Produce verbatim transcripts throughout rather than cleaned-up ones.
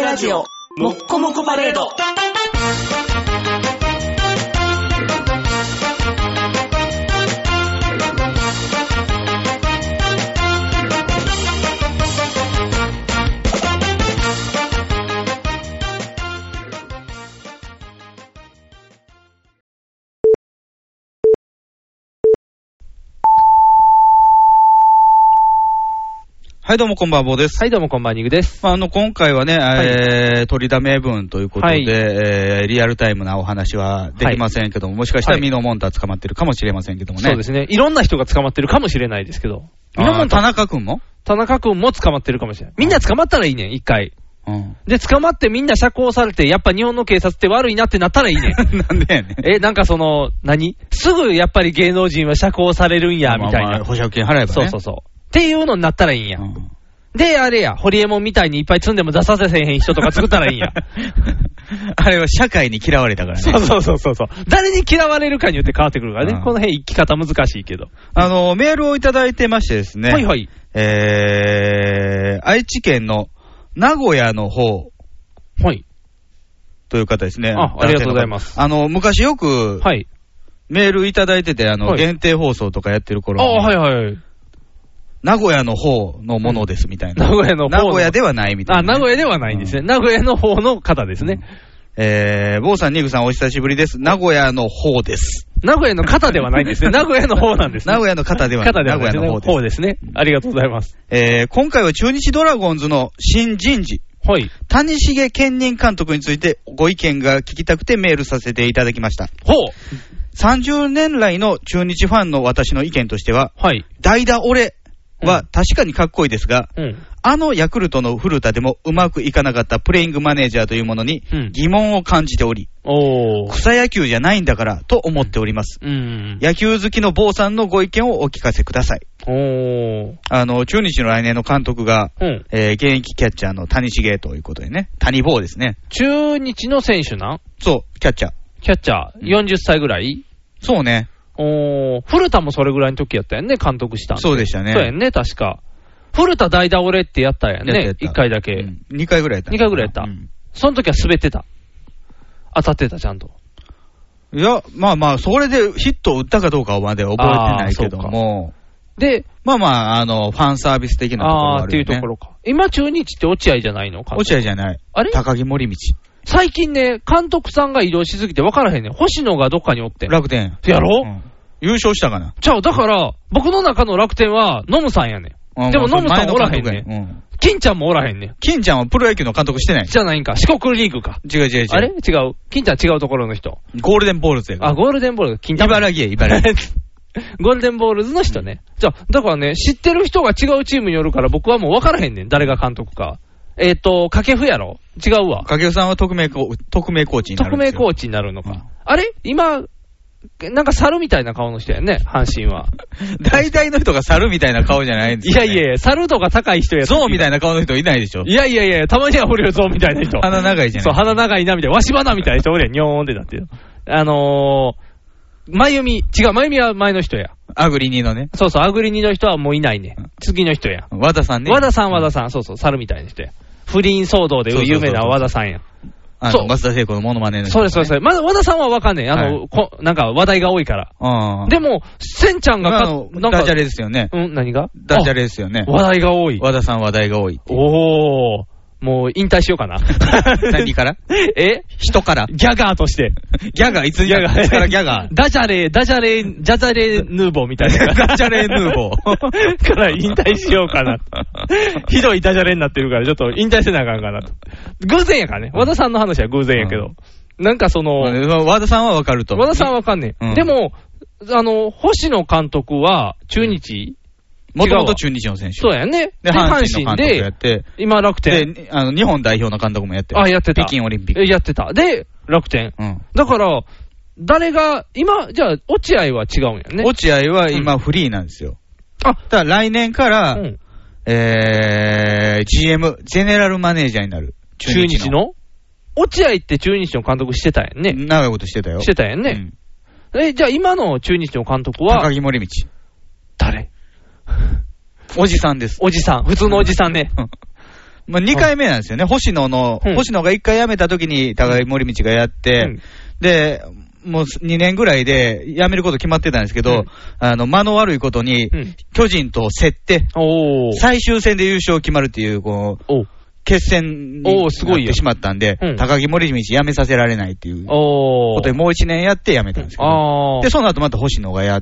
ラジオもっこもこパレード。 はい、どうもこんばんは、坊です。 はい、どうもこんばんは、ニグです。 まあ、あの、今回はね、はい、えー、取りだめ分ということで、はい、えー、リアルタイムなお話はできませんけども、はい、もしかしたらミノモンタ捕まってるかもしれませんけどもね。 そうですね。いろんな人が捕まってるかもしれないですけど。 ミノモンタ、田中君も田中君も捕まってるかもしれない。みんな捕まったらいいねん、一回。うん、で、捕まってみんな釈放されて、やっぱ日本の警察って悪いなってなったらいいねん。 なんでやねん。 え、なんかその、何すぐやっぱり芸能人は釈放されるんや、みたいな。まあまあ、 保釈金払えばね。 そうそうそう。っていうのになったらいいんや。うんで、あれや、ホリエモンみたいにいっぱい積んでも出させへん人とか作ったらいいんや。 あれは社会に嫌われたからね。 そうそうそうそうそう。誰に嫌われるかによって変わってくるからね。うん、この辺生き方難しいけど。 あの、メールをいただいてましてですね。 はいはい。 えー、愛知県の名古屋の方。 はい。 という方ですね。 あ、ありがとうございます。 あの、昔よく、はい。メールいただいてて、あの、はい、限定放送とかやってる頃。 あ、はいはい。 名古屋の方のものですみたいな。 名古屋の方。 名古屋ではないみたいな、 ね。あ、名古屋ではないんですね。うん、名古屋の方の方ですね。うん、 えー、坊さん、ニグさんお久しぶりです。名古屋の方です。 名古屋の方ではないんですね。名古屋の方なんですね。 名古屋の方ではない。 方ではないですね。名古屋の方ですね。ありがとうございます。 えー、今回は中日ドラゴンズの新人事。 はい。 谷繁兼任監督についてご意見が聞きたくてメールさせていただきました。 ほう。 さんじゅうねん来の中日ファンの私の意見としては、はい。代打俺は確かにかっこいいですが、うん、あのヤクルトの古田でもうまくいかなかったプレイングマネージャーというものに疑問を感じており、うん、草野球じゃないんだからと思っております、うん、野球好きの坊さんのご意見をお聞かせください。おあの中日の来年の監督が、うんえー、現役キャッチャーの谷繁ということでね、谷坊ですね。 中日の選手なんそうキャッチャーキャッチャーよんじゅっさいぐらい、 そうね。 お古田もそれぐらいの時やったやんね、監督したんで。 そうでしたね。 そうやんね、確か。古田代打俺ってやったやんね、いっかいだけ、うん。 にかいぐらいやった。 にかいぐらいやった。うん、その時は滑ってた。当たってた、ちゃんと。 いや、まあまあ、それでヒットを打ったかどうかまで覚えてないけども。で、まあまあ、あの、ファンサービス的なところがあるよね。あーっていうところか。 今、中日って落合じゃないのか。 落合じゃない。 あれ高木森道。 最近ね、監督さんが移動しすぎて分からへんねん。星野がどっかにおってん。 楽天。 やろ、うん優勝したかな。 ちゃう、だから、僕の中の楽天は、ノムさんやねん。でも、ノムさんおらへんねん。うん、金ちゃんもおらへんねん。 金ちゃんはプロ野球の監督してない。 じゃないんか。四国リーグか。 違う違う違う。 あれ違う。金ちゃん違うところの人。 ゴールデンボールズやから。 あ、ゴールデンボールズ。 金ちゃん。茨城や、茨城。 ゴールデンボールズの人ね。じゃあ、だからね、知ってる人が違うチームによるから、僕はもう分からへんねん。誰が監督か。えっ、ー、と、掛布やろ違うわ。 掛布さんは特命コ、特命コーチになるんですよ。 特命コーチになるのか。うん、あれ今、なんか猿みたいな顔の人やね、阪神は。 大体の人が猿みたいな顔じゃないんですよ、ね。 いやいやいや、猿とか高い人や。 ゾウみたいな顔の人いないでしょ。 いやいやいや、たまにはおるよ、ゾウみたいな人。 鼻長いじゃない。 そう、鼻長いなみたいな。わし鼻みたいな人おるやん、にょーんってなってる。あのー、まゆみ、違う、まゆみは前の人や。 アグリニのね。 そうそう、アグリニの人はもういないね。次の人や。 和田さんね。 和田さん、和田さん、そうそう、猿みたいな人や。不倫騒動で有名な和田さんや。 あの、松田聖子のモノマネの、ね。 そうです、そうです。まだ和田さんはわかんねえ。あの、はい、こなんか話題が多いから。あでも、せんちゃんがか、 なんかダジャレですよね。 うん、何がダジャレですよね。 話題が多い。 和田さん話題が多い。 おー。もう引退しようかな。 何からえ人からギャガーとして。 ギャガーいつギャガーいつからギャガーダジャレ、ダジャレ、ジャザレヌーボーみたいな。 ダジャレヌーボー。から引退しようかな。ひどいダジャレになってるから、ちょっと引退せなあかんかなと。偶然やからね。和田さんの話は偶然やけど。うん、なんかその、 和田さんはわかると。 和田さんはわかんねえ。うん、でも、あの、星野監督は中日、 もともと中日の選手。 そうやね。 で、阪神の監督やって、 今楽天。 で、あの、日本代表の監督もやってる。 あ、やってた。 北京オリンピック。 やってた。で、楽天。うん。だから、誰が、今、じゃあ、落合は違うんやね。 落合は今フリーなんですよ。うん、あ、だから来年から、うん、えー、ジーエム、ゼネラルマネージャーになる。 中日の。中日の落合って中日の監督してたやんね。 長いことしてたよ。 してたやんね。うん、え、じゃあ今の中日の監督は高木森道。 誰おじさんです。 おじさん。普通のおじさんね。 まあ、にかいめなんですよね。星野の、うん、星野がいっかい辞めた時に高木森道がやって、うん、で、もうにねんぐらいで辞めること決まってたんですけど、うん、あの、間の悪いことに、うん、巨人と競って、最終戦で優勝決まるっていう、こう、決戦になってしまったんで、うん、高木森道辞めさせられないっていうことで、もういちねんやって辞めたんですけど、で、その後また星野がやって、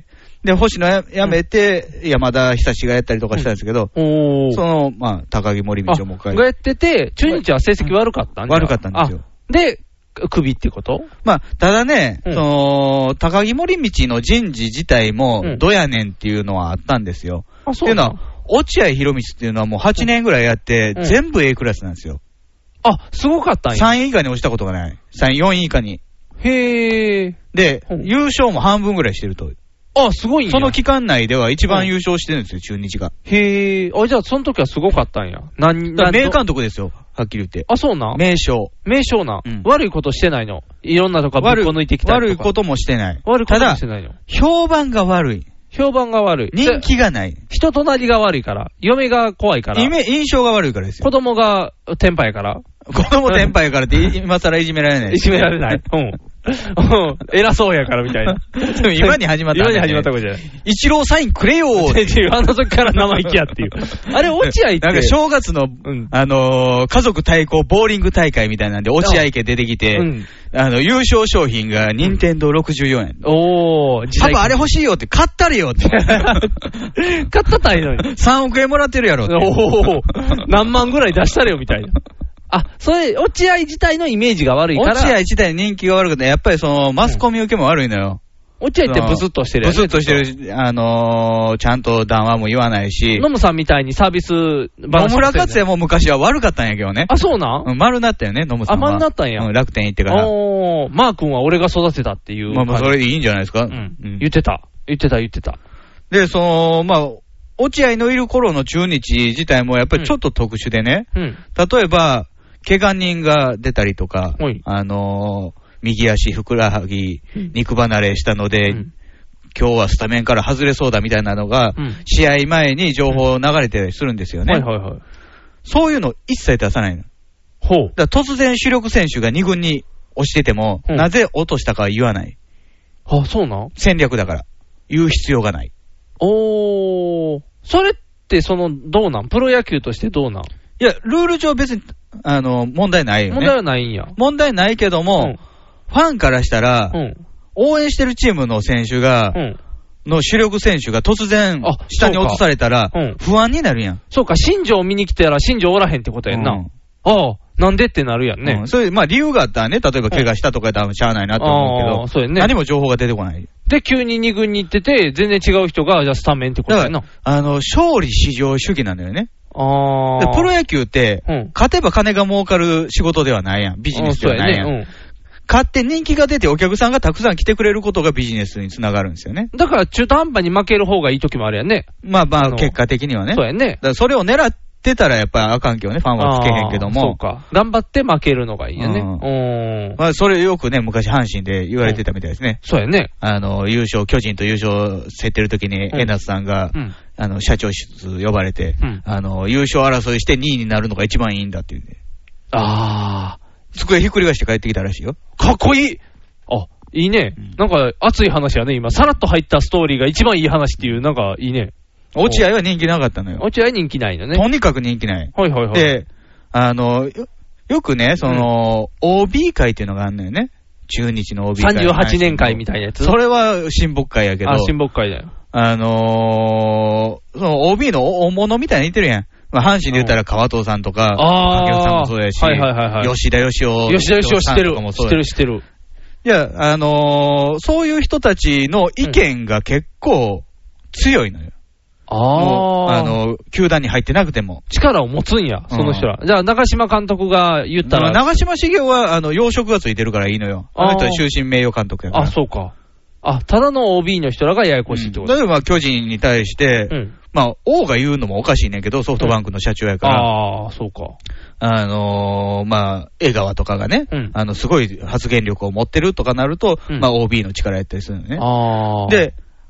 で、星野辞めて、うん、山田久志がやったりとかしたんですけど、うん、その、まあ、高木森道をもう一回。 がやってて、中日は成績悪かったんですよ。 悪かったんですよ。 で、クビってことまあ、ただね、うん、その、高木森道の人事自体も、どやねんっていうのはあったんですよ。うん、っていうのは、落合博満っていうのはもうはちねんぐらいやって、うん、全部 A クラスなんですよ。 あ、すごかったんや。 さんい以下に落ちたことがない。さんい、よんい以下に。 へー。 で、うん、優勝も半分ぐらいしてると。 あ、すごいんや。 その期間内では一番優勝してるんですよ、中日が。 へー。あ、じゃあその時はすごかったんや。 何、何名監督ですよ、はっきり言って。 あ、そうな。 名将。 名将な、うん。悪いことしてないの。いろんなとこぶっこ抜いてきたりとか。 悪いこともしてない。 悪いこともしてないの。ただ、 評判が悪い。 評判が悪い。 人気がない。 人となりが悪いから。嫁が怖いから。 印象が悪いからですよ。 子供がテンパやから。 子供テンパやからって今更いじめられない。 いじめられない。うん。偉そうやからみたいな。 でも今に始まった、 ね。今に始まったことじゃない。 一郎サインくれよーっていう。あの時から生意気やっていう。あれ、落合って。 なんか正月の、うん、あのー、家族対抗ボーリング大会みたいなんで、落合家出てきて、うん、あの、優勝商品が任天堂ろくじゅうよんえん。うん、おー、 パパあれ欲しいよって、買ったれよって。買ったたらいいのに。 さんおくえんもらってるやろって。 おー、何万ぐらい出したれよみたいな。あ、それ、落合自体のイメージが悪いから。 落合自体の人気が悪くて、やっぱりその、マスコミ受けも悪いのよ。 うん、落合ってブスッとしてるやつ。ブスッとしてる、あのー、ちゃんと談話も言わないし。 ノムさんみたいにサービス野村克也も昔は悪かったんやけどね。 あ、そうなん、 うん、丸なったよね、ノムさんは。 あ、丸なったんや。 うん、楽天行ってから。 おー、マー君は俺が育てたっていう。 まあまあ、それでいいんじゃないですか。うん。 うん、言ってた。言ってた、言ってた。 で、その、まあ、落合のいる頃の中日自体もやっぱりちょっと特殊でね。うん。例えば、怪我人が出たりとか、あのー、右足、ふくらはぎ、肉離れしたので、うん、今日はスタメンから外れそうだみたいなのが、うん、試合前に情報流れてたりするんですよね。はいはいはい。そういうの一切出さないの。ほう。だから突然主力選手がに軍に落ちてても、うん、なぜ落としたかは言わない。 あ、そうなん？ 戦略だから。言う必要がない。 おー。それってその、どうなん？プロ野球としてどうなん？ いや、ルール上別に、あの、問題ないよね。 問題はないんや。 問題ないけども、うん、ファンからしたら、うん、応援してるチームの選手が、うん、の主力選手が突然、下に落とされたら、不安になるやん。 そうか、新庄見に来たら新庄おらへんってことやんな。うん、ああ、なんでってなるやんね。うん、 そういう、まあ理由があったらね、例えば怪我したとかやったらしゃあないなと思うけど、そうやね、何も情報が出てこない。 で、急にに軍に行ってて、全然違う人が、じゃあスタメンってことやな。 あの、勝利至上主義なんだよね。あでプロ野球って、うん、勝てば金が儲かる仕事ではないやん。ビジネスではないやん。うんねうん、勝って人気が出てお客さんがたくさん来てくれることがビジネスにつながるんですよね。 だから中途半端に負ける方がいい時もあるやんね。 まあまあ、結果的にはね。 そうやね。 だからそれを狙ってたらやっぱりあかんけどね、ファンはつけへんけども。 そうか。頑張って負けるのがいいよね。うん。 まあ、それよくね、昔阪神で言われてたみたいですね。 そうやね。 あの、優勝、巨人と優勝競ってる時に、江夏さんが、うん、あの、社長室呼ばれて、うん、あの、優勝争いしてにいになるのが一番いいんだっていう、ね。あー。机ひっくり返して帰ってきたらしいよ。 かっこいい。あ、いいね。うん、なんか、熱い話やね、今。さらっと入ったストーリーが一番いい話っていう、なんか、いいね。 落合は人気なかったのよ。 落合は人気ないのね。 とにかく人気ない。 はいはいはい。 で、あの、よ, よくね、その、うん、オービー 会っていうのがあるのよね。中日の オービー 会。 さんじゅうはちねん会みたいなやつ。 それは親睦会やけど。 あ、親睦会だよ。 あのー、その オービー の大物みたいに言ってるやん。まあ、阪神で言ったら川藤さんとか、掛布さんもそうやし、はいはいはいはい、吉田義雄。 吉田義雄知ってる。知ってる知ってる。 いや、あのー、そういう人たちの意見が結構強いのよ。ああ。あの、球団に入ってなくても。 力を持つんや、その人ら。うん、じゃあ、長嶋監督が言ったら。 長嶋茂雄は、あの、養殖がついてるからいいのよ。あの人は終身名誉監督やから。 あ、そうか。あ、ただの オービー の人らがややこしいってこと、 うん、例えば、巨人に対して、うん、まあ、王が言うのもおかしいねんけど、ソフトバンクの社長やから。うん、 ああ、そうか。 あのー、まあ、江川とかがね、うん、あの、すごい発言力を持ってるとかなると、うん、まあ、オービー の力やったりするのね。あで、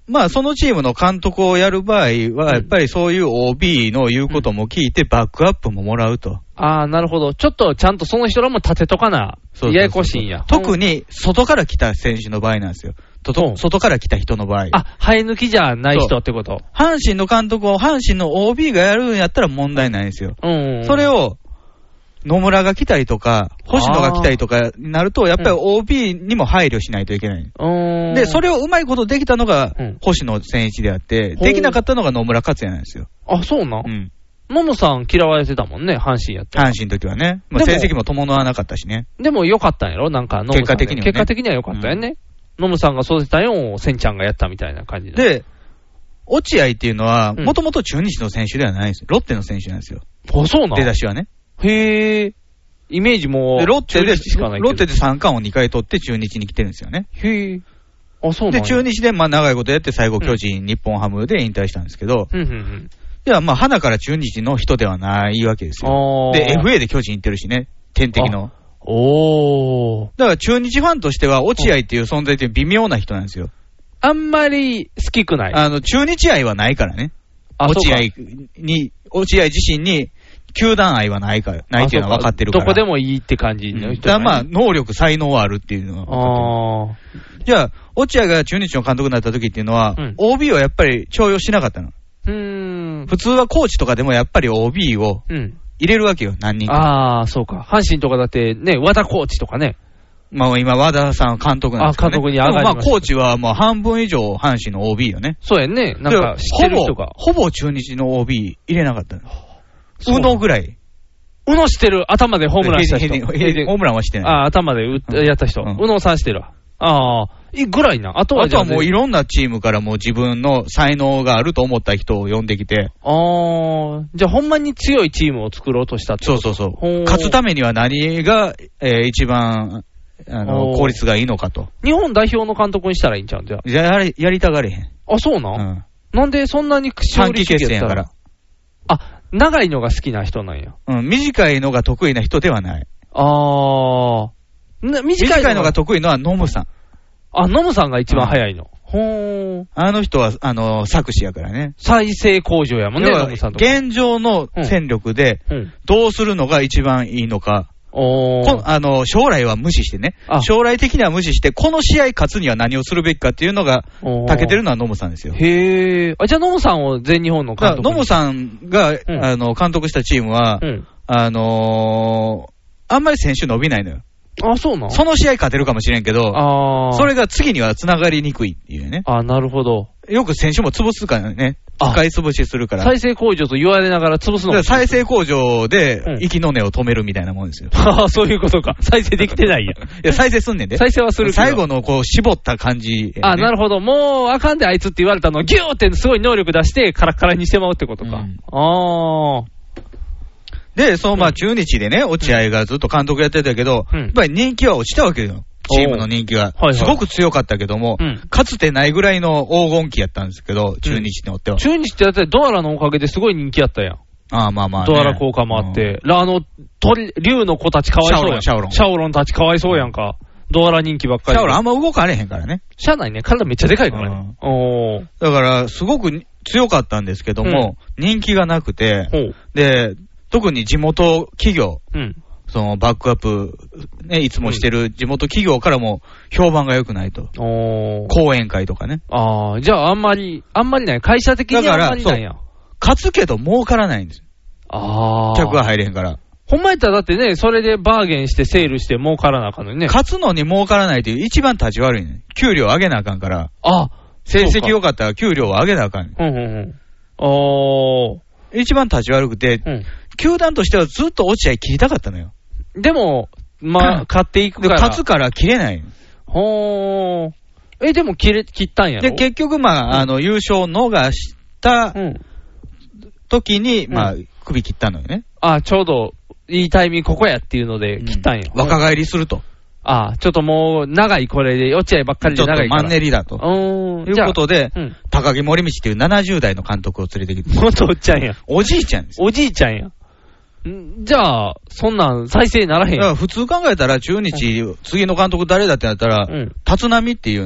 まあ、そのチームの監督をやる場合は、やっぱりそういう オービー の言うことも聞いて、バックアップももらうと。 ああ、なるほど。ちょっとちゃんとその人らも立てとかな、そうそうそうややこしいんや。 特に、外から来た選手の場合なんですよ。とと外から来た人の場合。 あ、生え抜きじゃない人ってこと。 阪神の監督を阪神の オービー がやるんやったら問題ないんですよ。うんうんうん、それを、野村が来たりとか、星野が来たりとかになると、やっぱり オービー にも配慮しないといけない。うん、で、それをうまいことできたのが、星野千一であって、うん、できなかったのが野村克也なんですよ。 あ、そうなん、うん、野野さん嫌われてたもんね、阪神やって。 阪神の時はね。まあ、成績も伴わなかったしね。 でも良かったんやろなんか野野さん、 結果的には、ね。 結果的には良かったよね。うん、野野さんが育てたよを千ちゃんがやったみたいな感じで。 で、落合っていうのは、もともと中日の選手ではないんですよ。ロッテの選手なんですよ。 あ、そうなん出だしはね。 へー。イメージも、 ロッテで、ロッテで三冠をにかい取って中日に来てるんですよね。 へえ。あ、そうなんで、中日でまあ長いことやって最後巨人、うん、日本ハムで引退したんですけど、 うんうんうん、 いや、まあ花から中日の人ではないわけですよ。で、エフエー で巨人行ってるしね、天敵の。 おー。 だから中日ファンとしては落合っていう存在って微妙な人なんですよ。 あんまり好きくない。 あの、中日愛はないからね。落合に、落合自身に、球団愛はないから、ないっていうのは分かってるから。 どこでもいいって感じの人、ね。 だからまあ、能力、才能はあるっていうのは分かってる。あじゃあ、落合が中日の監督になった時っていうのは、うん、オービー をやっぱり重用しなかったの。 うーん普通はコーチとかでもやっぱり オービー を入れるわけよ、何人か。 ああ、そうか。阪神とかだってね、和田コーチとかね。 まあ今、和田さん監督なんですけど、ね。 あ、監督に上がりました。 まあ、コーチはもう半分以上阪神の オービー よね。 そうやんね。なんか知ってる人が。 ほぼ、ほぼ中日の オービー 入れなかったの。宇野ぐらい。 宇野してる、頭でホームランした人。 ホームランはしてない。 ああ、頭でう、うん、やった人。宇野、うん、さんしてるわ。ああ、ぐらいな。あとはあとはもういろんなチームからもう自分の才能があると思った人を呼んできて。 ああ、じゃあほんまに強いチームを作ろうとしたってこと。 そうそうそう。勝つためには何が、えー、一番、あの、効率がいいのかと。 日本代表の監督にしたらいいんちゃうんじゃ。 やり、やりたがれへん。 あ、そうなん、うん、なんでそんなに短期決戦やから。 あ、長いのが好きな人なんや。 うん、短いのが得意な人ではない。 あー。短い の, 短いのが得意のはノムさん。 あ、ノムさんが一番早いの。ほー。 あの人は、あの、作詞やからね。 再生工場やもんね、ノムさんとか。 現状の戦力で、どうするのが一番いいのか。 おこあの将来は無視してね、将来的には無視して、この試合勝つには何をするべきかっていうのが、たけてるのはノムさんですよ。 へー。あ、じゃあノムさんを全日本の監督に。 ノムさんが、うん、あの監督したチームは、うん、あのー、あんまり選手伸びないのよ。 あ、そうなの？ その試合勝てるかもしれんけど、あそれが次には繋がりにくいっていうね。 あ、なるほど。 よく選手も潰すからね。使い潰しするから。 再生工場と言われながら潰すの。 再生工場で、息の根を止めるみたいなもんですよ。 ああ、そういうことか。再生できてないや。いや、再生すんねんで。 再生はするけど。 最後のこう、絞った感じ、ね。 あ、なるほど。もう、あかんであいつって言われたのをギューってすごい能力出して、カラッカラにしてまうってことか。うん、ああ。 で、そのまあ中日でね、落合がずっと監督やってたけど、うん、やっぱり人気は落ちたわけよ。チームの人気が。はいはい、すごく強かったけども、うん、かつてないぐらいの黄金期やったんですけど、中日によっては。 うん、中日ってやってドアラのおかげですごい人気やったやん。 ああ、まあまあ、ね。 ドアラ効果もあって。うん、あの、鳥、竜の子たちかわいそうやん。 シャオロン。 シャオロンたちかわいそうやんか。ドアラ人気ばっかり。 シャオロンあんま動かれへんからね。 しゃあないね。体めっちゃでかいからね。おだから、すごく強かったんですけども、うん、人気がなくて、で、特に地元企業、うん、そのバックアップ、ね、いつもしてる地元企業からも評判が良くないと。 お講演会とかね。 ああ、じゃああんまり、あんまりない。会社的にはあんまりないやん。 勝つけど儲からないんですよ。 ああ。 客が入れへんから。 ほんまやったらだってね、それでバーゲンしてセールして儲からなあかんのにね。 勝つのに儲からないという一番立ち悪いね。給料上げなあかんから。 あ成績良かったら給料を上げなあかん。 うんうんうん。おー。 一番立ち悪くて、うん、球団としてはずっと落合切りたかったのよ。 でも、まあ、勝っていくから。 勝つから切れない。 ほー。え、でも切れ、切ったんやろ？ で、結局、まあ、うん、あの、優勝逃した時に、うん、まあ、首切ったのよね。 あ、ちょうど、いいタイミングここやっていうので切ったんや。 うん、若返りすると。 ああ、ちょっともう、長いこれで、落合ばっかりで長いから。 ちょっとマンネリだと。 うーん。いうことで、うん、高木森道っていうななじゅう代の監督を連れてきて。 元おっちゃんや。 おじいちゃんです。 おじいちゃんや。んじゃあ、そんなん再生ならへん。 普通考えたら中日、うん、次の監督誰だってなったら、うん、立浪っていうね、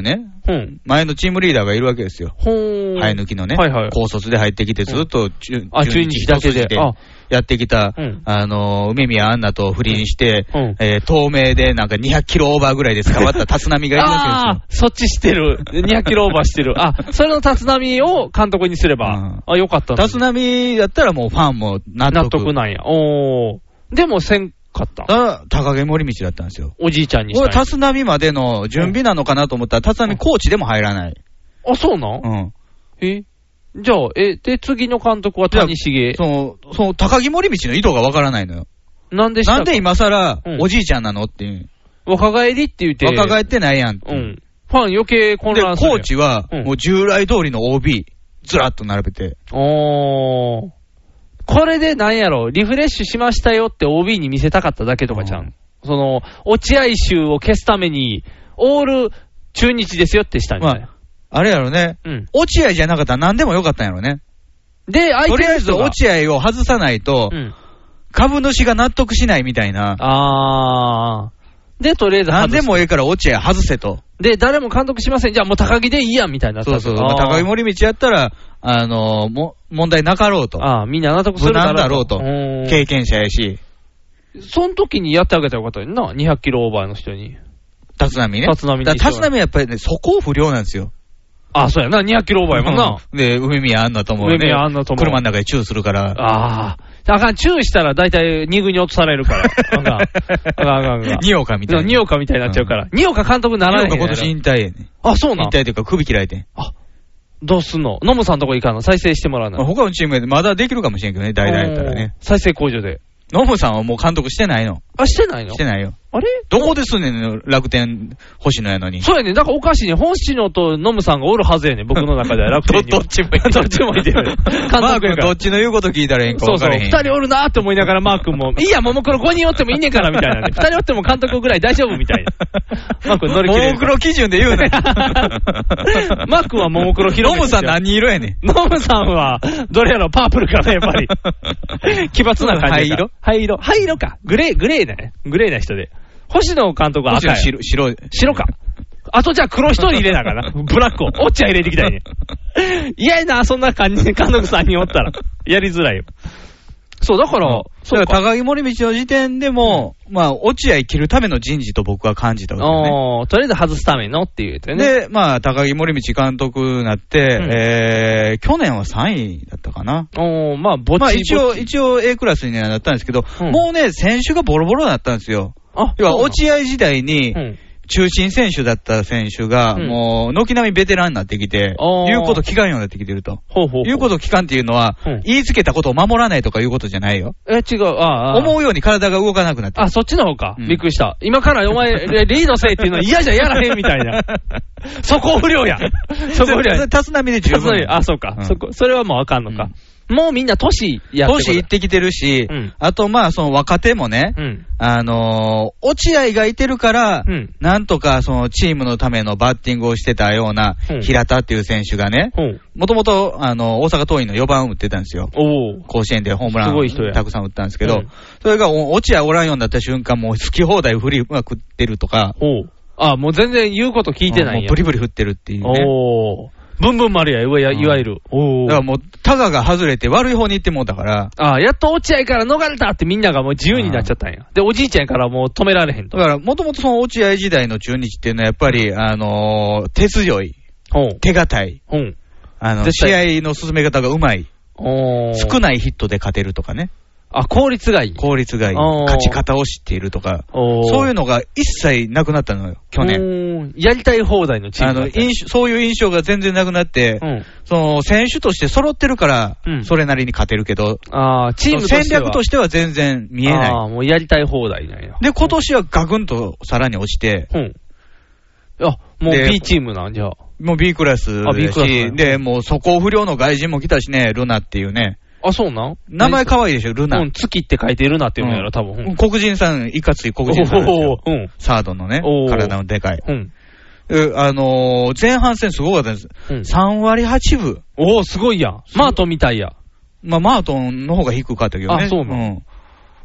うん、前のチームリーダーがいるわけですよ。 ほー。 生え抜きのね。 はいはい。 高卒で入ってきて、ずっと中、うん、 あ、中日だけで。 あやってきた、うん、あの、梅宮アンナと不倫して、うん、えー、透明でなんかにひゃくキロオーバーぐらいで捕まった立浪がいるわけですよ。ああ、そっちしてる。にひゃくキロオーバーしてる。あ、それの立浪を監督にすれば、うん、あ、よかった。 立浪だったらもうファンも納得。 納得なんや。おー。でもせんかった。 だ高木森道だったんですよ。 おじいちゃんにしたい。 俺、立浪までの準備なのかなと思ったら、立浪コーチでも入らない。 あ、そうなんうん。えじゃあ、え、で、次の監督は谷繁。 その、その、高木森道の意図がわからないのよ。 なんでしたなんで今更、おじいちゃんなのっていう。 若返りって言って。 若返ってないやんって。 うん。ファン余計混乱する。 で、コーチは、もう従来通りの オービー、ずらっと並べて。 おー。これでなんやろ、リフレッシュしましたよって オービー に見せたかっただけとかじゃん。その、落合集を消すために、オール中日ですよってしたんじゃない、まああれやろね、うん、落合じゃなかったら何でもよかったんやろね。 で、相手とりあえず落合を外さないと、うん、株主が納得しないみたいな。 あー。で、とりあえず外す。 何でもええから落合外せと。 で、誰も監督しません。じゃあもう高木でいいやんみたいな。 そうそう。まあ、高木森道やったら、あのー、も、問題なかろうと。 ああ、みんな納得するだろうと。 無難だろうと。経験者やし。 その時にやってあげたらよかったよな。にひゃくキロオーバーの人に。 立浪ね。 立浪に。 立浪はやっぱりね、そこ不良なんですよ。 ああ、そうやな。にひゃくキロオーバーやもんな。 で、梅宮アンナともね。 梅宮アンナとも。 車の中でチューするから。 ああ。あかん、チューしたら大体に軍に落とされるから。あかん。あかんあかん。 におかみたいな。 におかみたいになっちゃうから。におか監督にならない。 におか今年引退やね。 あ、そうなん。 引退というか首切られてん。 あ、どうすんの？ノムさんとこ行かんの？再生してもらうの？ 他のチームでまだできるかもしれんけどね、代々やったらね。 再生工場で。 ノムさんはもう監督してないの。 あ、してないの？ してないよ。 あれどこですんねん、楽天、星野やのに。 そうやねん。だからおかしいね。星野とノムさんがおるはずやねん。僕の中では楽天に。 どっちもいてる。 どっちもいてる。監督やから。 マー君どっちの言うこと聞いたらええんか分からへん。 そうそう。二人おるなーって思いながらマー君も、いいや、ももクロごにんおってもいいねんから、みたいなね。二人おっても監督ぐらい大丈夫みたいな。マー君乗り切れる。 ももクロ基準で言うな。 マー君はももクロ広め。 ノムさん何色やねん。ノムさんは、どれやろ、パープルかな、やっぱり。奇抜な感じ。 灰色灰色。灰色か。グレー、グレーだね。グレーな人で。星野監督は赤や。 白、白。 白か。あとじゃあ黒一人入れなあかな。ブラックを。オッチャ入れてきたいね。嫌やな、そんな感じで監督さんにおったら。やりづらいよ。そう、だから、うん、そうだから高木森道の時点でも、うん、まあ、落合切るための人事と僕は感じたわけですよね。 とりあえず外すためのっていうね。 で、まあ、高木森道監督になって、うん、えー、去年はさんいだったかな。 おまあ、ぼちぼち。まあ、 一応、一応 A クラスになったんですけど、うん、もうね、選手がボロボロだったんですよ。 あ、 要は、落合時代に、中心選手だった選手が、うん、もう、軒並みベテランになってきて、言うこと聞かんようになってきてると。 ほうほうほう言うこと聞かんっていうのは、うん、言いつけたことを守らないとかいうことじゃないよ。 え、違う、ああ。 思うように体が動かなくなってる。 あ、そっちの方か。うん、びっくりした。今からお前、リードせいっていうの嫌じゃやらへんみたいな。そこ不良や。そこ不良や。 立浪で十分。 あ、そうか、うん。そこ、それはもうあかんのか。うん、もうみんな年やって年行ってきてるし、うん、あとまあその若手もね、うん、あのー、落合がいてるから、うん、なんとかそのチームのためのバッティングをしてたような平田っていう選手がね、もともとあの大阪桐蔭のよばんを打ってたんですよ。甲子園でホームランたくさん打ったんですけど、うん、それが落合おらんようになった瞬間もう好き放題振りまくってるとか、 あ、もう全然言うこと聞いてないんや。 もうブリブリ振ってるっていうね。 おーブンブン丸や、いわゆる。 だからもう、タガが外れて悪い方に行ってもうたから。 ああ、やっと落合から逃れたってみんながもう自由になっちゃったんや。で、おじいちゃんやからもう止められへんと。 だから、もともとその落合時代の中日っていうのはやっぱり、あのー、手強い。手堅い。あの、試合の進め方がうまい。少ないヒットで勝てるとかね。 あ、効率がいい。 効率がいい。勝ち方を知っているとか、そういうのが一切なくなったのよ、去年。 やりたい放題のチームあの印象。そういう印象が全然なくなって、うん、その選手として揃ってるから、うん、それなりに勝てるけど、 あチームとしては戦略としては全然見えない。 あもうやりたい放題なんや。 で、今年はガクンとさらに落ちて、 うん、あ、もう B チームなんじゃ。 もう B クラスだし、B クラスで、もう素行不良の外人も来たしね、ルナっていうね。 あ、そうなん名前可愛いでしょ、ルナ。 うん、月って書いてルナっていうのやろ、多分。 うん、黒人さん、いかつい黒人さんですよ。うん、サードのね、体のでかい。うん、あのー、前半戦すごかったです。うん、さんわりはちぶ。 おー、すごいやん。マートンみたいや。 まあ、マートンの方が低かったけどね。 あ、そうなの、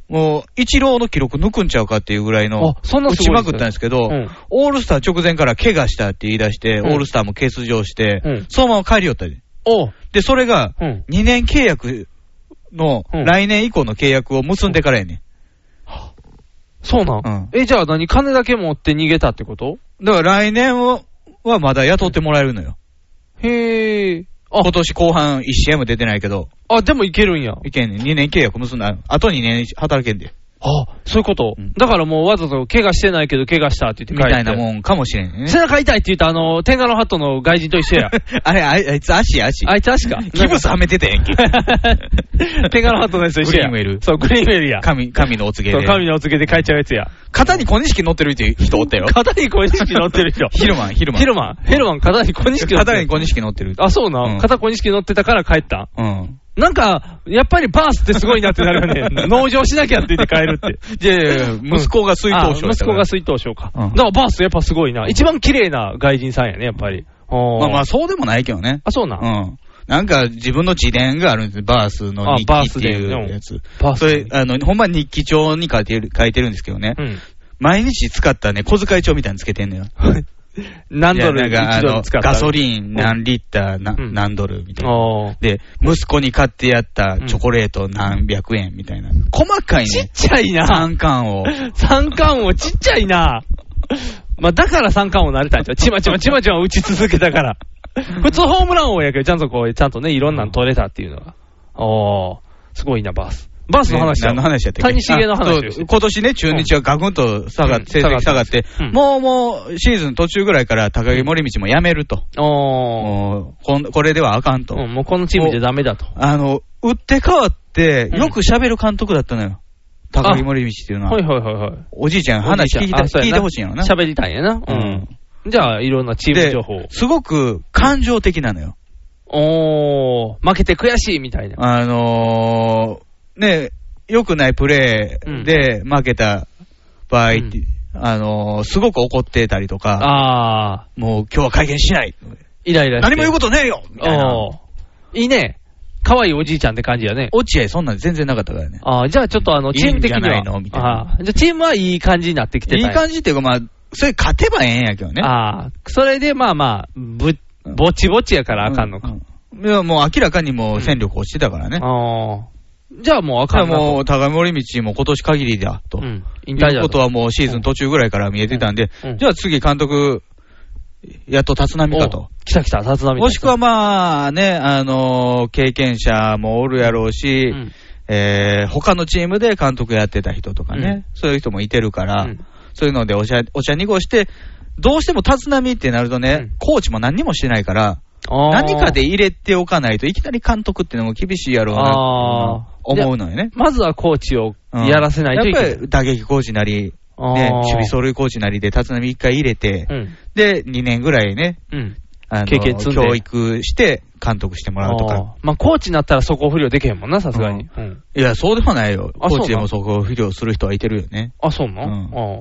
もう、イチローの記録抜くんちゃうかっていうぐらいの、 そんな打ちまくったんですけど、うん、オールスター直前から怪我したって言い出して、うん、オールスターも欠場して、うん、そのまま帰りよったで。で、それが、にねん契約の、来年以降の契約を結んでからやねん。 そうなん、うん、え、じゃあ何金だけ持って逃げたってこと？ だから来年はまだ雇ってもらえるのよ。 へー。あ、 今年後半いち試合も出てないけど。 あ、でもいけるんや。 いけんねん。にねん契約結んだ。あとにねん働けんで。 あ、そういうこと、うん、だからもうわざと怪我してないけど怪我したって言って帰ってみたいなもんかもしれんね。 背中痛いって言ったあの、天下のハットの外人と一緒や。 あれ、あいつ足足。 あいつ足か。 ギブスはめてたやんけ。 天下のハットのやつと一緒や。 グリーンウェル。 そう、グリーンウェルや。 神、神のお告げで。 そう、神のお告げで書いちゃうやつや。 肩に小錦乗ってるっていう人おったよ。 肩に小錦乗ってる人。 ヒルマン、ヒルマン。 ヒルマン。ヒルマン、肩に小錦乗ってる。 肩に小錦乗ってる。 あ、そうな、うん、肩小錦乗ってたから帰った。 うん。 なんか、やっぱりバースってすごいなってなるよね。農場しなきゃって言って帰るって。 いやいや息子が水頭症、 息子が水頭症か。うん、だからバースやっぱすごいな。一番綺麗な外人さんやね、やっぱり。 まあまあ、そうでもないけどね。 あ、そうな。 うん。なんか自分の自伝があるんですよ。バースの日記っていうやつ。バース。それ、あの、ほんま日記帳に書いてる、書いてるんですけどね。うん、毎日使ったね、小遣い帳みたいにつけてんのよ。 何ドル一度に使ったガソリン何リッター、うん、何ドルみたいな。で、息子に買ってやったチョコレート何百円みたいな。細かいね。 ちっちゃいな。 三冠王。 三冠王ちっちゃいな。まあ、だから三冠王なれたんちゃう。ちまちまちまちま打ち続けたから。普通ホームラン王やけど、ちゃんとこう、ちゃんとね、いろんなの取れたっていうのが。おー、すごいな、バース。バースの話だ。 何の話やったっけ？ 谷繁の話です。 今年ね、中日はガクンと下がって、成績下がって、もうもう、シーズン途中ぐらいから高木森道もやめると。おー。これではあかんと。 うん、もうこのチームじゃダメだと。 あの、打って変わって、よく喋る監督だったのよ。高木森道っていうのは。 はいはいはいはい。 おじいちゃん話聞いて、聞いてほしいんやろな。 喋りたいんやな。うん。じゃあ、いろんなチーム情報。 すごく感情的なのよ。 おー、負けて悔しいみたいな。 あのー、ね、良くないプレーで負けた場合って、うん、あのー、すごく怒ってたりとか、 あーもう今日は会見しない。 イライラして。 何も言うことねえよみたいな。 いいね。可愛いおじいちゃんって感じやね。 落合そんなん全然なかったからね。 ああ、じゃあちょっとあの、チーム的には。いいんじゃないのみたいな。ああ、じゃあチームはいい感じになってきてた。 いい感じっていうかまあ、それ勝てばええんやけどね。 ああ、それでまあまあ、ぶ、ぼちぼちやからあかんのか。うんうん、いやもう明らかにもう戦力落ちてたからね。 うん、ああ。じゃあもうあかんなと。 もう高森道も今年限りだと。うん。引退だと。いうことはもうシーズン途中ぐらいから見えてたんで、うんうん、じゃあ次監督、やっと立浪かと。 来た来た、立浪。 もしくはまあね、あのー、経験者もおるやろうし、うん、えー、他のチームで監督やってた人とかね、うん、そういう人もいてるから、うん、そういうのでお茶、お茶濁して、どうしても立浪ってなるとね、うん、コーチも何にもしてないから、何かで入れておかないといきなり監督っていうのも厳しいやろうなと思うのよね。 まずはコーチをやらせないといけない。 やっぱり打撃コーチなり、ね、守備走塁コーチなりで立浪一回入れて、うん、で、にねんぐらいね、うん、あの経験積んで教育して監督してもらうとか。 まあ、コーチになったら速攻不良できへんもんな、さすがに、うん。 いや、そうでもないよ。コーチでも速攻不良する人はいてるよね。 あ、そうな、うん、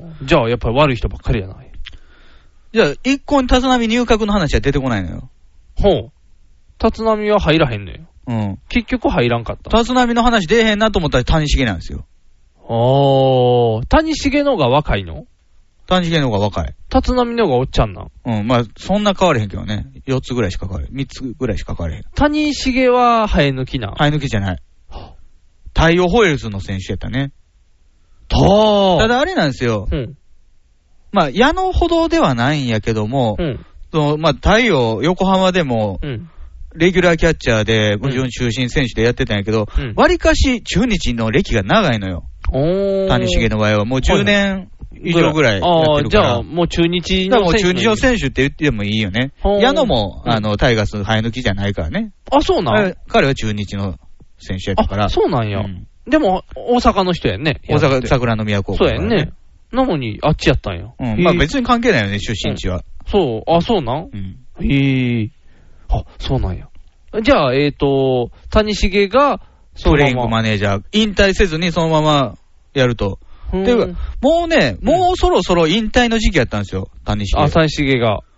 あじゃあ、やっぱり悪い人ばっかりやない。 じゃあ、一向に立浪入閣の話は出てこないのよ。 ほう。立浪は入らへんのよ。うん。結局入らんかった。 立浪の話出えへんなと思ったら谷繁なんですよ。 あー、谷繁の方が若いの？ 谷繁の方が若い。 立浪の方がおっちゃんな。 うん、まあ、そんな変われへんけどね。よっつぐらいしか変われへん。みっつぐらいしか変われへん。 谷繁は生え抜きな。 生え抜きじゃない。太陽ホエールズの選手やったね。 たー。 ただあれなんですよ。うん。まあ、矢野ほどではないんやけども、うん。そのまあ、太陽、横浜でも、うん。レギュラーキャッチャーで、非常に中心選手でやってたんやけど、わり、うん、かし中日の歴が長いのよ。お谷繁の場合は、もうじゅうねん以上ぐらいやってるから。 ああ、じゃあ、もう中日の選手。 もう中日の選手って言ってもいいよね。矢野も、あの、タイガース生え抜きじゃないからね。 あ、そうなん彼は中日の選手やったから。 あ、そうなんや。うん、でも、大阪の人やんね。 大阪、桜の都高校、 ね。そうやんね。なのに、あっちやったんや。 うん。まあ別に関係ないよね、出身地は。 うん、そう、あ、そうなん、うん、へえ。あ、そうなんや。じゃあ、えっ、ー、と、谷繁が、 プレイングマネージャー、引退せずにそのままやると。っていうか、もうね、もうそろそろ引退の時期やったんですよ、谷繁。 あ、谷繁が。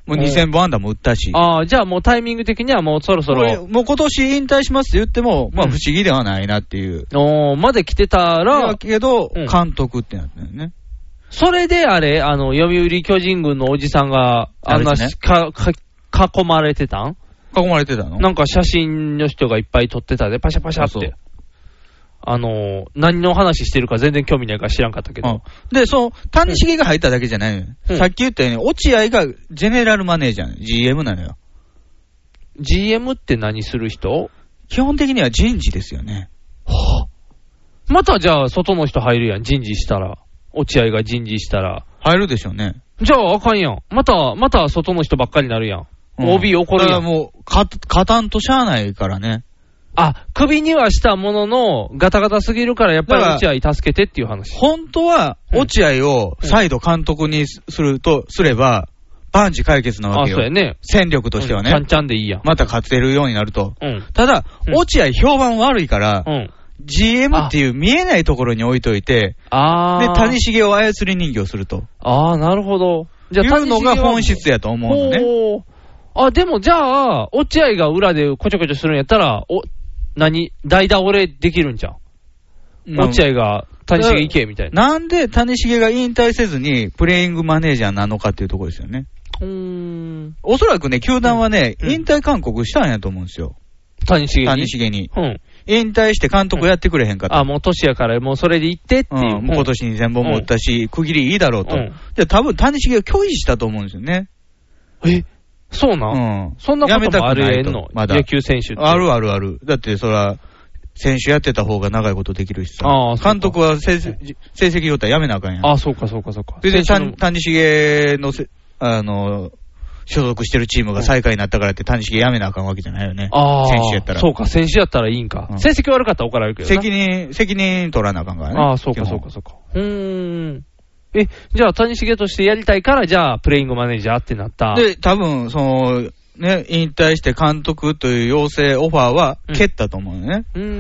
もうにせんぼん安打も打ったし。 ああ、じゃあもうタイミング的にはもうそろそろ。 もう今年引退しますって言っても、まあ不思議ではないなっていう。 うん、おー、まで来てたら。 だけど、監督ってなってるよね。 それであれ、あの、読売巨人軍のおじさんが、あんな、ね、か、か、囲まれてたん囲まれてたのなんか写真の人がいっぱい撮ってたで、パシャパシャって。あの、何の話してるか全然興味ないから知らんかったけど。うん、 で、その、谷繁が入っただけじゃないのよ。うん、さっき言ったように、落合がジェネラルマネージャー、ジーエム なのよ。 ジーエム って何する人？ 基本的には人事ですよね。 はぁ。またじゃあ、外の人入るやん、人事したら。落合が人事したら。 入るでしょうね。 じゃあ、あかんやん。また、また外の人ばっかりになるやん。うん、オービー 怒るやん。 だからもう、か、勝たんとしゃあないからね。 あ、首にはしたものの、ガタガタすぎるから、やっぱり落合助けてっていう話。 本当は、落合を再度監督にすると、すれば、万事解決なわけよ。 あ、そうやね。 戦力としてはね。 ちゃんちゃんでいいやん。 また勝てるようになると。 うん。 ただ、うん、落合評判悪いから、 うん。 ジーエム っていう見えないところに置いといて、 あで、谷繁を操り人形をすると。 ああ、なるほど。 じゃあ、いうのが本質やと思うのね。 あ、でもじゃあ、落合が裏でこちょこちょするんやったら、お、何代打俺できるんじゃん。まあ、落合が谷繁行けみたいな。 なんで谷繁が引退せずにプレイングマネージャーなのかっていうところですよね。 うーん。 おそらくね、球団はね、うん、引退勧告したんやと思うんですよ。 谷繁に。 谷繁に。 うん。 引退して監督やってくれへんかと。 うん、あ、もう年やからもうそれで行ってっていう。 うん、もう今年にせんぼんも打ったし、うん、区切りいいだろうと。うん、で、多分谷繁を拒否したと思うんですよね。 えそうなん、うん、そんなこともあるのまだ野球選手って。 あるあるある。だってそれは、選手やってた方が長いことできるしさ。ああ、監督は成績、成績状態やめなあかんやん。 ああ、そうかそうかそうか。 で、谷繁のせ、あの、所属してるチームが最下位になったからって谷繁やめなあかんわけじゃないよね。ああ。選手やったら。 そうか、選手やったらいいんか。うん、成績悪かったら怒られるけどな。 責任、責任取らなあかんからね。 ああ、そうかそうかそうか。うーん。え、じゃあ谷繁としてやりたいから、じゃあプレイングマネージャーってなった。 で、多分、その、ね、引退して監督という要請、オファーは蹴ったと思うよね。 うん、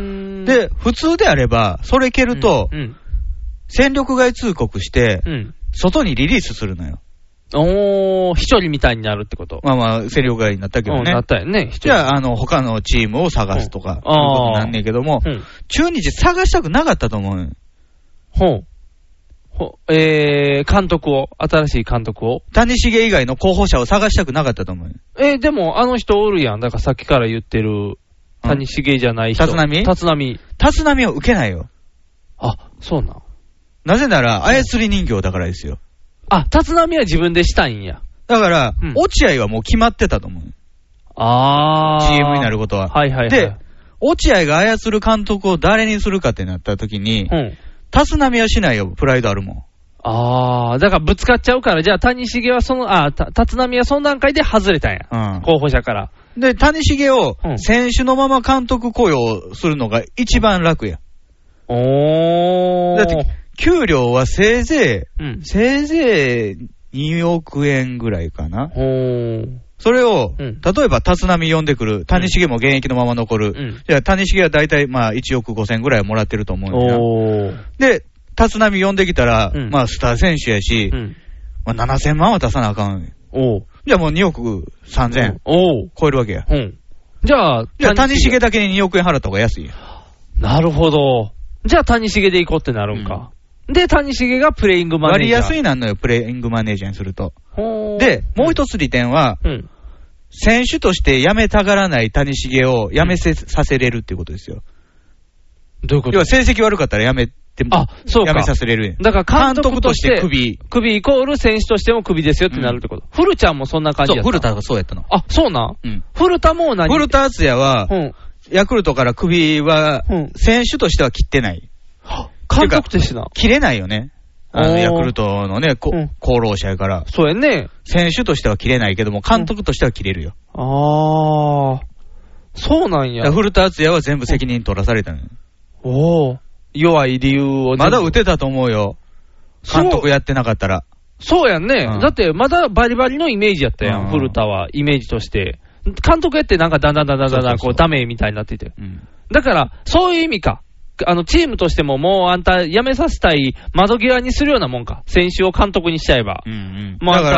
で、普通であれば、それ蹴ると、 うんうん、 戦力外通告して、 うん、 外にリリースするのよ。 おー、一人みたいになるってこと。 まあまあ、戦力外になったけどね。 うん、なったよね。 じゃあ、あの、他のチームを探すとか、 うん、 そういうことなんねんけども、 うん、 中日探したくなかったと思うよ。 ほう。ほえー、監督を、新しい監督を谷繁以外の候補者を探したくなかったと思うよ。 えー、でも、あの人おるやん。だからさっきから言ってる、谷繁じゃない人。 立浪立浪。 立浪を受けないよ。 あ、そうなん。 なぜなら、操り人形だからですよ。 あ、立浪は自分でしたいんや。 だから、うん、落合はもう決まってたと思う。 あー。 ジーエム になることは。 はいはいはい。 で、落合が操る監督を誰にするかってなった時に、 うん。 立浪はしないよ、プライドあるもん。 あー、だからぶつかっちゃうから、じゃあ谷繁はその、あ、立浪はその段階で外れたんや。 うん。 候補者から。 で、谷繁を選手のまま監督雇用するのが一番楽や。 おー。 だって、給料はせいぜい、うん、 せいぜいにおくえんぐらいかな。 おー。 それを、 うん、 例えば立浪呼んでくる、谷繁も現役のまま残る。 うん、 じゃあ谷繁は大体まあいちおくごせんぐらいはもらってると思うんだよ。 おー。 で、立浪呼んできたら、 うん、 まあスター選手やし、 うん、 まあななせんまんは出さなあかん。 おー。 じゃあもうにおくさんぜんおー。 超えるわけや。 うん。じゃあ、 じゃあ谷繁だけににおくえん払った方が安いや。 なるほど。じゃあ谷繁で行こうってなるんか。うん、で、谷繁がプレイングマネージャー。 割安になるのよ、プレイングマネージャーにすると。 ほー。 で、もう一つ利点は、 うん、 選手として辞めたがらない谷繁を辞めせ、うん、させれるっていうことですよ。 どういうこと？ 要は成績悪かったら辞めても、 あ、そうか。 辞めさせれる。 だから監督としてクビ。 クビイコール選手としてもクビですよってなるってこと。うん、古ちゃんもそんな感じやった。 そう、古田がそうやったの。 あ、そうなん？ うん。 古田も何？ 古田敦也は、うん、ヤクルトからクビは、うん、選手としては切ってない。 監督としてな。 切れないよね。あの、ヤクルトのね、こ、うん、功労者やから。 そうやね。 選手としては切れないけども、監督としては切れるよ。 うん、あー。そうなんや。 古田敦也は全部責任取らされたのよ。 おー。弱い理由を。 まだ打てたと思うよ。監督やってなかったら。 そうやんね。うん、だって、まだバリバリのイメージやったやん、うん、古田は。イメージとして。監督やってなんかだんだんだんだんだんだんこうダメみたいになってて。うん、だから、そういう意味か。あの、チームとしてももうあんた辞めさせたい窓際にするようなもんか。選手を監督にしちゃえば。 うんうん、 もうだから、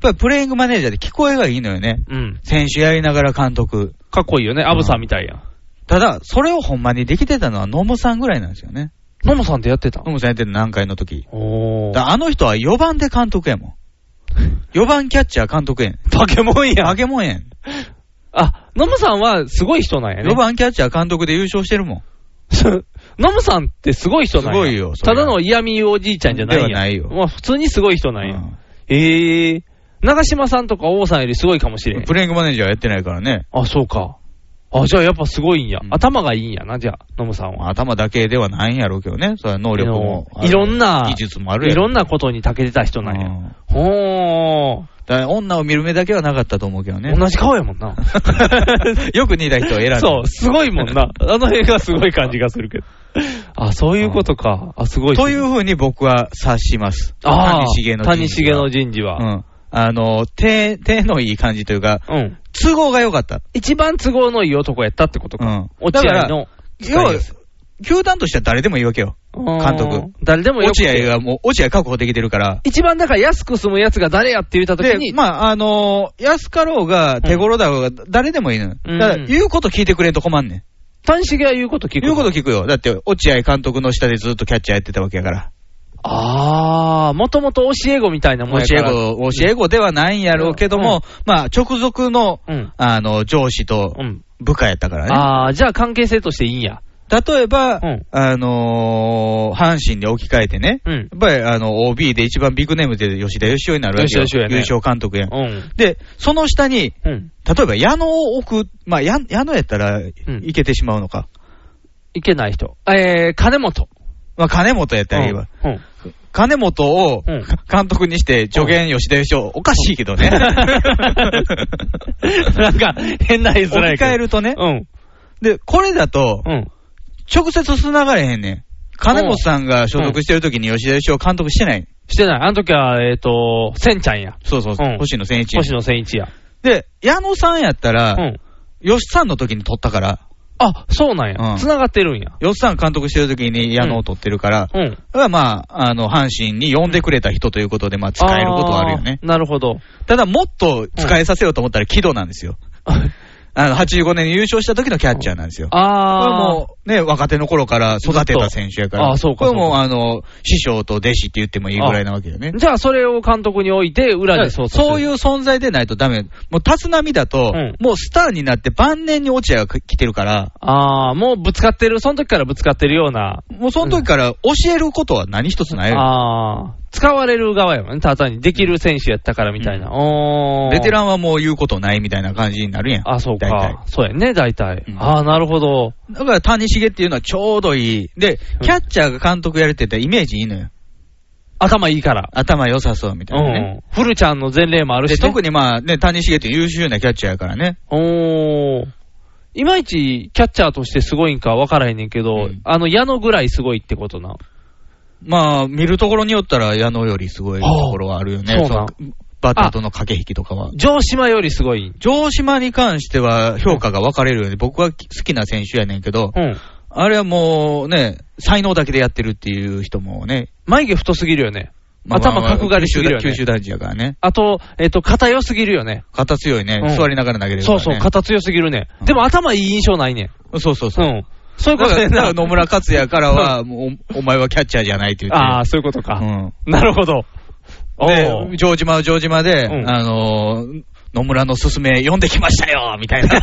ぱりプレイングマネージャーで聞こえがいいのよね。うん。選手やりながら監督。 かっこいいよね、アブさんみたいや、うん。 ただ、それをほんまにできてたのは野茂さんぐらいなんですよね。 野茂さんってやってた野茂さんやってた何回の時。おー。だあの人はよばんで監督やもん。よばんキャッチャー監督やん。 バケモンやん。 バケモンやん。 あ、野茂さんはすごい人なんやね。 よばんキャッチャー監督で優勝してるもん。 野茂さんってすごい人なんや。 すごいよ。 ただの嫌味おじいちゃんじゃないやん。 ではないよ。 まあ普通にすごい人なんや。うん、ええー。長嶋さんとか王さんよりすごいかもしれん。 プレイングマネージャーやってないからね。 あ、そうか。あ、じゃあやっぱすごいんや。うん、頭がいいんやな、じゃあ、野茂さんは。 頭だけではないんやろうけどね。それは能力も。 いろんな、 技術もあるやろ。いろんなことに長けてた人なんや。うん、ほー。 だ女を見る目だけはなかったと思うけどね。 同じ顔やもんな。 よく似た人を選んで。 そう、すごいもんな。あの辺がすごい感じがするけど。あ、そういうことか。あ、すごい。 というふうに僕は察します。 ああ、 谷繁の人事は。 谷繁の人事は。うん。 あの、手、手のいい感じというか、うん。都合が良かった。 一番都合のいい男やったってことか。うん。落合の。 要は、球団としては誰でもいいわけよ。監督。 誰でもよくて。 落合がもう、落合確保できてるから。 一番だから安く済むやつが誰やって言ったときに。 まあ、あのー、安かろうが手頃だろうが誰でもいいのよ。うん、だから言うこと聞いてくれんと困んねん。 谷繁は言うこと聞く。 言うこと聞くよ。だって、落合監督の下でずっとキャッチャーやってたわけやから。 あー、もともと教え子みたいなもんやから。 教え子、教え子ではないんやろうけども、うん、まあ、直属の、うん、あの、上司と部下やったからね。 あー、じゃあ関係性としていいんや。 例えば、うん、あのー、阪神で置き換えてね、うん、やっぱりあの オービー で一番ビッグネームで吉田義雄になるわけよ。 吉田義雄やね、 優勝監督やん、うん。で、その下に、うん、例えば矢野を置く、まあ、矢野やったらいけてしまうのか。 いけない人。えー、金本。 まあ、金本やったらいいわ。うんうん、金本を監督にして助言吉田義雄、おかしいけどね。 なんか変な絵面やけど。 置き換えるとね。うん、で、これだと、うん直接繋がれへんねん。金本さんが所属してる時に吉田義雄監督してない。 してない。あの時は、えっ、ー、と、千ちゃんや。 そうそうそう。うん、星野千一。 星野千一や。 で、矢野さんやったら、うん、吉さんの時に取ったから。 あ、そうなんや。うん、繋がってるんや。 吉さん監督してる時に矢野を取ってるから、うん。だからまあ、あの、阪神に呼んでくれた人ということで、まあ、使えることはあるよね。 なるほど。 ただ、もっと使えさせようと思ったら、木戸なんですよ。あの、はちじゅうごねんに優勝した時のキャッチャーなんですよ。ああ。これも、ね、若手の頃から育てた選手やから。ああ、そうか。これも、あの、師匠と弟子って言ってもいいぐらいなわけよね。 じゃあ、それを監督に置いて、裏でそうそういう存在でないとダメ。もう、立浪だと、うん、もうスターになって晩年に落合が来てるから。 ああ、もうぶつかってる、その時からぶつかってるような。 もうその時から教えることは何一つないよ。 ああ。使われる側やもんね。ただにできる選手やったからみたいな。うん、 おベテランはもう言うことないみたいな感じになるやん。 あ、そうか。そうやね、大体。うん、ああ、なるほど。 だから谷繁っていうのはちょうどいい。で、キャッチャーが監督やるって言ったらイメージいいのよ。 頭いいから。 頭良さそうみたいなね。 うん。フルちゃんの前例もあるし、ね。 で、特にまあね、谷繁って優秀なキャッチャーやからね。 おー。いまいちキャッチャーとしてすごいんか分からへんねんけど、うん、あの矢野ぐらいすごいってことな。 まあ、見るところによったら矢野よりすごいところはあるよね。そうな。バッターとの駆け引きとかは。 城島よりすごい。 城島に関しては評価が分かれるよね。僕は好きな選手やねんけど、うん、あれはもうね、才能だけでやってるっていう人もね。 眉毛太すぎるよね。まあまあまあ、頭角刈りすぎるよね。 九州男児やからね。 あと、えっ、ー、と、肩良すぎるよね。 肩強いね。うん、座りながら投げれるから、ね。 そうそう、肩強すぎるね。うん、でも頭いい印象ないね。 そうそうそう。うんそういうことだから野村克也からは、もうお前はキャッチャーじゃないって言って。 ああ、そういうことか。うん、なるほど。 で、城島は城島で、うん、あのー、野村の勧め読んできましたよみたいな。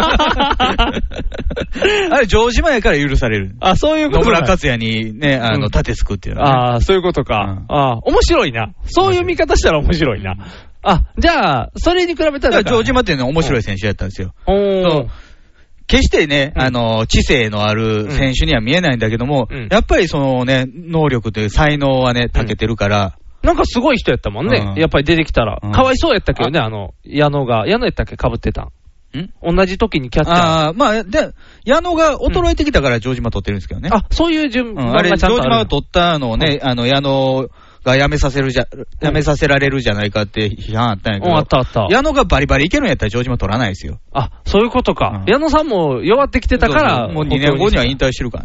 あれ、城島やから許される。 あ、そういうことか。 野村克也にね、あの、盾つくっていうのは、 ね、ああ、そういうことか。うん、ああ、面白いな。そういう見方したら面白いな。あ、じゃあ、それに比べたら。 城島っていうのは面白い選手やったんですよ。おー。決してね、うん、あの、知性のある選手には見えないんだけども、うん、やっぱりそのね、能力という才能はね、長けてるから、 うん。なんかすごい人やったもんね、うん、やっぱり出てきたら。かわいそうやったけどね、あの、矢野が。矢野やったっけ被ってたん。ん同じ時にキャッチャー。ああ、まあ、で、矢野が衰えてきたから城島取ってるんですけどね。 あ、そういう順番がちゃんとある。あれ、城島が取ったのをね、あの、矢野、が辞めさせるじゃ、辞めさせられるじゃないかって批判あったんやけど。 あったあった。 矢野がバリバリいけるんやったら城島取らないですよ。 あ、そういうことか。うん、矢野さんも弱ってきてたから。 そうそうもうにねんごには引退してるからね。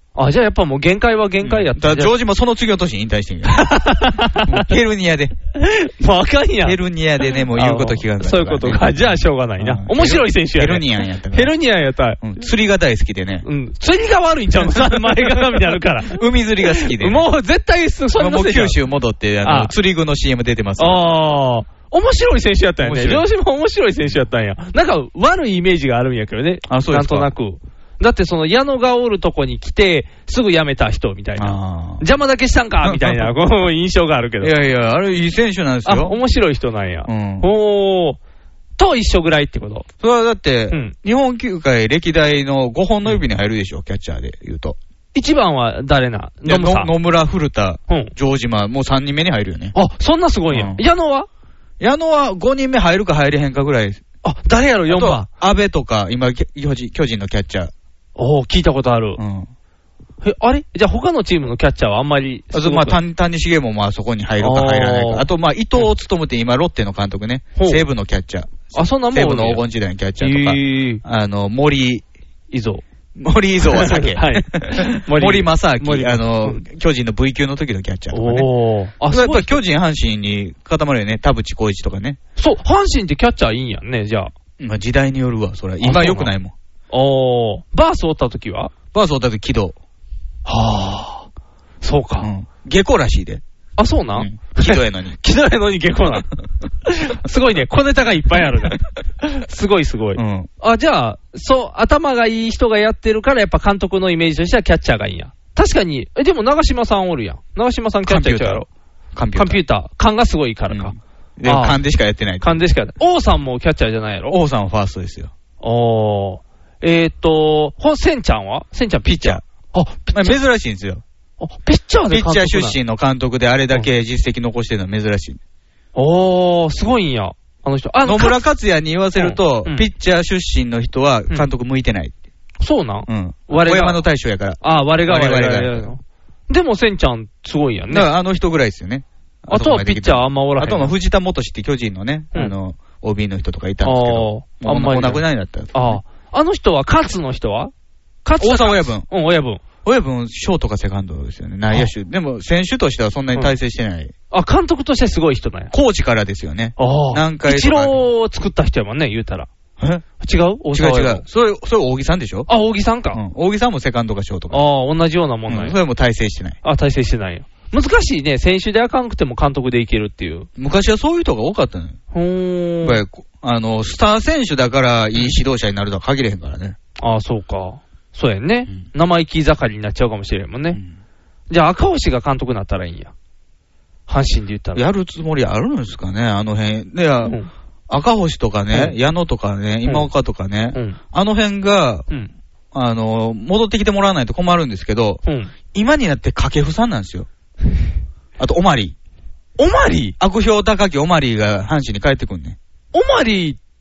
あ、じゃあやっぱもう限界は限界やった。 うん、だジョージもその次の年に引退してんや。ヘルニアで。 もうあかんやん。 ヘルニアでね、もう言うこと聞かんかった、ね。 そういうことか。じゃあしょうがないな。うん、面白い選手やね。 ヘルニアンやったから。 ヘルニアンやった。 うん、釣りが大好きでね。 うん。釣りが悪いんちゃうの前がになるから。 海釣りが好きで、ね。 もう絶対そんなもう九州戻って、あの、あ釣り具の シーエム 出てます。 ああ。面白い選手やったんやね。両親も面白い選手やったんや。なんか悪いイメージがあるんやけどね。あ、そうですか。なんとなく。だってその矢野がおるとこに来て、すぐ辞めた人みたいな。邪魔だけしたんかみたいな、この印象があるけど。 いやいや、あれいい選手なんですよ。 あ、面白い人なんや。うん、おー。と一緒ぐらいってこと？ それはだって、うん、日本球界歴代のごほんの指に入るでしょ、キャッチャーで言うと。 一番は誰な？ 野村、野村、古田、うん、城島、もうさんにんめに入るよね。 あ、そんなすごいんや。うん、矢野は矢野はごにんめ入るか入れへんかぐらい。 あ、誰やろ、よんばん。 安倍とか、今、巨人、巨人のキャッチャー。 おー、聞いたことある。うん。え、あれじゃあ他のチームのキャッチャーはあんまり。 あと、まあ、谷繁もまあそこに入るか入らないか。あと、まあ、伊藤を務めて今、ロッテの監督ね。西武のキャッチャー。 あ、そんなもん西武の黄金時代のキャッチャーとか。えー、あの、森。 伊蔵。 森伊蔵は酒。 はい。 森正明。あの、巨人の ブイ 級の時のキャッチャーとかね。おー。あ、そう。やっぱり巨人、阪神に固まるよね。田淵浩一とかね。 そう、阪神ってキャッチャーいいんやんね、じゃあ。 まあ、時代によるわ、それ。今良くないもん。 おー。バースおった時はバースおった時、軌道。 はぁ。そうか。うん。 下校らしいで。 あ、そうなん、うん、 軌道やのに。 軌道やのに下校なんすごいね。小ネタがいっぱいあるな。すごいすごい。うん。あ、じゃあ、そう、頭がいい人がやってるから、やっぱ監督のイメージとしてはキャッチャーがいいんや。確かに、え、でも長嶋さんおるやん。長嶋さんキャッチャーちゃうやろ。 カンピューター。 カンピューター。勘がすごいからか。 うん、でも勘でしかやってない。 勘でしかやってない。王さんもキャッチャーじゃないやろ。 王さんはファーストですよ。 おー。えーっと、ほ、センちゃんはセンちゃんピッチャー。あ、 まあ、珍しいんですよ。 あ、ピッチャーで監督ピッチャー出身の監督であれだけ実績残してるのは珍しい。 おー、すごいんや。あの人。あの野村克也に言わせると、うんうん、ピッチャー出身の人は監督向いてない。 うん、そうなんうん。 我が。小山の大将やから。 あ、我が我々が。でも、センちゃんすごいやんね。 だからあの人ぐらいですよね。 あとはピッチャーあんまおらへん。 あとは藤田元志って巨人のね、うん、あの、オービー の人とかいたんですけど、あんまりお亡くなりになったんです、ね。ああ。 あの人は、勝の人は勝大沢親分。 うん、親分。 親分、ショートかセカンドですよね。内野手。でも、選手としてはそんなに大成してない。うん、 あ、監督としてすごい人なんや。 コーチからですよね。ああ。何回一郎を作った人やもんね、言うたら。 え違う大沢違う違う。それ、それ、扇さんでしょ。 あ、扇さんか。 うん。扇さんもセカンドかショートか。 ああ、同じようなもんなんや。うん、 それも大成してない。 あ、大成してないよ。難しいね。選手であかんくても監督でいけるっていう。 昔はそういう人が多かったのよ。ほー。やっぱり、あの、スター選手だからいい指導者になるとは限れへんからね。 ああ、そうか。そうやんね。うん、生意気盛りになっちゃうかもしれんもんね。うん、じゃあ、赤星が監督になったらいいんや。阪神で言ったら。 やるつもりあるんですかね、あの辺。で、うん、赤星とかね、うん、矢野とかね、今岡とかね、うん、あの辺が、うん、あの、戻ってきてもらわないと困るんですけど、うん、今になって掛布さんなんですよ。あと、オマリー。オマリー悪評高きオマリーが阪神に帰ってくんね。 オマリーって、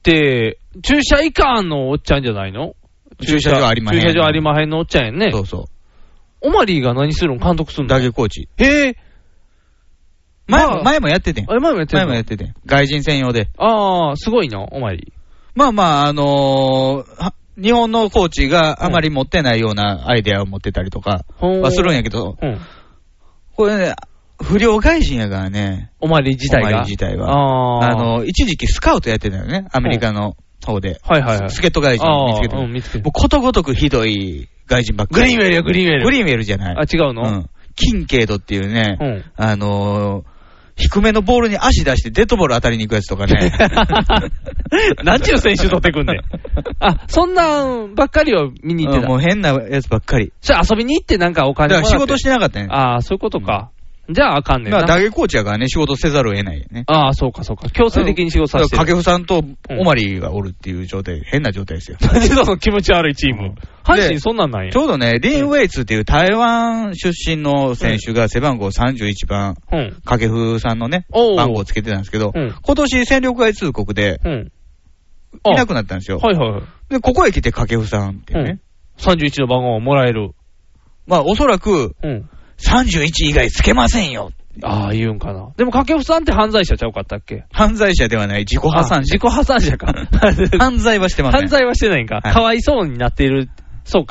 駐車以下のおっちゃんじゃないの？ 駐車場ありまへん。 駐車場ありまへんのおっちゃんやんね。 そうそう。 オマリーが何するの？監督するの？ 打撃コーチ。 へえ。 前も、前もやっててん。 前もやっててん。 前もやっててん。外人専用で。 ああ、すごいな、オマリー。 まあまあ、あのー、日本のコーチがあまり持ってないようなアイデアを持ってたりとかはするんやけど、うん、これね、不良外人やからね。 オマリー自体が。 オマリー自体は。あ, あの、一時期スカウトやってたよね。アメリカの方で。 はいはいはい。 助っ人外人見つけて。うん、見つけて。もうことごとくひどい外人ばっかり。 グリーンウェルよ、グリーンウェル。 グリーンウェルじゃない。 あ、違うの？うん。 キンケイドっていうね、うん、あのー、低めのボールに足出してデッドボール当たりに行くやつとかね。 何ちゅう選手取ってくんねん。あ、そんなんばっかりを見に行ってた。 もう変なやつばっかり。 それ遊びに行ってなんかお金もらって。 だから仕事してなかったね。 ああ、そういうことか。じゃああかんねんな。 だから打撃コーチやからね、仕事せざるを得ないよね。 ああ、そうかそうか。強制的に仕事させてる。 掛布さんとオマリーがおるっていう状態、うん、変な状態ですよ。 何その気持ち悪いチーム。阪神そんなんなんや。 ちょうどね、リン・ウェイツっていう台湾出身の選手が背番号さんじゅういちばん、うん、掛布さんのね、番号をつけてたんですけど、うん、今年戦力外通告で、うん、いなくなったんですよ。 はいはいはい。 で、ここへ来て掛布さんってね、うん。 さんじゅういちの番号をもらえる。 まあ、おそらく、うん、さんじゅういち以外つけませんよ。 ああ、言うんかな。でも、掛布さんって犯罪者ちゃうかったっけ？ 犯罪者ではない、自己破産者。 自己破産者か。 犯罪はしてません。 犯罪はしてないんか。はい、かわいそうになっている。そうか。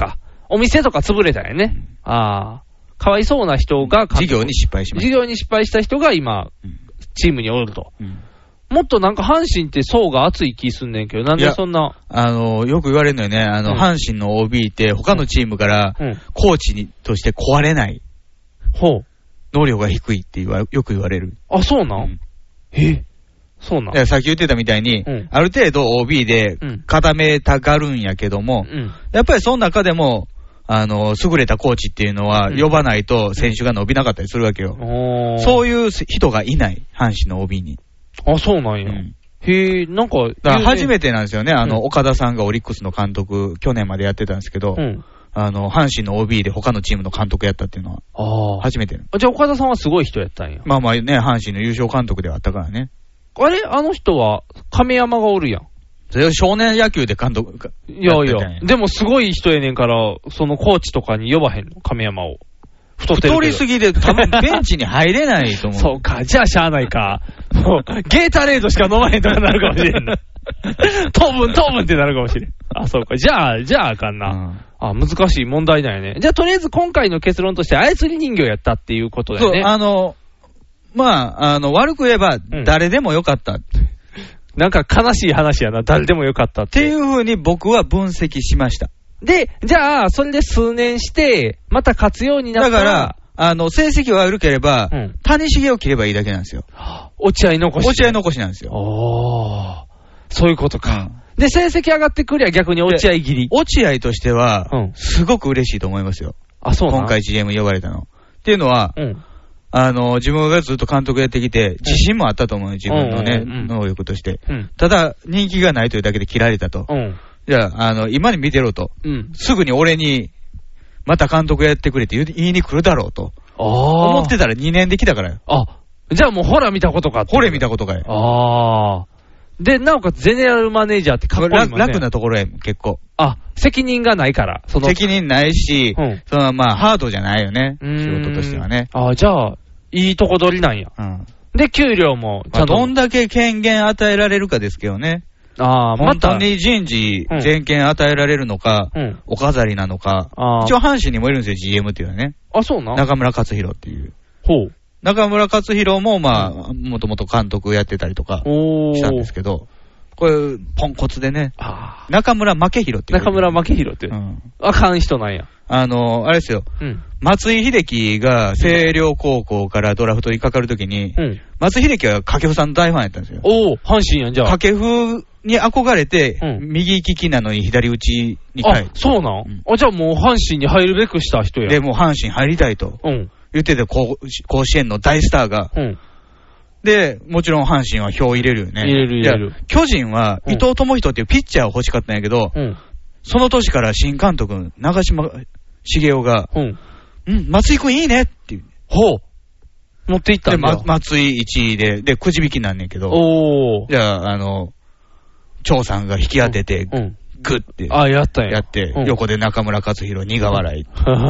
お店とか潰れたんやね。うん、ああ。かわいそうな人が、 事業に失敗しました。 事業に失敗した人が今、うん、チームにおると。うんもっとなんか阪神って層が厚い気すんねんけど、なんでそんな。 あの、よく言われるのよね、あの、うん、阪神の オービー って他のチームからコーチにとして壊れない。 ほう。 能力が低いって言わよく言われる。 あ、そうなん、うん、えそうなんいやさっき言ってたみたいに、うん、ある程度 オービー で固めたがるんやけども、うん、やっぱりその中でも、あの、優れたコーチっていうのは呼ばないと選手が伸びなかったりするわけよ。うん、そういう人がいない、阪神の オービー に。 あ、そうなんや。うん、へえ、なんか。 だから初めてなんですよね、あの、うん、岡田さんがオリックスの監督、去年までやってたんですけど、うん、あの、阪神の オービー で他のチームの監督やったっていうのは、あ初めて。 じゃあ岡田さんはすごい人やったんや。 まあまあね、阪神の優勝監督ではあったからね。 あれあの人は、亀山がおるやん。 それ少年野球で監督か。 いやいや、でもすごい人やねんから、そのコーチとかに呼ばへんの、亀山を。 太ってる太りすぎで多分ベンチに入れないと思う。 そうか、じゃあしゃあないか。もう、ゲータレードしか飲まへんとかなるかもしれんな。糖分、糖分ってなるかもしれん。あ、そうか。じゃあ、じゃああかんな。うん、あ、難しい問題だよね。じゃあとりあえず今回の結論として操り人形やったっていうことだよね。 そう、あの、まあ、あの、悪く言えば誰でもよかった。うん、 なんか悲しい話やな。誰でもよかったって。 っていうふうに僕は分析しました。 で、じゃあ、それで数年して、また勝つようになったら。 だから、あの、成績が悪ければ、うん、谷繁を切ればいいだけなんですよ。 落合残し。 落合残しなんですよ。 ああ、そういうことか。うん、で、成績上がってくりゃ逆に落合切り。 落合としては、うん、すごく嬉しいと思いますよ。 あ、そうな今回 ジーエム 呼ばれたの。っていうのは、うん、あの、自分がずっと監督やってきて、自信もあったと思うよ、自分のね、能力として。うん、ただ、人気がないというだけで切られたと。うんじゃあ、あの、今に見てろと。うん、すぐに俺に、また監督やってくれって言い、言いに来るだろうと。あ思ってたらにねんで来たからよ。 あ、じゃあもうほら見たことかって。 ほれ見たことかよ。 ああ。で、なおかつゼネラルマネージャーってかっこいいもんね。 楽なところへ、結構。 あ、責任がないから。 その責任ないし、うん、そのまあ、ハードじゃないよね。仕事としてはね。 ああ、じゃあ、いいとこ取りなんや。うん、で、給料もちゃんと、まあ、どんだけ権限与えられるかですけどね。あ本当に人事、全権与えられるのか、うん、お飾りなのか、一応阪神にもいるんですよ、ジーエム っていうのはね。 あ、そうな中村勝弘っていう。ほう。中村勝弘も、まあ、もともと監督やってたりとかしたんですけど、これ、ポンコツでね、中村負弘っていう。 中村負弘っていう。うん、あかん人なんや。 あの、あれですよ、うん、松井秀喜が星稜高校からドラフトにかかるときに、うん、松井秀喜は掛布さんの大ファンやったんですよ。 おお、阪神やん、じゃあ。 掛布に憧れて、うん、右利きなのに左打ちに変えあ、そうなん、うん、あ、じゃあもう阪神に入るべくした人や。 で、もう阪神入りたいと。うん、言ってて、甲子園の大スターが。うん、で、もちろん阪神は票入れるよね。 入れる入れる。 巨人は伊藤智人っていうピッチャーを欲しかったんやけど、うん、その年から新監督、長嶋茂雄が、うん、うん、松井くんいいねっていう。 ほう。持っていったんだ。 で、ま、松井いちいで、で、くじ引きなんねんけど、おじゃあ、あの、長さんが引き当てて、うん、グッて、 あ、やったんや。 やって、うん、横で中村勝弘苦笑い。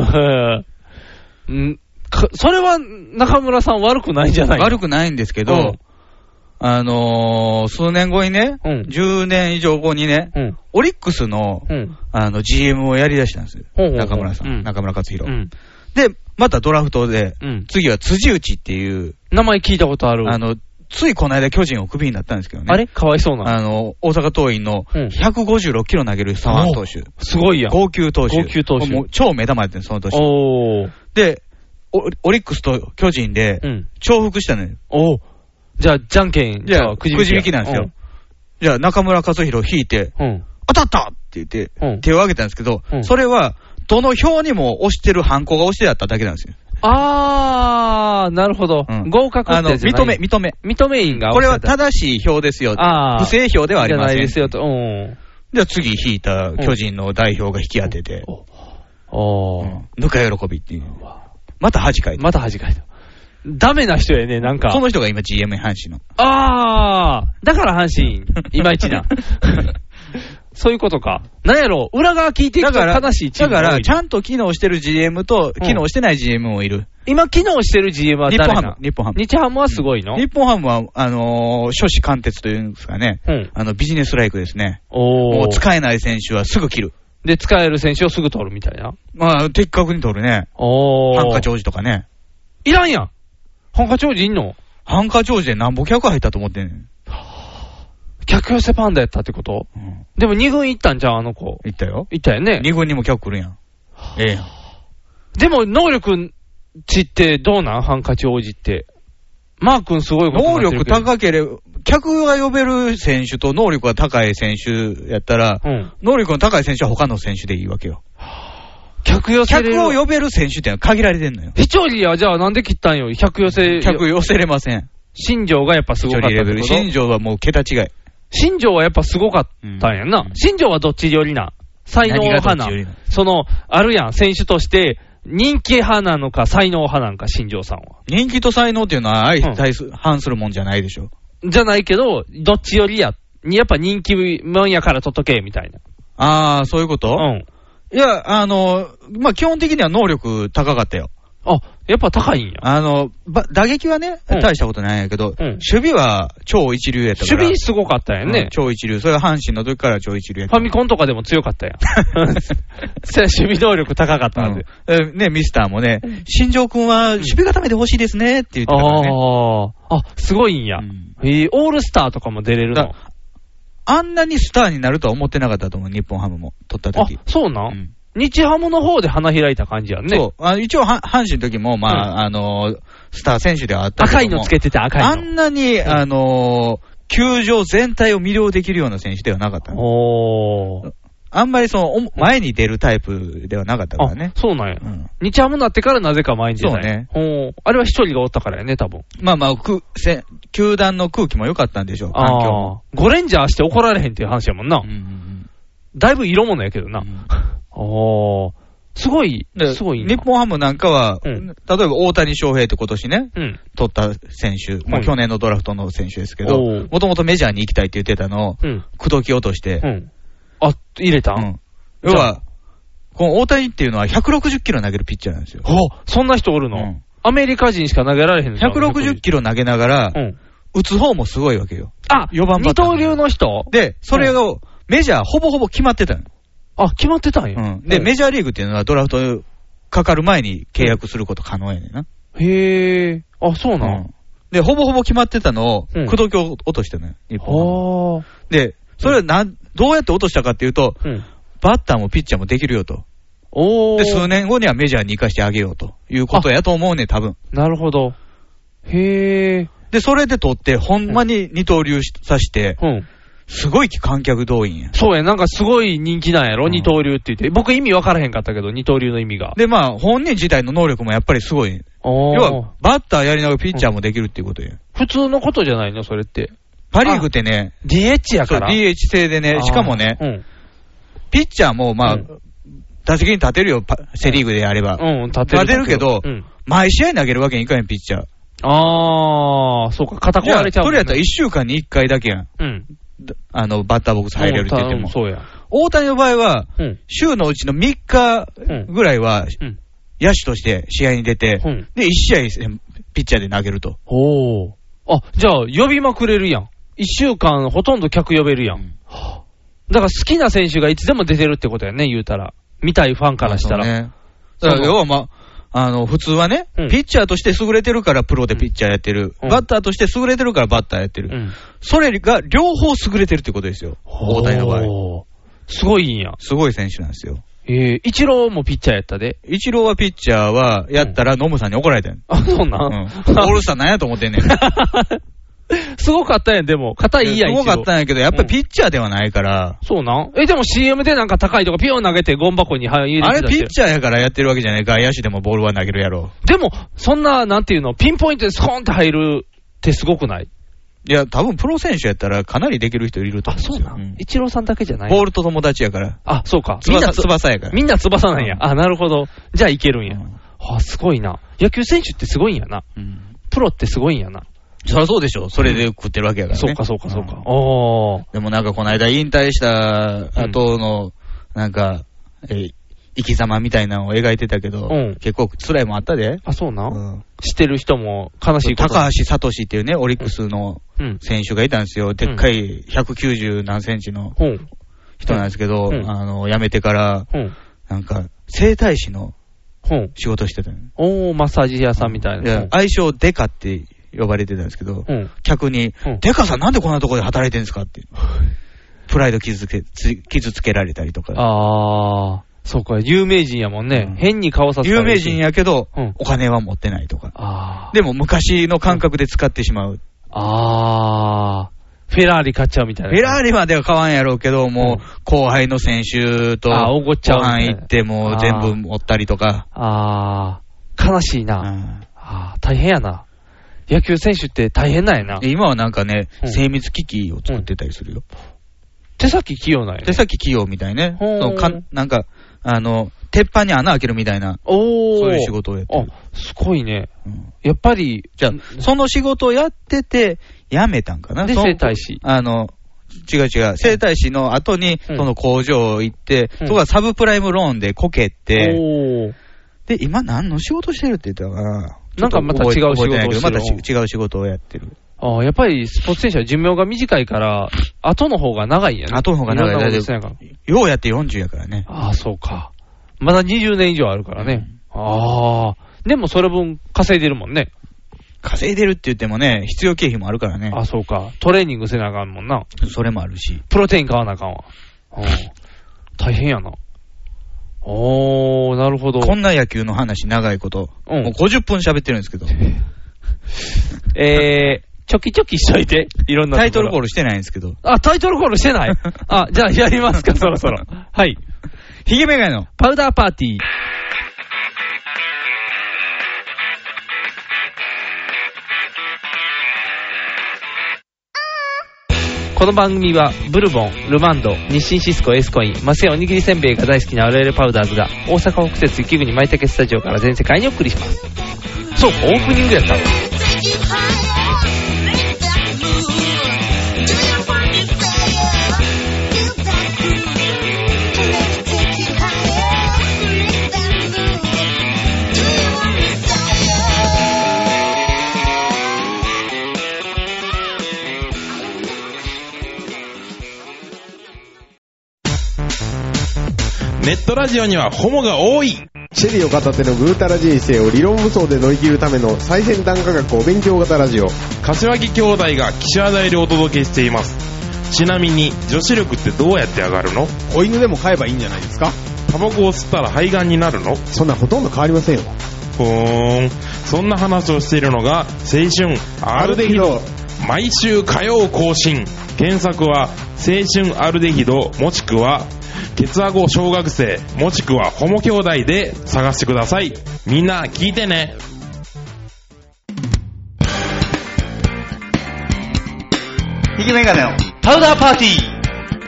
うんそれは中村さん悪くないんじゃないの？ 悪くないんですけど、うん、あのー、数年後にね、うん、じゅうねん以上後にね、うん、オリックスの、うん、あの ジーエム をやり出したんですよ。うん、中村さん、うん、中村勝弘、うん。で、またドラフトで、うん、次は辻内っていう。 名前聞いたことある。 あの、ついこの間巨人をクビになったんですけどね。 あれかわいそうな。 あの、大阪桐蔭のひゃくごじゅうろっキロ投げる左腕投手。 すごいやん。 高級投手。 高級投手。 もう超目玉やってん、その年。おで、オリックスと巨人で、重複したのよ。 おお。じゃあ、じゃんけん、 じゃあ、くじ引きなんですよ。うん、じゃあ、中村勝弘引いて、うん、当たったって言って、うん、手を挙げたんですけど、うん、それは、どの表にも押してるハンコが押してあっただけなんですよ。 あー、なるほど。うん、合格ってあの、 認め、認め。 認め員が。 これは正しい表ですよ。不正表ではありません。 じゃないですよと。うん。 じゃあ次引いた巨人の代表が引き当てて、おー。ぬか喜びっていう。また恥かいた。 また恥かいた。ダメな人やね、なんか。 その人が今 ジーエム 阪神の。 あー、だから阪神、いまいちな。そういうことか。なんやろ、裏側聞いていくと悲しいチームが多い。 だから、ちゃんと機能してる ジーエム と、機能してない ジーエム もいる。うん、 今、機能してる ジーエム は誰なの？ 日本ハム。 日本ハムはすごいの？ 日本ハムは、あのー、諸子貫徹というんですかね。うん、あの、ビジネスライクですね。おー。もう使えない選手はすぐ切る。 で、使える選手をすぐ取るみたいな。 まあ、的確に取るね。 おー。 ハンカチ王子とかね。 いらんやん。ハンカチ王子いんの？ ハンカチ王子で何ぼ客入ったと思ってんねん。 客寄せパンダやったってこと？うん、でもに軍行ったんじゃん、あの子。 行ったよ。 行ったよね。 に軍にも客来るやん。ええやん。 でも、能力値ってどうなん？ハンカチ王子って。マー君すごいことになってるけど。 能力高ければ、客が呼べる選手と能力が高い選手やったら、うん、能力の高い選手は他の選手でいいわけよ。 客寄せれる。 客を呼べる選手ってのは限られてんのよ。 ひちょりや、じゃあなんで切ったんよ。客寄せ。 客寄せれません。 新庄がやっぱすごかったってこと。 新庄はもう桁違い。 新庄はやっぱすごかったんやんな。うん、新庄はどっち寄りな？才能派な。その、あるやん、選手として、人気派なのか、才能派なのか、新庄さんは。 人気と才能っていうのは相対す、うん、反するもんじゃないでしょ。 じゃないけど、どっち寄りや。やっぱ人気もんやから取っとけ、みたいな。 あー、そういうこと？うん。いや、あの、まあ、基本的には能力高かったよ。 あ、やっぱ高いんや。 あの、ば打撃はね、うん、大したことないんやけど、うん、守備は超一流やったから。 守備すごかったんやね、 うん。超一流。それは阪神の時から超一流やった。 ファミコンとかでも強かったやん。それ守備能力高かったんで。 うん、ね、ミスターもね、新庄君は守備固めてほしいですねって言ってたからね。 ああ、あ、すごいんや。うん、えー、オールスターとかも出れるの？ あんなにスターになるとは思ってなかったと思う、日本ハムも。取った時。 あ、そうなん、うん、日ハムの方で花開いた感じやんね。 そう。あ一応、阪神の時も、まあ、うん、あのー、スター選手ではあったけども。 赤いのつけてて赤いの。 あんなに、あのー、球場全体を魅了できるような選手ではなかったの。おー。あんまりその、前に出るタイプではなかったからね。 そうなんや。うん、日ハムになってからなぜか前に出た。 そうね。 おあれは一人がおったからやね、多分。 まあまあ、くせ球団の空気も良かったんでしょう、環境も。 ゴレンジャーして怒られへんっていう話やもんな。うんうんうん、だいぶ色物やけどな。うん、おー。すごい、すごい日本ハムなんかは、うん、例えば大谷翔平って今年ね、うん、取った選手、まあ、去年のドラフトの選手ですけど、もともとメジャーに行きたいって言ってたのを、うん、口説き落として、うん、 あ、入れた、うん、 要は、この大谷っていうのはひゃくろくじゅっキロ投げるピッチャーなんですよ。 そんな人おるの、うん、アメリカ人しか投げられへんの？ ひゃくろくじゅっキロ投げながら、うん、打つ方もすごいわけよ。 あ、よんばんバッター。二刀流の人で、それを、メジャーほぼほぼ決まってたの。 あ、決まってたんや。 うん。で、メジャーリーグっていうのはドラフトかかる前に契約すること可能やねんな。 へー。あ、そうなん、うん、 で、ほぼほぼ決まってたのを、口説きを落としてね、日本は。で、それはなん、どうやって落としたかっていうと、うん、バッターもピッチャーもできるよと。おー。で、数年後にはメジャーに行かしてあげようということやと思うね、多分。 なるほど。へー。 で、それで取って、ほんまに二刀流さして、うん。すごい観客動員や。 そうや、なんかすごい人気なんやろ、うん、二刀流って言って。僕意味分からへんかったけど、二刀流の意味が。 で、まあ、本人自体の能力もやっぱりすごい。要は、バッターやりながらピッチャーもできるっていうことや。 普通のことじゃないの、それって。 パリーグってね、 ディーエイチ やから。 そう、ディーエイチ 制でね、しかもね、うん、ピッチャーも、まあ、うん、打席に立てるよ、セリーグでやれば。うん、立てる。立てるけど、うん、毎試合投げるわけにいかへん、ピッチャー。 あー、そうか、肩壊れちゃう、ね。 それやったらいっしゅうかんにいっかいだけやん。うん。あの、バッターボックス入れるって言っても。 そうや。 大谷の場合は、うん、週のうちのみっかぐらいは、うん、野手として試合に出て、うん、で、いち試合ピッチャーで投げると。 おー。あ、じゃあ、呼びまくれるやん。いっしゅうかんほとんど客呼べるやん。うん、だから好きな選手がいつでも出てるってことやね、言うたら。見たいファンからしたら。そうね。 だから要はまあ、あの、普通はね、うん、ピッチャーとして優れてるからプロでピッチャーやってる。うん、バッターとして優れてるからバッターやってる。うん、それが両方優れてるってことですよ。大谷の場合。 すごいんや。 すごい選手なんですよ。 えー、イチローもピッチャーやったで。 イチローはピッチャーは、やったらノムさんに怒られたん、うん、 あ、そうなん、うん、 オールスターなんやと思ってんねん。 すごかったやん、でも。硬いいやん、 すごかったんやけど、やっぱりピッチャーではないから。 うん、そうなんえ、でも シーエム でなんか高いとかピヨン投げてゴン箱に入れてた。 あれピッチャーやからやってるわけじゃない。外野手でもボールは投げるやろ。 でも、そんな、なんていうの、ピンポイントでスコーンって入るってすごくない？ いや、多分プロ選手やったらかなりできる人いると思うんですよ。 あ、そうなん、うん、イチローさんだけじゃない？ ボールと友達やから。 あ、そうか。 みんな翼やから。 みんな翼なんや。あ、なるほど。じゃあいけるんや。うん、あ、すごいな。野球選手ってすごいんやな。うん、プロってすごいんやな。 そりゃそうでしょ。それで食ってるわけやからね。 そうか、そうか、そうか。うん、おー。 でもなんかこの間引退した後の、なんか、えー、生き様みたいなのを描いてたけど、うん、結構辛いもんあったで。 あ、そうな、うん、知ってる人も悲しいこと。 高橋聡っていうね、オリックスの選手がいたんですよ。うん、でっかいひゃくきゅうじゅう何センチの。うん、 人なんですけど、うん、あの、辞めてから、うん、なんか、整体師の仕事してたの、うん、 おー、マッサージ屋さんみたいな。いや、 愛称デカって呼ばれてたんですけど、うん、客に、うん、デカさんなんでこんなところで働いてるんですかって。プライド傷つけ、傷つけられたりとか。 あー。そうか、有名人やもんね。うん、変に顔させた有名人やけど、うん、お金は持ってないとか。あでも昔の感覚で使ってしまう。うん、 あー。フェラーリ買っちゃうみたいな。 フェラーリまでは買わんやろうけど、もう、後輩の選手と、 あ、おごっちゃう、 ご飯行っても全部持ったりとか。 あー。悲しいな。あー、大変やな。野球選手って大変なんやな。 今はなんかね、うん、精密機器を作ってたりするよ。うん、 手先器用なんや、ね。 手先器用みたいね。そのかなんか、あの、鉄板に穴開けるみたいな、おそういう仕事をやってる。 あ、すごいね。うん、やっぱり、 じゃあ、その仕事をやってて、辞めたんかな。 で、整体師。 あの、違う違う、整体師の後に、その工場行って、うん、そこはサブプライムローンでこけて、おで、今何の仕事してるって言ったかな。 なんかまた違う仕事をしてる。 また違う仕事をやってる。 ああ、やっぱりスポーツ選手は寿命が短いから、後の方が長いんやね。 後の方が長い。ようやってよんじゅうやからね。 ああ、そうか。まだにじゅうねん以上あるからね。うん、ああ。でもそれ分稼いでるもんね。 稼いでるって言ってもね、必要経費もあるからね。 あ、そうか。トレーニングせなあかんもんな。 それもあるし。 プロテイン買わなあかんわ。うん、大変やな。おー、なるほど。 こんな野球の話長いこと。うん、もうごじゅっぷん喋ってるんですけど。 えー、ちょきちょきしといて。いろんなタイトルコールしてないんですけど。 あ、タイトルコールしてないあ、じゃあやりますか、そろそろ。はい。 ヒゲメガネのパウダーパーティー。この番組はブルボン、ルマンド、日清シスコ、エースコイン、マセイおにぎりせんべいが大好きな我々パウダーズが大阪北節雪国舞茸スタジオから全世界にお送りします。そうか、オープニングやったの。 ネットラジオにはホモが多い。 シェリーを片手のぐうたら人生を理論武装で乗り切るための最先端科学お勉強型ラジオ。 柏木兄弟が岸和田でお届けしています。ちなみに女子力ってどうやって上がるの？ 子犬でも飼えばいいんじゃないですか？ タバコを吸ったら肺がんになるの？ そんなほとんど変わりませんよ。 ふーん、そんな話をしているのが青春アルデヒド。毎週火曜更新。検索は青春アルデヒドもしくはケツアゴ小学生もしくはホモ兄弟で探してください。みんな聞いてね。 ヒゲメガネのパウダーパーティー。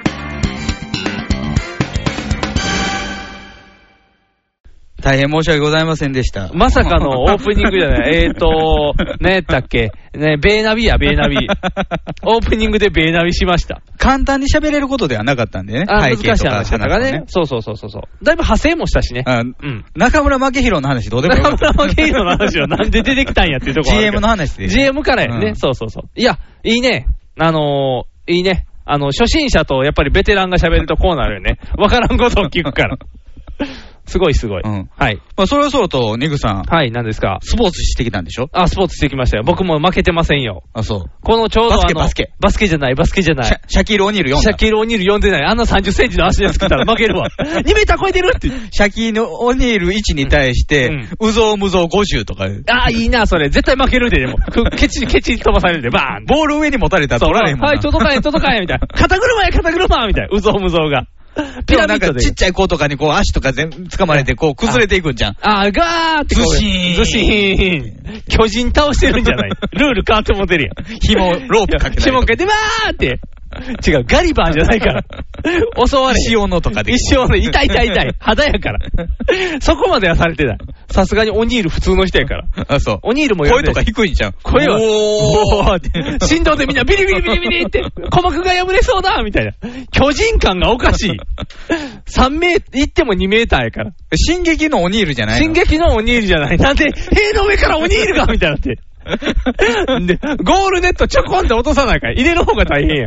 大変申し訳ございませんでした。 まさかのオープニングじゃない。えーと、何やったっけね、ベーナビや、ベーナビ。オープニングでベーナビしました。 簡単に喋れることではなかったんでね。 あ、難しい話だったかね。そうそうそうそう。だいぶ派生もしたしね。 あ、うん。中村負弘の話どうでもいい。 中村負弘の話はなんで出てきたんやっていうところ。 ジーエム の話で。 ジーエム からやね、うん。そうそうそう。いや、いいね。あのー、いいね。あの、初心者とやっぱりベテランが喋るとこうなるよね。わからんことを聞くから。すごいすごい。うん、はい。 まあ、そろそろと、ニグさん。 はい、何ですか。 スポーツしてきたんでしょ？ あ、スポーツしてきましたよ。僕も負けてませんよ。 あ、そう。 このちょうどあの、 バスケ、バスケ。 バスケじゃない、バスケじゃない。 シャ、シャキール・オニール読んだ。 シャキール・オニール読んでない。あんなさんじゅっセンチの足で作ったら負けるわ。にメーター超えてるって。 シャキール・オニールいちに対して、うん、うぞうむぞうごじゅうとか。 ああ、いいな、それ。絶対負けるで、でも。ケチ、ケチ飛ばされるで、バーン。 ボール上に持たれたら取られへんもんな。 はい、届かへん、届かへん、みたいな。肩車や、肩車みたいな。うぞうむぞうが。 ピラミッドで。ちっちゃい子とかにこう足とか全部掴まれてこう崩れていくんじゃん。 ああ、ガーってこう。ズシーン。ズシーン。巨人倒してるんじゃない？ルール変わってもてるやん。 紐、ロープかけて。 紐かけて、バーって。違う、ガリバーじゃないから。襲われ。 石斧とかで。 石斧、痛い痛い痛い。肌やから。そこまではされてない。さすがにオニール普通の人やから。 あ、そう。 オニールも声とか低いんじゃん。 声は。 おーって。 振動でみんなビリビリビリビリって、鼓膜が破れそうだみたいな。巨人感がおかしい。さんメートル、行ってもにメーターやから。 進撃のオニールじゃないの？ 進撃のオニールじゃない。なんで、塀の上からオニールがみたいなって。で、ゴールネットちょこんって落とさないから。入れる方が大変や。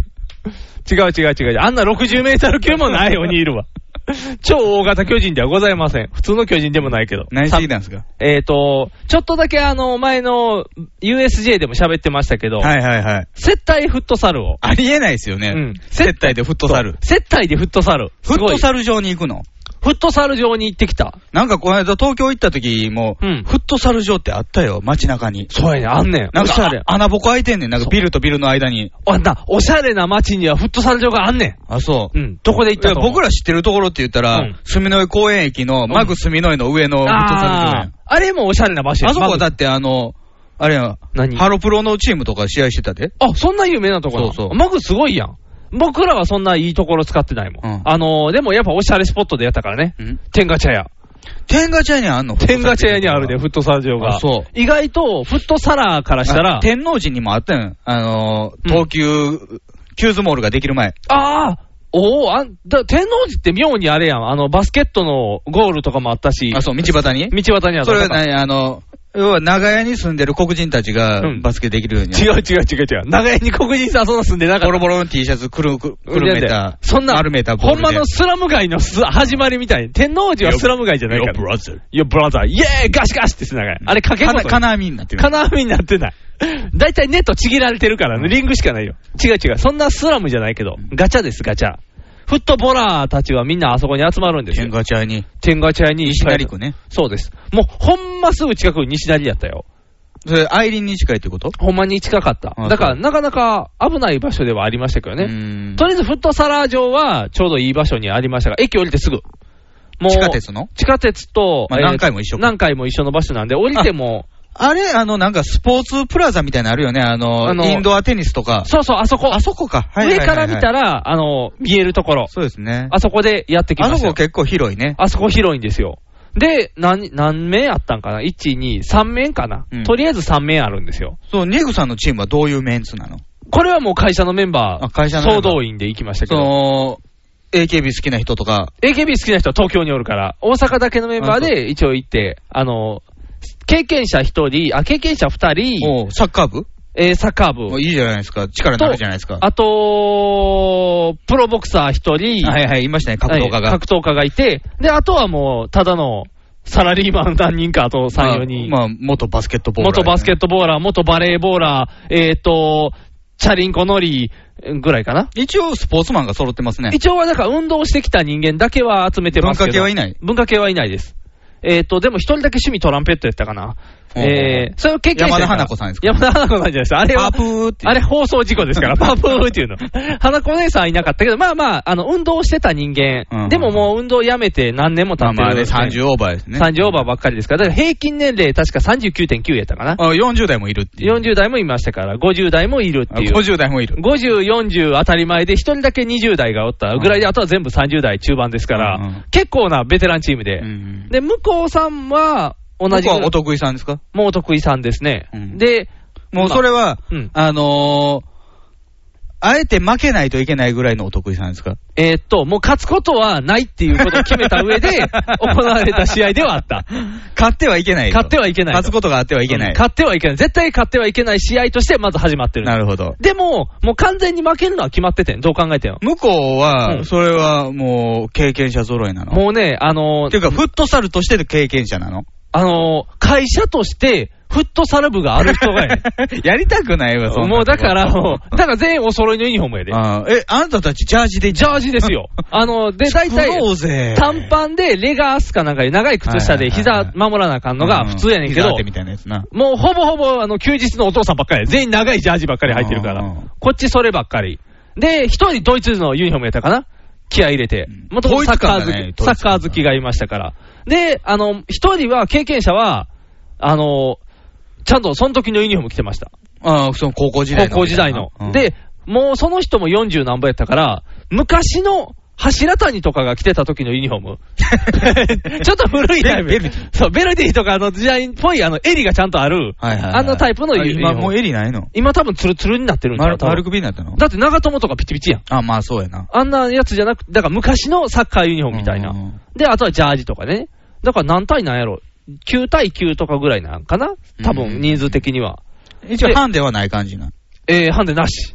違う違う違う。あんなろくじゅうメートル級もないオニールは。超大型巨人ではございません。普通の巨人でもないけど。 何してきたんですか？ えっと、ちょっとだけあの、前の ユーエスジェー でも喋ってましたけど、 はいはいはい。 接待フットサルを。 ありえないですよね。うん。接待でフットサル。 接待でフットサル。 フットサル場に行くの？ フットサル場に行ってきた。 なんかこの間東京行った時も、うん、フットサル場ってあったよ、街中に。 そうやね、あんねん。 なんか穴ぼこ開いてんねん、なんかビルとビルの間に。 あんな、おしゃれな街にはフットサル場があんねん。 あ、そう。 うん。どこで行ったの？ 僕ら知ってるところって言ったら、うん、住之江公園駅の、マグ住之江の上のフットサル場やん。 あれもおしゃれな場所や。 あそこはだってあの、あれや、何？ハロプロのチームとか試合してたで。 あ、そんな有名なところ？ そうそう。 マグすごいやん。僕らはそんないいところ使ってないもん。うん、あのー、でもやっぱおしゃれスポットでやったからね。天下茶屋。 天下茶屋にあんの？ 天下茶屋にあるで、フットサル場が。 そう。 意外と、フットサラーからしたら。 天王寺にもあったよ。あのー、東急、うん、キューズモールができる前。 ああおお、あだ天王寺って妙にあれやん。あの、バスケットのゴールとかもあったし。 あ、そう、道端に道端にあった。 それはね、あの、要は長屋に住んでる黒人たちがバスケできるように、 うん、違う違う違う違う。長屋に黒人さんそんな住んでなかった。 ボロボロの T シャツくるくるめた。 そんな、 丸めたほんまのスラム街の始まりみたいに。天王寺はスラム街じゃないから。 Your brother. Your brother. イェーイガシガシってしながら。あれかけこと。 金網になってる。 金網になってない。だいたいネットちぎられてるからね。リングしかないよ。違う違う。そんなスラムじゃないけど。ガチャです、ガチャ。フットボラーたちはみんなあそこに集まるんですよ。 天下茶屋に。 天下茶屋に。 西成区ね。 そうです。もうほんますぐ近くに西成やったよ。 それ、アイリンに近いってこと？ ほんまに近かった。だから、なかなか危ない場所ではありましたけどね。とりあえず、フットサラー場はちょうどいい場所にありましたが、駅降りてすぐ。 もう、地下鉄の？ 地下鉄と、 まあ、何回も一緒、 えー。何回も一緒の場所なんで、降りても。 あ, あれあの、なんかスポーツプラザみたいなのあるよね。あの、あのインドアテニスとか。 そうそう、あそこ。 あそこか。 はいはいはいはい、上から見たら、あの、見えるところ。 そうですね。 あそこでやってきました。 あそこ結構広いね。 あそこ広いんですよ。で、何、何名あったんかな ?いち、に、さん名かな、うん、とりあえずさん名あるんですよ。 そう、ニグさんのチームはどういうメンツなの？ これはもう会社のメンバー、 あ会社のメンバー総動員で行きましたけど。 その、エーケービー 好きな人とか。 エーケービー 好きな人は東京におるから、大阪だけのメンバーで一応行って、あの、経験者ひとり、あ、経験者ふたり。 おサッカー部？ えー、サッカー部。 いいじゃないですか。力になるじゃないですか。 あと、プロボクサーひとり。 はいはい、いましたね、格闘家が。 格闘家がいて、で、あとはもう、ただの、サラリーマン何人か、あとさん、よにん。 まあ、元バスケットボーラー、ね。 元バスケットボーラー、元バレーボーラー、えっ、ー、と、チャリンコ乗りぐらいかな。 一応スポーツマンが揃ってますね。 一応はなんか運動してきた人間だけは集めてますけど。 文化系はいない。 文化系はいないです。えっ、ー、と、でも一人だけ趣味トランペットやったかな。えー、それを経験者。 山田花子さんですか？ 山田花子さんじゃないです。あれは、 パープーって。 あれ放送事故ですから、パープーっていうの。花子姉さんいなかったけど、まあまあ、あの、運動してた人間。うんうん、でももう運動やめて何年も経ってる、ね。 まあまあね、さんじゅうオーバーですね。 さんじゅうオーバーばっかりですから。だから平均年齢確か さんじゅうきゅうてんきゅう やったかな。 あ、よんじゅう代もいるっていう。 よんじゅう代もいましたから、ごじゅう代もいるっていう。 ごじゅう代もいる。 ごじゅう、よんじゅう当たり前で、一人だけにじゅう代がおったぐらいで、あとは全部さんじゅう代中盤ですから、うんうん、結構なベテランチームで。うんうん、で、向こうさんは、同じ。 向こうはお得意さんですか？ もうお得意さんですね。うん、で、 もうそれは、うん、あのー、あえて負けないといけないぐらいのお得意さんですか？ えー、っと、もう勝つことはないっていうことを決めた上で行われた試合ではあった。 勝ってはいけない。 勝ってはいけない。 勝つことがあってはいけない。 うん、勝ってはいけない。絶対勝ってはいけない試合としてまず始まってる。 なるほど。 でも、もう完全に負けるのは決まっててん。どう考えてんの？ 向こうは、うん、それはもう経験者揃いなの？ もうね、あのー、 ていうか、フットサルとしての経験者なの？ あのー、会社として、フットサル部がある人がややりたくないわ、そんな。 もうだから、もう、だから全員お揃いのユニフォームやで。 あえ、あなたたちジャージでジャージですよ。あの、で、大体、短パンでレガースかなんかで長い靴下で膝守らなあかんのが普通やねんけど、 みたいなやつな。 もうほぼほぼ、あの、休日のお父さんばっかりや。全員長いジャージばっかり入ってるから。こっちそればっかり。で、一人ドイツのユニフォームやったかな？気合い入れて。もともとサッカー好き、サッカー好きがいましたから。で、あの、一人は、経験者は、あの、ちゃんとその時のユニフォーム着てました。 ああ、その高校時代の。高校時代の。うん、で、もうその人もよんじゅう何ぼやったから、昔の柱谷とかが着てた時のユニフォーム。ちょっと古いタイプ。ベルディ。そう、ベルディとかの時代っぽい、あの、襟がちゃんとある、はいはいはい、あのタイプのユニフォーム。 今もう襟ないの？ 今多分ツルツルになってるんだよ。 丸首になったの？ だって長友とかピチピチやん。 あ、まあそうやな。 あんなやつじゃなくて、だから昔のサッカーユニフォームみたいな。うんうん、で、あとはジャージとかね。だから何対何やろ？きゅう対きゅうとかぐらいなんかな多分人数的には。 一応ハンデはない感じな。 えー、ハンデなし。うん、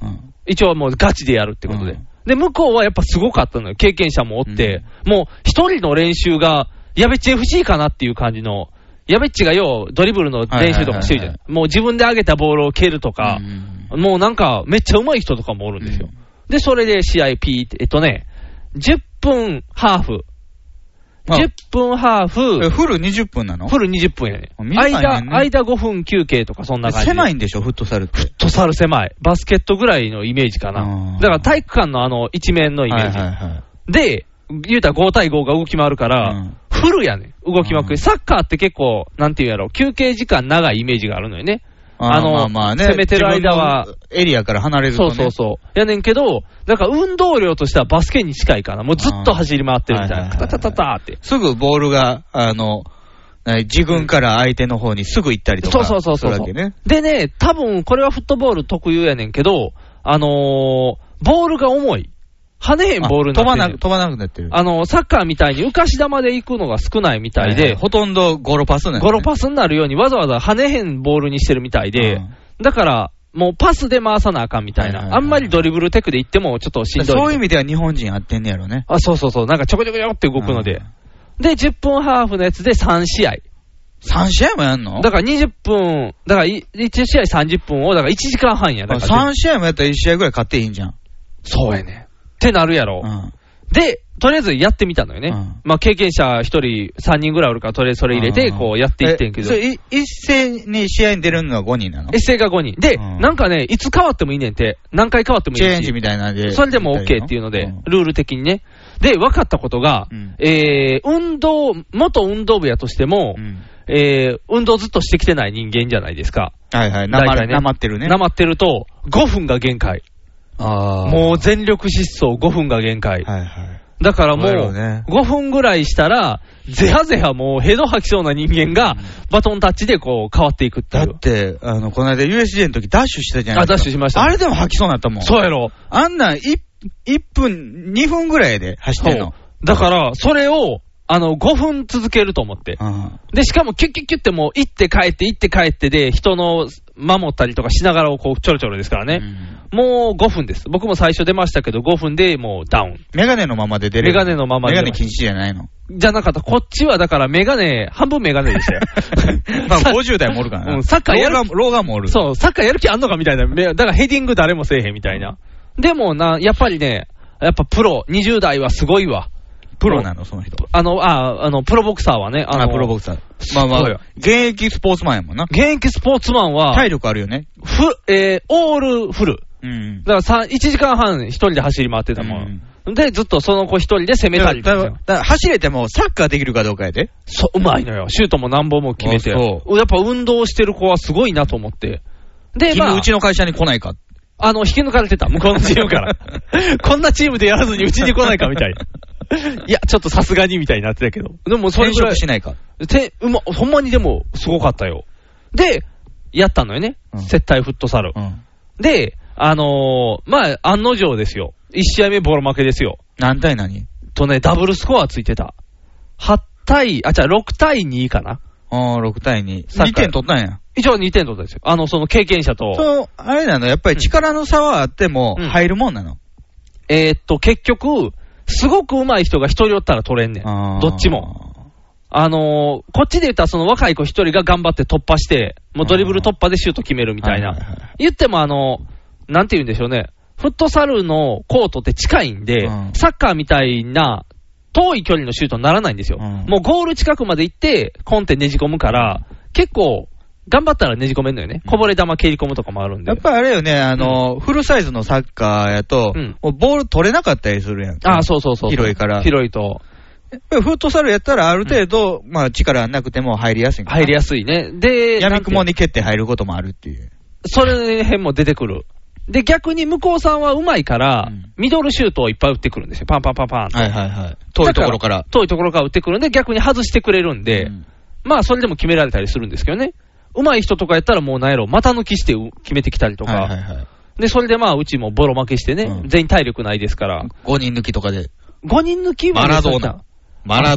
一応もうガチでやるってことで。うん、で、向こうはやっぱすごかったのよ。経験者もおって、うん、もう一人の練習が、やべっち エフシー かなっていう感じの、やべっちがようドリブルの練習とかしてるじゃん。もう自分で上げたボールを蹴るとか、うん、もうなんかめっちゃ上手い人とかもおるんですよ。うん、で、それで試合ピーって、えっとね、じゅっぷんハーフ。じゅっぷんハーフ。 フルにじゅっぷんなの？ フルにじゅっぷんやね。間、間ごふん休憩とかそんな感じ。 狭いんでしょ、フットサルって。 フットサル狭い。バスケットぐらいのイメージかな。だから体育館のあの一面のイメージ。はいはいはい、で、言うたらご対ごが動き回るから、うん、フルやね動きまくり。サッカーって結構、なんていうんやろ、休憩時間長いイメージがあるのよね。あの、まあまあね、攻めてる間は。 エリアから離れるとね。 そうそうそう。やねんけど、だから運動量としてはバスケに近いかな。もうずっと走り回ってるみたいな。タタタタって。 すぐボールが、あの、自分から相手の方にすぐ行ったりとか。 そうそうそうそう。ね、でね、多分これはフットボール特有やねんけど、あのー、ボールが重い。跳ねへんボールになってる。飛ばなく、 飛ばなくなってる。 あの、サッカーみたいに浮かし玉で行くのが少ないみたいで、はいはい、 ほとんどゴロパスなんですね。 ゴロパスになるようにわざわざ跳ねへんボールにしてるみたいで、うん、だから、もうパスで回さなあかんみたいな。はいはいはい、あんまりドリブルテクで行ってもちょっとしんどい。 そういう意味では日本人やってんねやろね。 あ、そうそうそう。なんかちょこちょこちょこって動くので。うん、で、じゅっぷんハーフのやつでさん試合。 さん試合もやんの？ だからにじゅっぷん、だからいち試合さんじゅっぷんを、だからいちじかんはんや。だからさん試合もやったらいち試合ぐらい勝っていいんじゃん。 そうやね。ってなるやろ。うん、で、とりあえずやってみたのよね。うん、まあ経験者ひとりさんにんぐらいおるから、とりあえずそれ入れて、こうやっていってんけど。それ一斉に試合に出るのはごにんなの？ 一斉がごにん。で、うん、なんかね、いつ変わってもいいねんて。何回変わってもいいし。 チェレンジみたいなんで。 それでも OK っていうので、うん、ルール的にね。で、分かったことが、うん、えー、運動、元運動部やとしても、うんえー、運動ずっとしてきてない人間じゃないですか。 はいはい。なま、ね、なまってるね。 なまってると、ごふんが限界。ああ。もう全力疾走ごふんが限界。はいはい。だからもう、ごふんぐらいしたら、ぜはぜはもうヘド吐きそうな人間が、バトンタッチでこう変わっていくっていう。 だって、あの、この間 ユーエスジェー の時ダッシュしたじゃないですか。 あ、ダッシュしました、ね。 あれでも吐きそうになったもん。 そうやろ。 あんなんいっぷん、にふんぐらいで走ってんの。 だから、それを、あの、ごふん続けると思って。うん、で、しかもキュッキュッキュッってもう、行って帰って行って帰ってで、人の守ったりとかしながらをこう、ちょろちょろですからね。うん、もうごふんです。僕も最初出ましたけど、ごふんでもうダウン。 メガネのままで出れる。 メガネのままで。 メガネ禁止じゃないの？ じゃなかった。こっちはだからメガネ、半分メガネでしたよ。 まあごじゅう代もおるからな。 うん、サッカーやる。 老眼もおる。 そう、サッカーやる気あんのかみたいな。だからヘディング誰もせえへんみたいな。でもな、やっぱりね、やっぱプロ、にじゅう代はすごいわ。 プロなの、その人。 あの、あ、あの、プロボクサーはね。 あの、あプロボクサー。まあまあ、現役スポーツマンやもんな。 現役スポーツマンは、 体力あるよね。 ふ、えー、オールフル。うん。だからいちじかんはん一人で走り回ってたもん。うん、で、ずっとその子一人で攻めたりとか。 だから走れてもサッカーできるかどうかやで。 そう、うまいのよ。シュートも何本も決めて。そう。やっぱ運動してる子はすごいなと思って。 で、まあ。君うちの会社に来ないか。 あの、引き抜かれてた。向こうのチームから。こんなチームでやらずにうちに来ないかみたいな。いや、ちょっとさすがにみたいになってたけど。でもそれぐらい。 転職しないか。 て、うま、ほんまにでもすごかったよ。で、やったのよね。うん、接待フットサル。うん、で、あのー、まあ、案の定ですよ。いち試合目ボロ負けですよ。 何対何とね、ダブルスコアついてた。はち対、あ、じゃあろく対にかな。 ああ、ろく対に。にてん取ったんや。 一応にてん取ったんですよ。あの、その経験者と。 そう、あれなの、やっぱり力の差はあっても入るもんなの、うん、 えー、っと、結局、すごく上手い人が一人おったら取れんねん。どっちも。あのー、こっちで言ったらその若い子一人が頑張って突破して、もうドリブル突破でシュート決めるみたいな。はいはいはい、言ってもあのー、なんて言うんでしょうね。フットサルのコートって近いんで、うん、サッカーみたいな遠い距離のシュートにならないんですよ。うん、もうゴール近くまで行って、コンってねじ込むから、結構、頑張ったらねじ込めんのよね。こぼれ球蹴り込むとかもあるんで。 やっぱりあれよね、あの、うん、フルサイズのサッカーやと、うん、もうボール取れなかったりするやん。 ああ、そうそうそう。 広いから。 広いと。 やっぱりフットサルやったらある程度、うん、まあ力なくても入りやすいんかな。 入りやすいね。で、 闇雲に蹴って入ることもあるっていう。 それ辺も出てくる。で、逆に向こうさんは上手いから、うん、ミドルシュートをいっぱい打ってくるんですよ。パンパンパンパンと。 はいはいはい。遠いところから。 遠いところから打ってくるんで、逆に外してくれるんで、うん、まあそれでも決められたりするんですけどね。上手い人とかやったらもうなんやろ、股抜きして決めてきたりとか。はいはいはい。で、それでまあうちもボロ負けしてね、うん、全員体力ないですから。 ごにん抜きとかで。 ごにん抜きはマラドーナ。マラドーナ。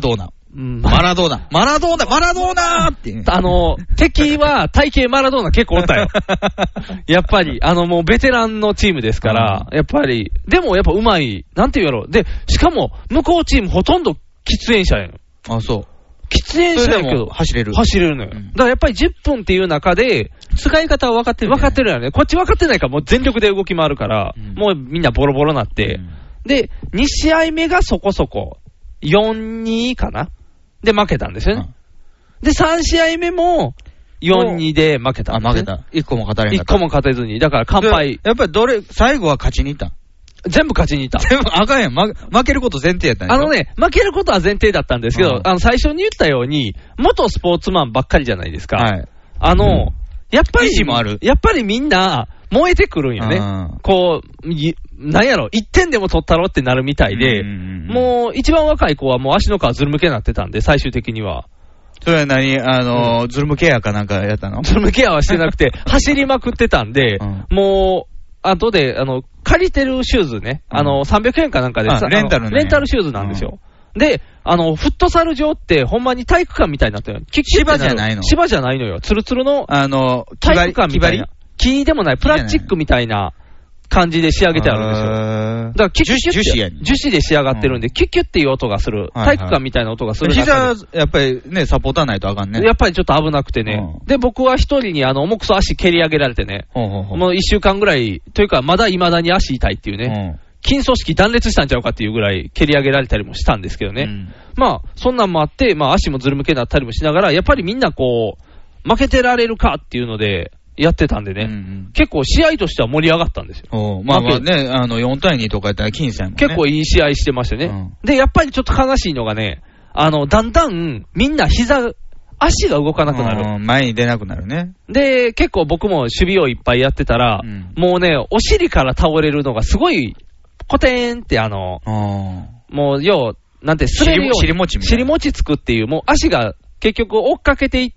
マラドーナ、マラドーナ、マラドーナーっていう。 あの、敵は体型マラドーナ結構おったよ。やっぱり、あのもうベテランのチームですから、やっぱり、でもやっぱうまい、なんて言うやろ。で、しかも、向こうチームほとんど喫煙者やん。 あ、そう。 喫煙者やけど、 走れる。 走れるのよ。うん、だからやっぱりじゅっぷんっていう中で、 使い方は分かってる、 ね。分かってるよね。こっち分かってないからもう全力で動き回るから、うん、もうみんなボロボロなって、うん、で、に試合目がそこそこ、よんたいに かなで負けたんですよね。うん、で、さん試合目も、よんたいにで負けたんです、ね。 あ、負けた。いっこも勝たれへんかった。 いっこも勝てずに。だから完敗。 やっぱりどれ、最後は勝ちに行ったん？ 全部勝ちに行った。 全部あかんやん、ま。負けること前提やったんや。 あのね、負けることは前提だったんですけど、うん、あの、最初に言ったように、元スポーツマンばっかりじゃないですか。はい。あの、うん、やっぱり、 意志もある。 やっぱりみんな、燃えてくるんよね。うん、こう、なんやろ、いってんでも取ったろってなるみたいで、うんうんうん、もう、一番若い子はもう足の皮ずるむけになってたんで、最終的には。 それは何あの、うん、ズルムケアかなんかやったの？ ズルムケアはしてなくて、走りまくってたんで、うん、もう、後で、あの、借りてるシューズね、うん、あの、さんびゃくえんかなんかで、 レンタルね。 レンタルシューズなんですよ。うん、で、あの、フットサル場って、ほんまに体育館みたいになってる。 芝じゃないの？ 芝じゃないのよ。ツルツルの、 あの、 体育館みたいな。木でもない、プラスチックみたいな感じで仕上げてあるんですよ。だからキュッキュッ樹脂やね。樹脂で仕上がってるんで、うん、キュッキュッっていう音がする。体育館みたいな音がする。 膝、やっぱりね、サポーターないとあかんね。 やっぱりちょっと危なくてね。うん、で、僕は一人にあの、重くそ足蹴り上げられてね。ほうほうほうもう一週間ぐらい、というか、まだ未だに足痛いっていうね。うん筋組織断裂したんちゃうかっていうぐらい蹴り上げられたりもしたんですけどね。うん、まあ、そんなんもあって、まあ足もずるむけになったりもしながら、やっぱりみんなこう、負けてられるかっていうので、やってたんでね、うんうん、結構試合としては盛り上がったんですよ。 おまあまあね、あのよんたいにとかやったら僅差やもんね。 結構いい試合してましたね、うん。で、やっぱりちょっと悲しいのがね、あの、だんだんみんな膝、足が動かなくなる。 前に出なくなるね。 で、結構僕も守備をいっぱいやってたら、うん、もうね、お尻から倒れるのがすごい、コテーンってあの、もう、要、なんて、すれるように尻餅みたいな。 尻餅つくっていう、もう足が結局追っかけていって、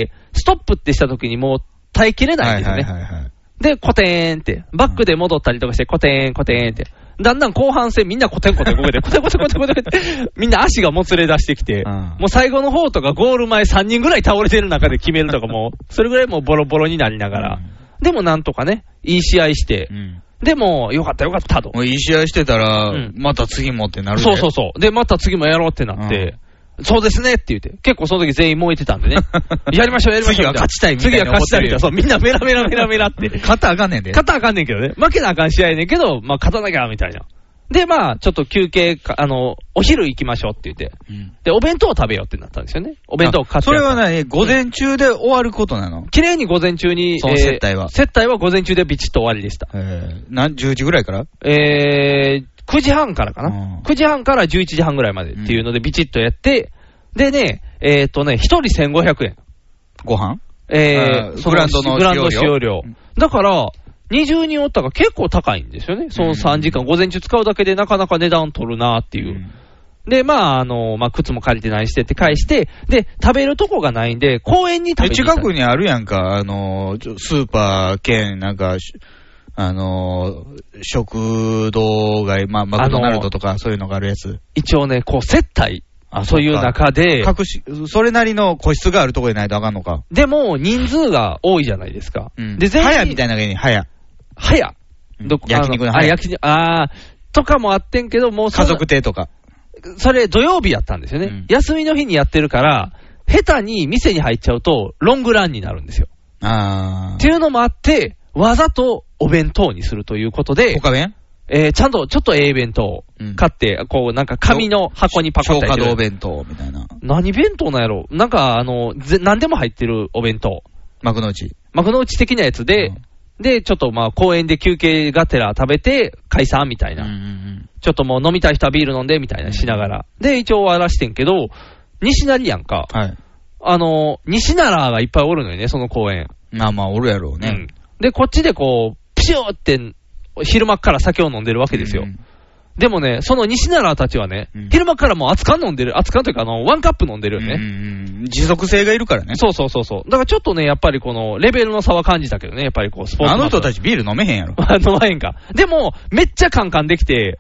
ストップってした時にもう耐えきれないんですね。はいはいはいはい、で、コテーンって、バックで戻ったりとかして、コテーン、コテーンって。だんだん後半戦みんなコテンコテンコテンコテンコテンコテンコテンコテンみんな足がもつれ出してきて、うん、もう最後の方とかゴール前さんにんぐらい倒れてる中で決めるとかも、それぐらいもうボロボロになりながら、うん、でもなんとかね、いい試合して、うんでも、よかったよかったと。 もういい試合してたら、うん、また次もってなるで。 そうそうそう。で、また次もやろうってなって、うん、そうですねって言って、結構その時全員燃えてたんでね。やりましょうやりましょう。 次は勝ちたいみたいな。 次は勝ちたいみたいな。そう、みんなメラメラメラメラって。 勝ったらあかんねんで。 勝ったらあかんねんけどね。負けなあかん試合やねんけど、まあ勝たなきゃみたいな。で、まあ、ちょっと休憩、あの、お昼行きましょうって言って、うん、で、お弁当を食べようってなったんですよね。お弁当を買って。 それは何午前中で終わることなの？ 綺麗に午前中に、 その接待は、えー、 接待は午前中でビチッと終わりでした。 えー、何、じゅうじぐらいから？ えー、くじはんからかな。くじはんからじゅういちじはんぐらいまでっていうのでビチッとやって、うん、でね、えー、っとね、ひとりせんごひゃくえん。 ご飯？ えー、 グランドのグランド使用料。だから、にじゅうにんおったから結構高いんですよね。そのさんじかん、午前中使うだけでなかなか値段取るなっていう。うん、で、まあ、あの、まあ、靴も借りてないしてって返して、で、食べるとこがないんで、公園に食べに行った。 近くにあるやんか、あの、スーパー兼、なんか、あの、食堂街、まあ、マクドナルドとかそういうのがあるやつ。 一応ね、こう、接待。あ、そういう中で、 隠し、それなりの個室があるところでないとあかんのか。 でも、人数が多いじゃないですか。 うん、で、全員。早みたいな芸人、早。 早、 うん、ど焼肉の早。 あ、焼肉、あー、とかもあってんけど、もう家族亭とか。 それ土曜日やったんですよね。うん、休みの日にやってるから、下手に店に入っちゃうと、ロングランになるんですよ。 あー。 っていうのもあって、わざとお弁当にするということで、 他弁えー、ちゃんと、ちょっとええ弁当買って、うん、こう、なんか紙の箱にパコって入ってる。 消化堂弁当みたいな。 何弁当なんやろなんか、あの、ぜ、何でも入ってるお弁当。 幕の内。 幕の内的なやつで、うん、で、ちょっとまあ公園で休憩がてら食べて解散みたいな、うんうんうん。ちょっともう飲みたい人はビール飲んでみたいなしながら。うん、で、一応終わらしてんけど、西成やんか。 はい。 あの、西成がいっぱいおるのよね、その公園。 まあまあおるやろうね。うん、で、 こっちでこう、ピシューって昼間から酒を飲んでるわけですよ。うん、でもね、その西成たちはね、うん、昼間からもう熱燗飲んでる、熱燗というかあの、ワンカップ飲んでるよね。うんうん、持続性がいるからね。 そうそうそうそう。だからちょっとね、やっぱりこの、レベルの差は感じたけどね、やっぱりこう、スポーツ。 あの人たちビール飲めへんやろ。 飲まへんか。でも、めっちゃカンカンできて、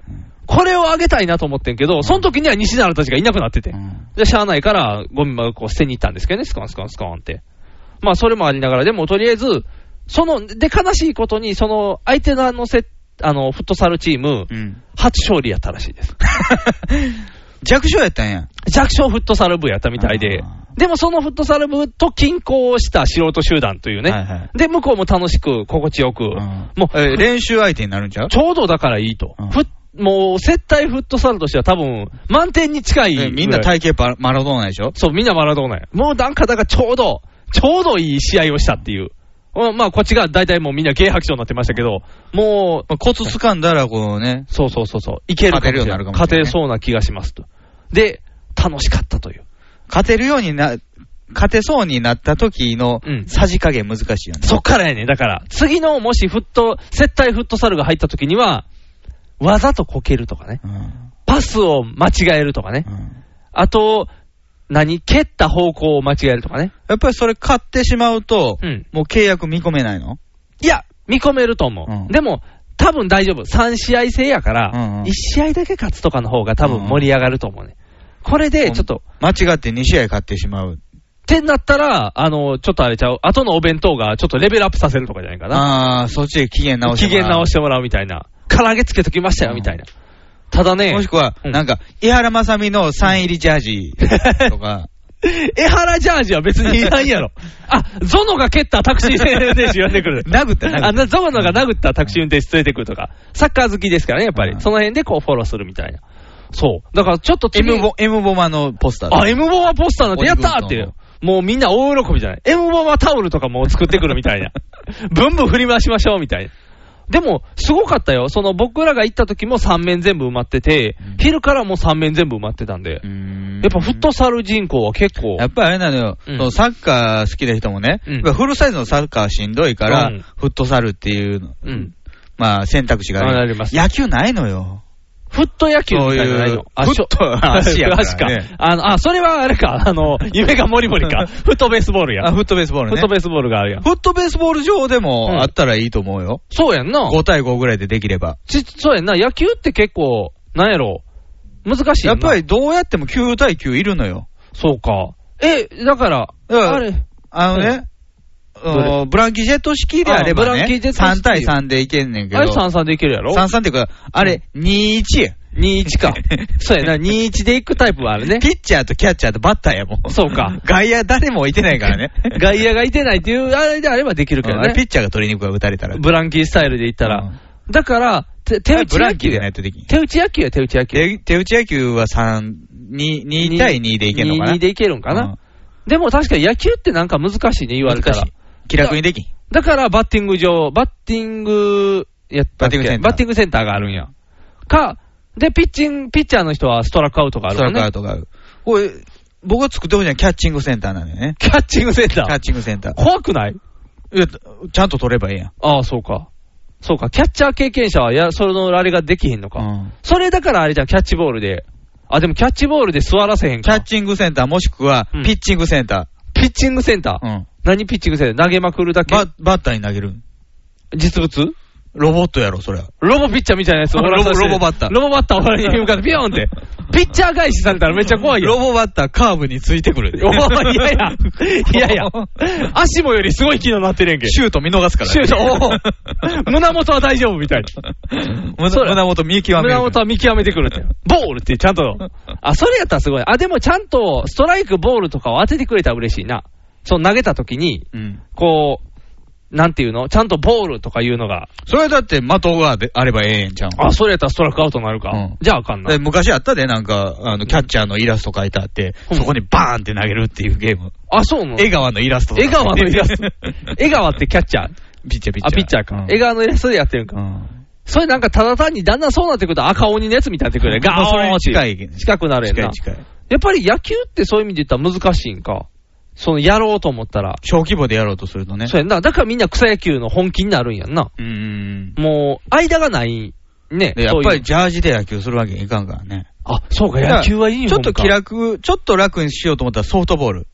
これをあげたいなと思ってんけど、その時には西成たちがいなくなってて。うん、で、しゃあないから、ゴミ箱を捨てに行ったんですけどね、スコンスコンスコンって。まあ、それもありながら、でもとりあえず、その、で、悲しいことに、その、相手側のせ、あの、フットサルチーム、うん、初勝利やったらしいです。 弱小やったんや。 弱小フットサル部やったみたいで。でもそのフットサル部と均衡をした素人集団というね。はいはい、で、向こうも楽しく、心地よく。うん、 もう、えー、練習相手になるんちゃう？ ちょうどだからいいと。うん、ふもう、接待フットサルとしては多分、満点に近い、えー。 みんな体型マラドーナでしょ？ そう、みんなマラドーナや。もうなんかだからちょうど、ちょうどいい試合をしたっていう。まあ、こっちが大体もうみんな芸白鳥になってましたけど、もう、 コツ掴んだら、こうね。 そうそうそうそう。いけるかもしれない。勝てるようになるかもしれない。勝てそうな気がしますと。で、楽しかったという。 勝てるようにな、勝てそうになった時のさじ加減難しいよね。 うん、そっからやね。だから、次のもしフット、接待フットサルが入った時には、わざとこけるとかね。うん、パスを間違えるとかね。うん、あと、何蹴った方向を間違えるとかね。 やっぱりそれ買ってしまうと、うん、もう契約見込めないの？ いや、見込めると思う。うん、でも、多分大丈夫。さん試合制やから、うんうん、いち試合だけ勝つとかの方が多分盛り上がると思うね。うん、これで、ちょっと。 間違ってに試合勝ってしまう。 ってなったら、あの、ちょっとあれちゃう、後のお弁当がちょっとレベルアップさせるとかじゃないかな。 ああ、そっちで期限直してもらう。 期限直してもらうみたいな。唐揚げつけときましたよ、みたいな。うん、ただね。 もしくは、うん、なんか、井原正美のサイン入りジャージとか。 江原ジャージは別にいらんやろ。あ、ゾノが蹴ったタクシー運転手呼んでくる。 殴った、殴った。 あ、ゾノが殴ったタクシー運転手連れてくるとか。サッカー好きですからね、やっぱり。その辺でこうフォローするみたいな。そう。だからちょっと M ボ、M ボマのポスター。 あ、M ボマポスターなんてやったーっていう。もうみんな大喜びじゃない。M ボマタオルとかも作ってくるみたいな。ブンブン振り回しましょうみたいな。でも、すごかったよ。その僕らが行った時もさん面全部埋まってて、うん、昼からもさん面全部埋まってたんで、んやっぱフットサル人口は結構。 やっぱりあれなのよ、うん、そのサッカー好きな人もね、うん、フルサイズのサッカーしんどいから、うん、フットサルっていう、うん、まあ選択肢がある。あります。野球ないのよ。 フット野球みたいなのないの？ フット、足やからね。 あの、あ、それはあれか、あの、夢がもりもりか。フットベースボールや。 あ、フットベースボールね。 フットベースボールがあるやん。 フットベースボール上でもあったらいいと思うよ。 うん、そうやんな。 ご対ごぐらいでできれば。 ち、そうやんな。野球って結構、なんやろ。難しいやんな。 やっぱりどうやってもきゅう対きゅういるのよ。 そうか。え、だから、あれ。 あのね。うん、ブランキージェット式であればね、さん対さんでいけんねんけど。 あれさん対さんでいけるやろ ? さん対さんっていうか、あれ、に対いちや。 に対いちか。そうやな、に対いちで行くタイプはあるね。 ピッチャーとキャッチャーとバッターやもん。 そうか。 外野誰もいてないからね。 外野がいてないっていう、あれであればできるけどね。 ピッチャーが取りにくく打たれたら。 ブランキースタイルで行ったら。うん、だから、手打ち野球。手打ち野球や、手打ち野球。 手打ち野球はさん、に、に対にでいけるのかな ?にでいけるんかな、うん、でも確かに野球ってなんか難しいね、言われたら。 気楽にできん。 だからバッティング場、バッティング、やったっけ？バッティングセンターがあるんや。か、で、ピッチング、ピッチャーの人はストラックアウトがあるからね。 ストラックアウトがある。これ、僕が作ってほしいのはキャッチングセンターなんだよね。 キャッチングセンターキャッチングセンター。 怖くない？ いや、ちゃんと取ればいいやん。 ああ、そうか。そうか。キャッチャー経験者は、や、そのあれができへんのか。うん、それだからあれじゃん、キャッチボールで。あ、でもキャッチボールで座らせへんか。 キャッチングセンターもしくは、ピッチングセンター。うん、 ピッチングセンター、うん、何ピッチングセンター投げまくるだけババッターに投げる。 実物ロボットやろ、そりゃ。 ロボピッチャーみたいなやつをロボ、ロボバッター。 ロボバッターを俺に向かってピヨーンって。ピッチャー返しされたらめっちゃ怖いよ。 ロボバッターカーブについてくる。 おー、いやいや。いやいや。足もよりすごい機能になってるやんけ。 シュート見逃すから、 ね。シュート、おー。胸元は大丈夫みたいな。胸元見極める。 胸元は見極めてくるって。ボールってちゃんと。あ、それやったらすごい。あ、でもちゃんとストライク、ボールとかを当ててくれたら嬉しいな。そう投げた時に、うん、こう、なんていうのちゃんとボールとかいうのが。 それだって的があればええんちゃう。 あ、それやったらストラックアウトになるか。うん、じゃああかんな。 昔あったで、なんか、あの、キャッチャーのイラスト書いてあって、うん、そこにバーンって投げるっていうゲーム。 あ、そうなの？ 江川のイラスト。 江川のイラスト。江川ってキャッチャーピッチャーピッチャー。 あ、ピッチャーか。うん、江川のイラストでやってるんか。うん、それなんかただ単にだんだんそうなってくると赤鬼のやつみたいになってくるね。ガーンって。 近い。 近くなるやんな。 近い近い。 やっぱり野球ってそういう意味で言ったら難しいんか。そのやろうと思ったら。 小規模でやろうとするとね。 そうやんな。だからみんな草野球の本気になるんやんな。うーん。もう、間がない、ね。 やっぱりジャージで野球するわけにいかんからね。 あ、そうか、野球はユニフォームか。 ちょっと気楽、ちょっと楽にしようと思ったらソフトボール。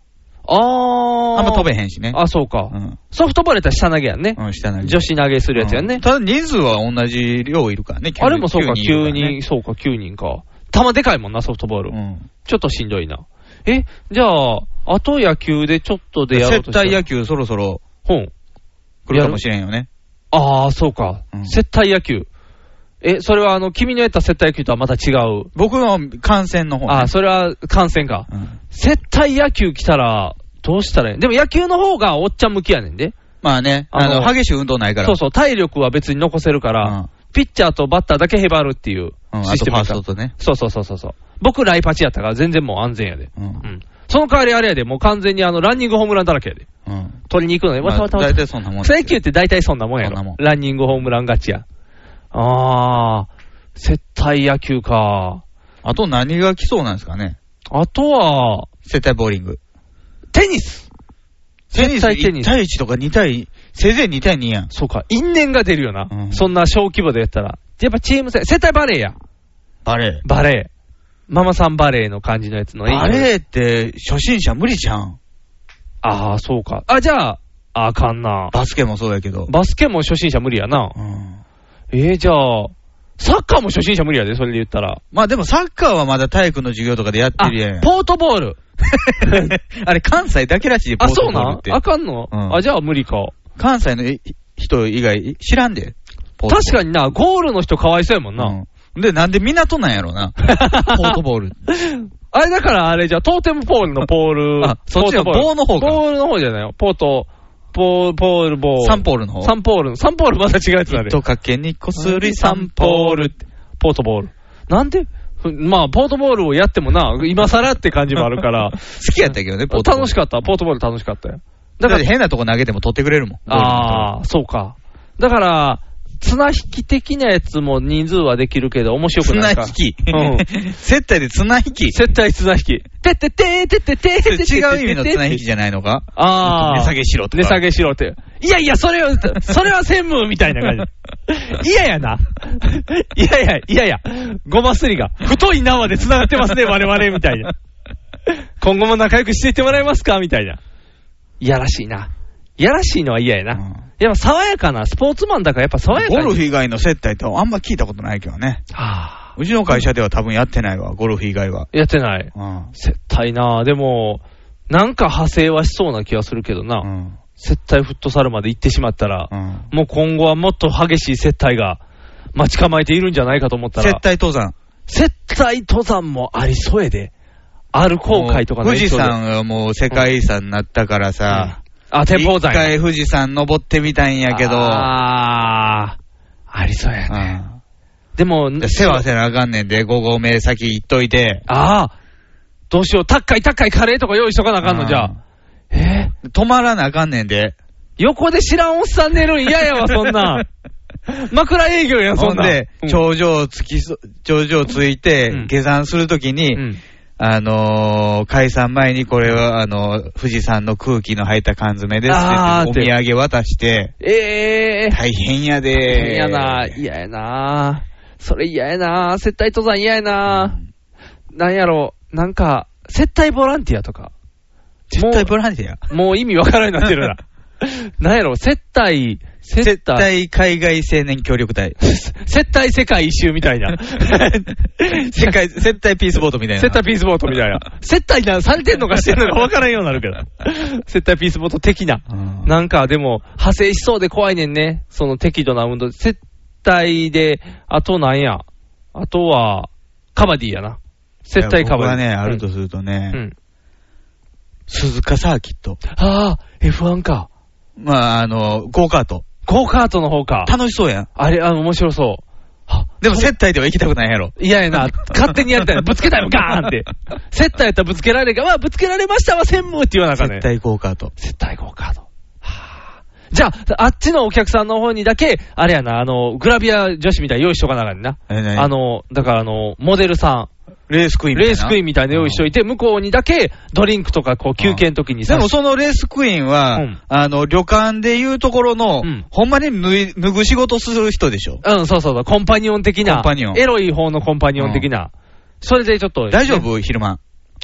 あー。 あんま飛べへんしね。 あ、そうか。 うん、 ソフトボールやったら下投げやんね。 うん、下投げ。 女子投げするやつやんね。うん、 ただ人数は同じ量いるからね、 あれもそうか、きゅうにん、そうか、きゅうにんか。球でかいもんな、ソフトボール。うん、ちょっとしんどいな。え、じゃあ、あと野球でちょっとでやろうとしたら。 接待野球そろそろ、ほん。来るかもしれんよね。 ああ、そうか、うん。接待野球。え、それはあの、君のやった接待野球とはまた違う。 僕の観戦の方、ね。 ああ、それは観戦か。うん、接待野球来たら、どうしたらいい？でも野球の方がおっちゃん向きやねんで。 まあね、あの、あの激しい運動ないから。 そうそう、体力は別に残せるから、うん、ピッチャーとバッターだけへばるっていうシステム。 うん、あとファーストとね。 そうそうそうそう。僕ライパチやったから全然もう安全やで。うん。うん、その代わりあれやで、もう完全にあの、ランニングホームランだらけやで。うん。取りに行くのに、 まあ、大体そんなもん。 草野球って大体そんなもんやろ。そんなもん。ランニングホームラン勝ちや。あー、接待野球か。 あと何が来そうなんですかね。 あとは、 接待ボーリング。 テニステニスいち対いちとかに対、せいぜいに対にやん。 そうか、因縁が出るよな。うん、そんな小規模でやったら。やっぱチーム戦、接待バレーや。 バレー。 バレー。ママさんバレーの感じのやつの。 バレーって初心者無理じゃん。 ああ、そうか。あ、じゃあ、あかんな。 バスケもそうだけど。 バスケも初心者無理やな。うん、えー、じゃあ、サッカーも初心者無理やで、それで言ったら。 まあでもサッカーはまだ体育の授業とかでやってるやん。 ポートボール。 あれ関西だけらしいで、ポートボールって。 あ、そうなん？あかんの、うん、あ、じゃあ無理か。 関西の人以外知らんで。 確かにな、ゴールの人かわいそうやもんな。 うん、で、なんで港なんやろな。ポートボール。 あれだからあれじゃ、トーテムポールのポール。 あ、そっちの棒の方か。 ポールの方じゃないよ。ポート、ポー、ポール棒。 サンポールの方。 サンポール。サンポールまた違うやつだね。 とかけにこすりサンポール。 ポートボール。なんでまあ、ポートボールをやってもな、今更って感じもあるから。 好きやったけどね、 ポートボール。楽しかった。ポートボール楽しかったよ。 だから変なとこ投げても取ってくれるもん。 ああ、そうか。だから、綱引き的なやつも人数はできるけど面白くないか。 綱引き。うん。接待で綱引き。 接待綱引き。てっててーてっててーてってて違う意味の綱引きじゃないのか。 ああ。 値下げしろとか。 値下げしろって。いやいや、それは、それは専務みたいな感じ。いややな。いやいや、いやいや。ごますりが。太い縄で繋がってますね、我々、みたいな。今後も仲良くしていってもらえますかみたいな。いやらしいな。いやらしいのは嫌やな。うん、やっぱ爽やかな、スポーツマンだからやっぱ爽やかな。 ゴルフ以外の接待ってあんま聞いたことないけどね。はぁ、うちの会社では多分やってないわ、ゴルフ以外は。 やってない。うん、接待なぁ。でも、なんか派生はしそうな気がするけどな。うん、接待フットサルまで行ってしまったら、うん、もう今後はもっと激しい接待が待ち構えているんじゃないかと思ったら。 接待登山。 接待登山もありそうやで。ある航海とかの富士山はもう世界遺産になったからさ、 うん、あ、天保山。 一回富士山登ってみたいんやけど。 あー、ありそうやね。うん、でも、 世話せなあかんねんで、ご合目先行っといて。 あー、どうしよう、高い高いカレーとか用意しとかなあかんの、じゃあ。 えー、止まらなあかんねんで。 横で知らんおっさん寝るん嫌やわ、そんな。枕営業やん、そんな。 ほんで、頂上つき、頂上ついて、うん、下山するときに、うん、あのー、解散前にこれは、あのー、富士山の空気の入った缶詰ですってお土産渡して、 えー、 大変やでー。 大変やな、嫌やな、それ嫌やな、接待登山嫌やな、うん、なんやろ、なんか、接待ボランティアとか。 接待ボランティアもう意味わからんようになってるな。なんやろ、接待、 接待海外青年協力隊。 接待世界一周みたいな。 世界、接待ピースボートみたいな。 接待ピースボートみたいな。接待な、されてんのかしてんのか分からんようになるけど。接待ピースボート的な。なんかでも、派生しそうで怖いねんね。その適度な運動。接待で、あとなんや。あとは、カバディやな。接待カバディ。 僕はね、あるとするとね、うん、鈴鹿サーキット。 ああ、エフワン か。 まあ、あの、ゴーカート。 ゴーカートの方か。 楽しそうやん。 あれ、あの、面白そう。 はでも、接待では行きたくないやろ。 嫌やな。勝手にやりたいな。ぶつけたよ、ガーンって。接待やったらぶつけられるか、まあ、ぶつけられましたわ、専務って言わなかね。 接待ゴーカート。 接待ゴーカート。はぁ。じゃあ、あっちのお客さんの方にだけ、あれやな、あの、グラビア女子みたいに用意しとかなあかんな。え、あの、だからあの、モデルさん。 レースクイーンみたいな。 レースクイーンみたいな用意しといて、向こうにだけドリンクとかこう休憩の時にさ。 でもそのレースクイーンは、うん、あの、旅館でいうところの、うん、ほんまに脱い脱ぐ仕事する人でしょ。 うん、そうそうそう。コンパニオン的な。 コンパニオン。 エロい方のコンパニオン的な。うん、それでちょっと。 大丈夫昼間。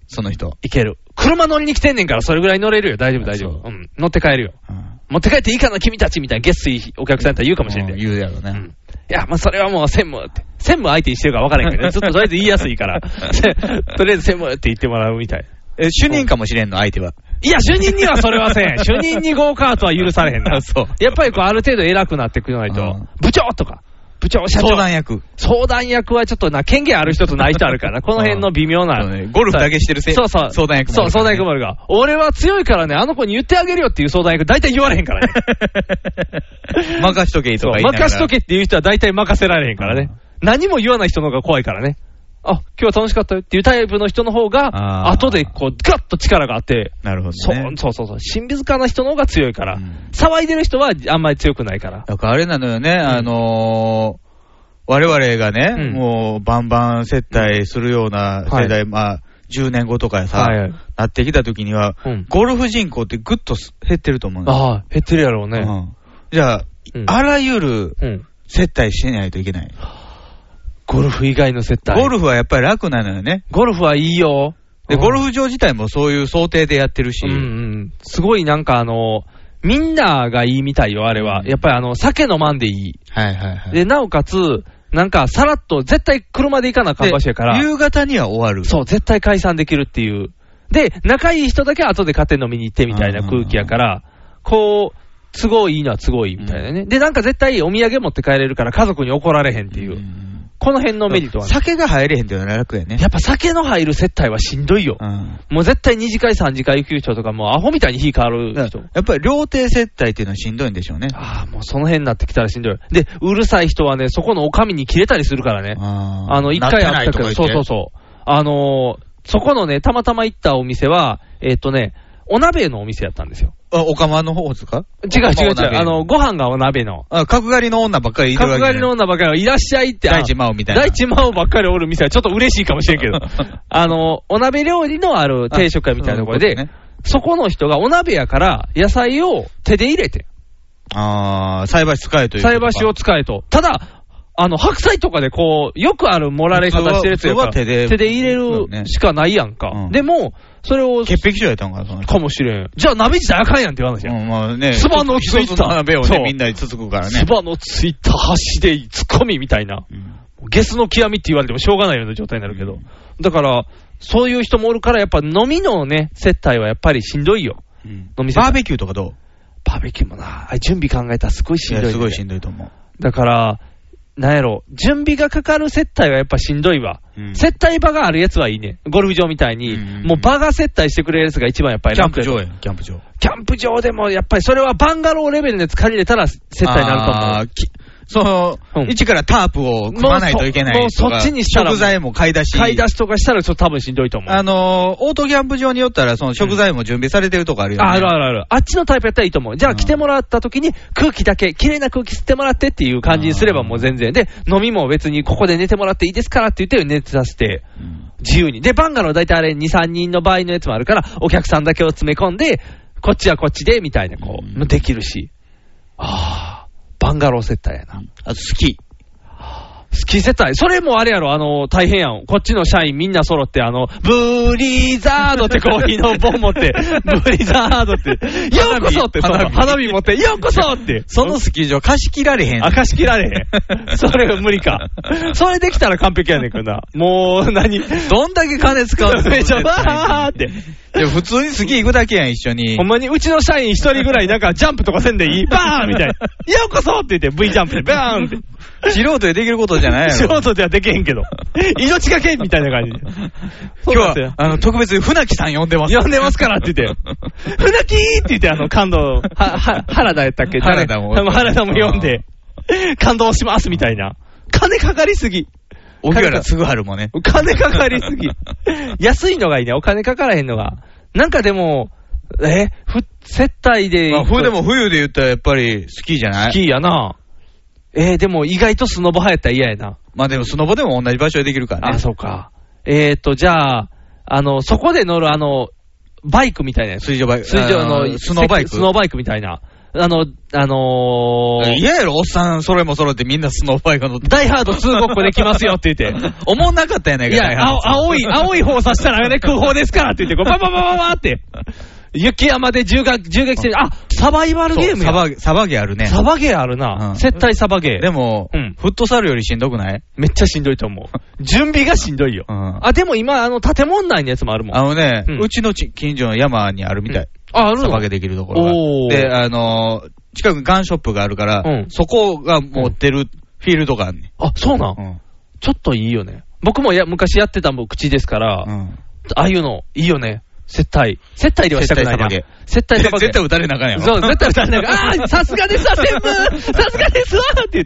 その人。 いける。車乗りに来てんねんから、それぐらい乗れるよ。大丈夫、大丈夫。うん。乗って帰るよ。うん、持って帰っていいかな、君たちみたいな、月水お客さんやったら言うかもしれんね、うん。 言うやろうね。うん。 いや、まあ、それはもう専務って。専務相手にしてるか分からへんけどね。ちょっととりあえず言いやすいから。とりあえず専務って言ってもらうみたい。 え、主任かもしれんの、相手は。 いや、主任にはそれはせん。主任にゴーカートは許されへんな。 そう。 やっぱりこう、ある程度偉くなってくれないと。部長とか。部長、社長。 相談役。 相談役はちょっとな、権限ある人とない人あるから、この辺の微妙な。 そうね。ゴルフだけしてるせい。 そうそう。 相談役も、 ね。そう、相談役もあるが。俺は強いからね、あの子に言ってあげるよっていう相談役、大体言われへんからね。 任しとけとか言いながら。 任しとけっていう人は大体任せられへんからね。何も言わない人の方が怖いからね。あ、今日は楽しかったよっていうタイプの人の方が、後でこう、ガッと力があって、 なるほど、ね。 そうそうそう。親密家な人の方が強いから、うん、騒いでる人はあんまり強くないから。 だからあれなのよね、うん、あのー、我々がね、うん、もうバンバン接待するような世代、はい、まあ、じゅうねんごとかさ、はいはい、なってきた時には、うん、ゴルフ人口ってぐっと減ってると思うんですよ。 ああ、減ってるやろうね。うん、 じゃあ、うん、あらゆる接待しないといけない。 ゴルフ以外の接待。 ゴルフはやっぱり楽なのよね。 ゴルフはいいよ。 で、ゴルフ場自体もそういう想定でやってるし。 うんうん。すごいなんかあの、みんながいいみたいよ、あれは。やっぱりあの、酒飲まんでいい。 はいはいはい。 で、なおかつ、なんかさらっと、絶対車で行かなあかん場所やから。 夕方には終わる。 そう、絶対解散できるっていう。で、仲いい人だけ後で勝手に飲みに行ってみたいな空気やから、こう、都合いいのは都合いいみたいなね。で、なんか絶対お土産持って帰れるから家族に怒られへんっていう。この辺のメリットは、ね、 酒が入れへんっていうのは楽やね。 やっぱ酒の入る接待はしんどいよ。うん、もう絶対に次会さん次会行く人とかもうアホみたいに火変わる人。 やっぱり料亭接待っていうのはしんどいんでしょうね。 ああ、もうその辺になってきたらしんどい。で、うるさい人はね、そこのお上に切れたりするからね。あ, あの、一回あったけど、そうそうそう。あのー、そこのね、たまたま行ったお店は、えー、っとね、お鍋のお店やったんですよ。 あ、お釜の方ですか？ 違う違う違う。あの、ご飯がお鍋の。 あ、角刈りの女ばっかりいるわけ、ね。 角刈りの女ばっかりいらっしゃいって。 大地真央みたいな。 大地真央ばっかりおる店はちょっと嬉しいかもしれんけど。あの、お鍋料理のある定食屋みたいなところで、そ, ね、そこの人がお鍋やから野菜を手で入れて。 あー、菜箸使えという。 菜箸を使えと。ただ、あの、白菜とかでこう、よくある盛られ方してるやつやから、手で、手で入れるしかないやんか。うん、でも、それを。 潔癖症やったんかな、 かもしれん。じゃあ鍋自体あかんやんって言わないじゃん。うん、まあね。つばのついた。 鍋をね、みんなにつつくからね。 つばのついた箸で突っ込みみたいな。うん、ゲスの極みって言われてもしょうがないような状態になるけど。だから、そういう人もおるから、やっぱ飲みのね、接待はやっぱりしんどいよ。 うん、飲みバーベキューとかどう？ バーベキューもな、準備考えたらすごいしんどい、ね。 すごいしんどいと思う。 だから、なんやろ、準備がかかる接待はやっぱしんどいわ。うん、接待場があるやつはいいね。ゴルフ場みたいに、うんうんうん、もう場が接待してくれるやつが一番やっぱり楽。 キャンプ場やん、キャンプ場。 キャンプ場でもやっぱりそれはバンガローレベルのやつ借りれたら接待になると思う。あその、うん、一からタープを組まないといけないとか。 もう そ, もうそっちにしたら。 食材も買い出し。 買い出しとかしたらちょっと多分しんどいと思う。 あのー、オートキャンプ場によったら、その食材も準備されてるとこあるよね。 うん、あるあるある。あっちのタイプやったらいいと思う。じゃあ来てもらった時に空気だけ、綺麗な空気吸ってもらってっていう感じにすればもう全然。で、飲みも別にここで寝てもらっていいですからって言って寝てさせて、自由に。で、バンガロー大体あれに、さんにんの場合のやつもあるから、お客さんだけを詰め込んで、こっちはこっちで、みたいな、こう、できるし。ああ。バンガロー接待やな。 あとスキー。 スキー接待。それもあれやろ、あの、大変やん。こっちの社員みんな揃って、あの、ブリザードってコーヒーの棒持って、ブリザードって、ようこそって、花火、花火持って、ようこそって。 そのスキー場貸し切られへん。 あ、貸し切られへん。それが無理か。それできたら完璧やねんけどな。もう、何どんだけ金使うのめちゃバーって。 いや、普通にスキー行くだけやん、一緒に。 ほんまに、うちの社員一人ぐらいなんかジャンプとかせんでいいバーンみたいな。ようこそって言って、V ジャンプでバーンって。 素人でできることじゃないやろ。 素人ではできへんけど。命がけみたいな感じで。 今日は、あの、特別に船木さん呼んでます。 呼んでますからって言って。船木って言って、あの、感動、は、は、原田やったっけ原田も。 原田も呼んで、感動しますみたいな。金かかりすぎ。 荻原嗣治もね。 金かかりすぎ。安いのがいいね。お金かからへんのが。なんかでも、えふ、接待で。 まあ、冬でも冬で言ったらやっぱりスキーじゃない？ スキーやな。えー、でも意外とスノボ派やったら嫌やな。 まあでもスノボでも同じ場所でできるからね。 あ、そうか。えーと、じゃあ、あの、そこで乗るあの、バイクみたいなやつ。 水上バイク。 水上の、 スノーバイク。 スノーバイクみたいな。 あの、あのー、 嫌やろ、おっさん、それもそろってみんなスノーバイク乗って。 ダイハードツーごっこできますよって言って。 思んなかったやないか、 いや、青、青い、青い方刺したらね、空砲ですからって言って、こう、バババババって。雪山で銃撃、銃撃戦、あ、サバイバルゲームや。 サバ、サバゲーあるね。 サバゲーあるな。うん、接待サバゲー。 でも、うん、フットサルよりしんどくない？ めっちゃしんどいと思う。準備がしんどいよ。うん、あ、でも今、あの、建物内のやつもあるもん。 あのね、うん、うちの近所の山にあるみたい。うん、 あ、あるの？ サバゲーできるところが。で、あのー、近くにガンショップがあるから、うん、そこが持ってるフィールドがあるね、 うん。あ、そうなん、うん、ちょっといいよね。僕もや昔やってたもん口ですから、うん、ああいうのいいよね。接待。接待ではしたくないな。接待サバゲー。 絶対撃たれなあかんやろ。 そう、絶対撃たれなあかん。ああ、さすがですわ、専務さすがですわって言って。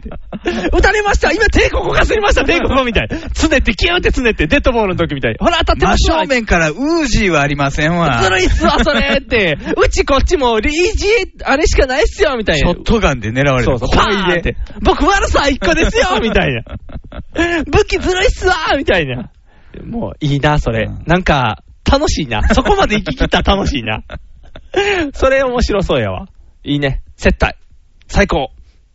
撃たれました今、手ここかすりました手ここみたいな。つねって、キューってつねって、デッドボールの時みたいに。ほら、当たってますわ。 真正面からウージーはありませんわ。 ずるいっすわ、それって。うちこっちも、リージー、あれしかないっすよ、みたいな。 ショットガンで狙われる。 そうそう、パーンって。僕悪さ一個ですよ、みたいな。武器ずるいっすわ、みたいな。もう、いいな、それ。なんか、楽しいな。そこまで行き切ったら楽しいな。それ面白そうやわ。いいね。接待。最高。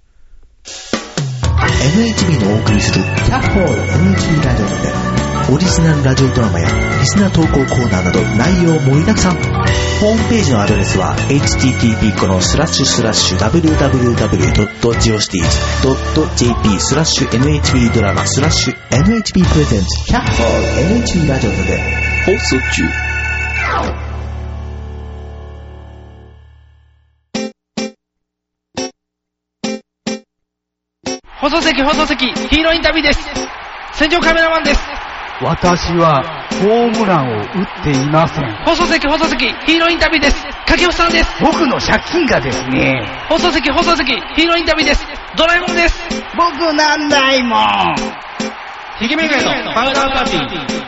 エヌエイチビー のお送りするキャッホール エヌエイチビー ラジオでオリジナルラジオドラマやリスナー投稿コーナーなど内容盛りだくさん。ホームページのアドレスは エイチティーティーピー コロンスラッシュスラッシュ ダブリューダブリューダブリュー ドット ジオシティーズ ドット ジェーピー スラッシュ エヌエイチビー ドラマスラッシュ エヌエイチビー プレゼンツキャッホール エヌエイチビー ラジオで放送中。 放送席放送席ヒーローインタビューです。戦場カメラマンです。 私はホームランを打っていません。 放送席放送席ヒーローインタビューです。掛布さんです。 僕の借金がですね。 放送席放送席ヒーローインタビューです。ドラえもんです。 僕なんないもん。 ひげめがえのパウダーパーティー。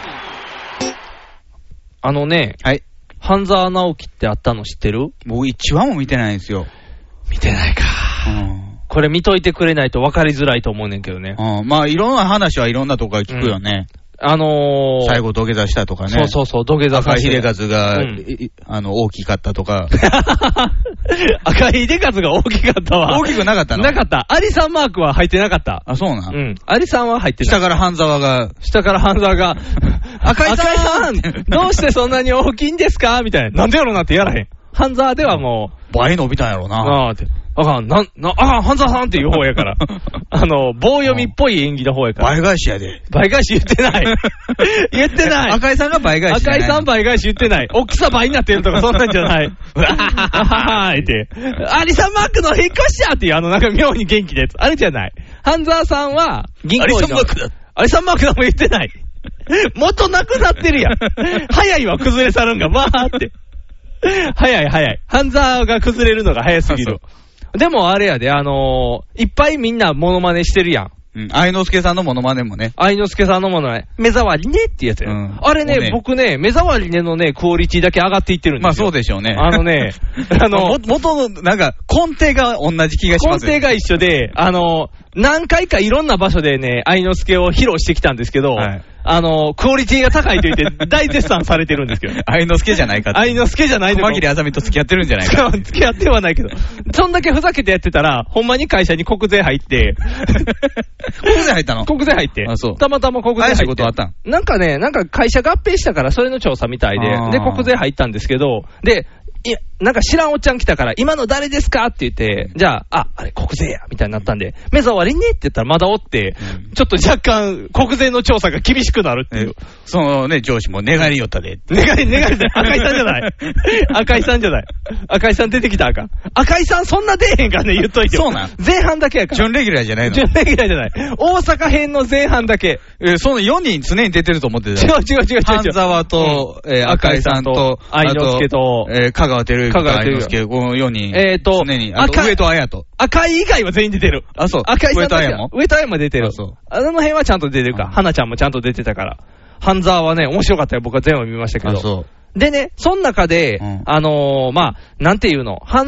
あのね、 はい。 半沢直樹ってあったの知ってる？ 僕一話も見てないんですよ。 見てないか。うん。これ見といてくれないと分かりづらいと思うねんけどね。 うん。まあいろんな話はいろんなとこから聞くよね。うん、あのー、 最後土下座したとかね。 そうそうそう、土下座赤い秀和が、うん、あの、大きかったとか。 赤い秀和が大きかったわ。 大きくなかったの？ なかった。アリさんマークは入ってなかった。 あ、そうなん？ うん。アリさんは入ってない。 下から半沢が。 下から半沢が。赤井さんどうしてそんなに大きいんですかみたいな。なんでやろなってやらへん。半沢ではもう。倍伸びたんやろな。 ああって。あかん、なん、な、あかん、半沢さんっていう方やから。あの、棒読みっぽい演技の方やから。 倍返しやで。 倍返し言ってない。言ってない。 赤井さんが倍返し。 赤井さん倍返し言ってない。大きさ倍になってるとかそんなんじゃない。うわはーって。アリサンマークの引っ越しやっていう、あの、なんか妙に元気なやつ。あれじゃない。半沢さんは、銀行の。アリサンマークだ。アリサンマークだも言ってない。元なくなってるやん。早いわ、崩れ去るんが。わーって。早い早い。半沢が崩れるのが早すぎる。でもあれやで、あのー、いっぱいみんなモノマネしてるやん。 うん。愛之助さんのモノマネもね。 愛之助さんのモノマネ。目障りねってやつや。うん、あれね、ね僕ね、目障りねのね、クオリティだけ上がっていってるんですよ。 まあそうでしょうね。 あのね、あの、 元の、なんか、根底が同じ気がします、ね。 根底が一緒で、あの、何回かいろんな場所でね、愛之助を披露してきたんですけど、はい、あの、クオリティが高いと言って大絶賛されてるんですけど。 愛之助じゃないかって。 愛之助じゃないのか。 小牧あざみと付き合ってるんじゃないか。 付き合ってはないけど。そんだけふざけてやってたら、ほんまに会社に国税入って。 国税入ったの？ 国税入って。 あ、そう。 たまたま国税入って。 怪しいことあったん？ なんかね、なんか会社合併したからそれの調査みたいで、で、国税入ったんですけど、で、いや、なんか知らんおっちゃん来たから、今の誰ですかって言って、じゃあ、あ、あれ国税やみたいになったんで、目障りねって言ったらまだおって、うん、ちょっと若干国税の調査が厳しくなるっていう。 そのね、上司も願いよったで。 願い、願いで、赤井さんじゃない。赤井さんじゃない。赤井さん出てきたらあかん。赤井さんそんな出へんからね、言っといて。 そうなん？ 前半だけやから。 準レギュラーじゃないの？ 準レギュラーじゃない。大阪編の前半だけ。 えー、そのよにん常に出てると思ってた。 違う違う違う違う。 半沢と、うん、えー、赤井さんと、 愛之助と、 えー、香川照之と愛之助、このよにん。 えーと、 常に、あと上戸彩と。 赤井以外は全員出てる。 あ、そう。 赤井さん上戸彩も上戸彩も出てる。 あ、そう。 あの辺はちゃんと出てるか。花ちゃんもちゃんと出てたから。半沢はね、面白かったよ。僕は全部見ましたけど。 あ、そう。 でね、その中で、うん、あのー、まあ、なんていうの、半、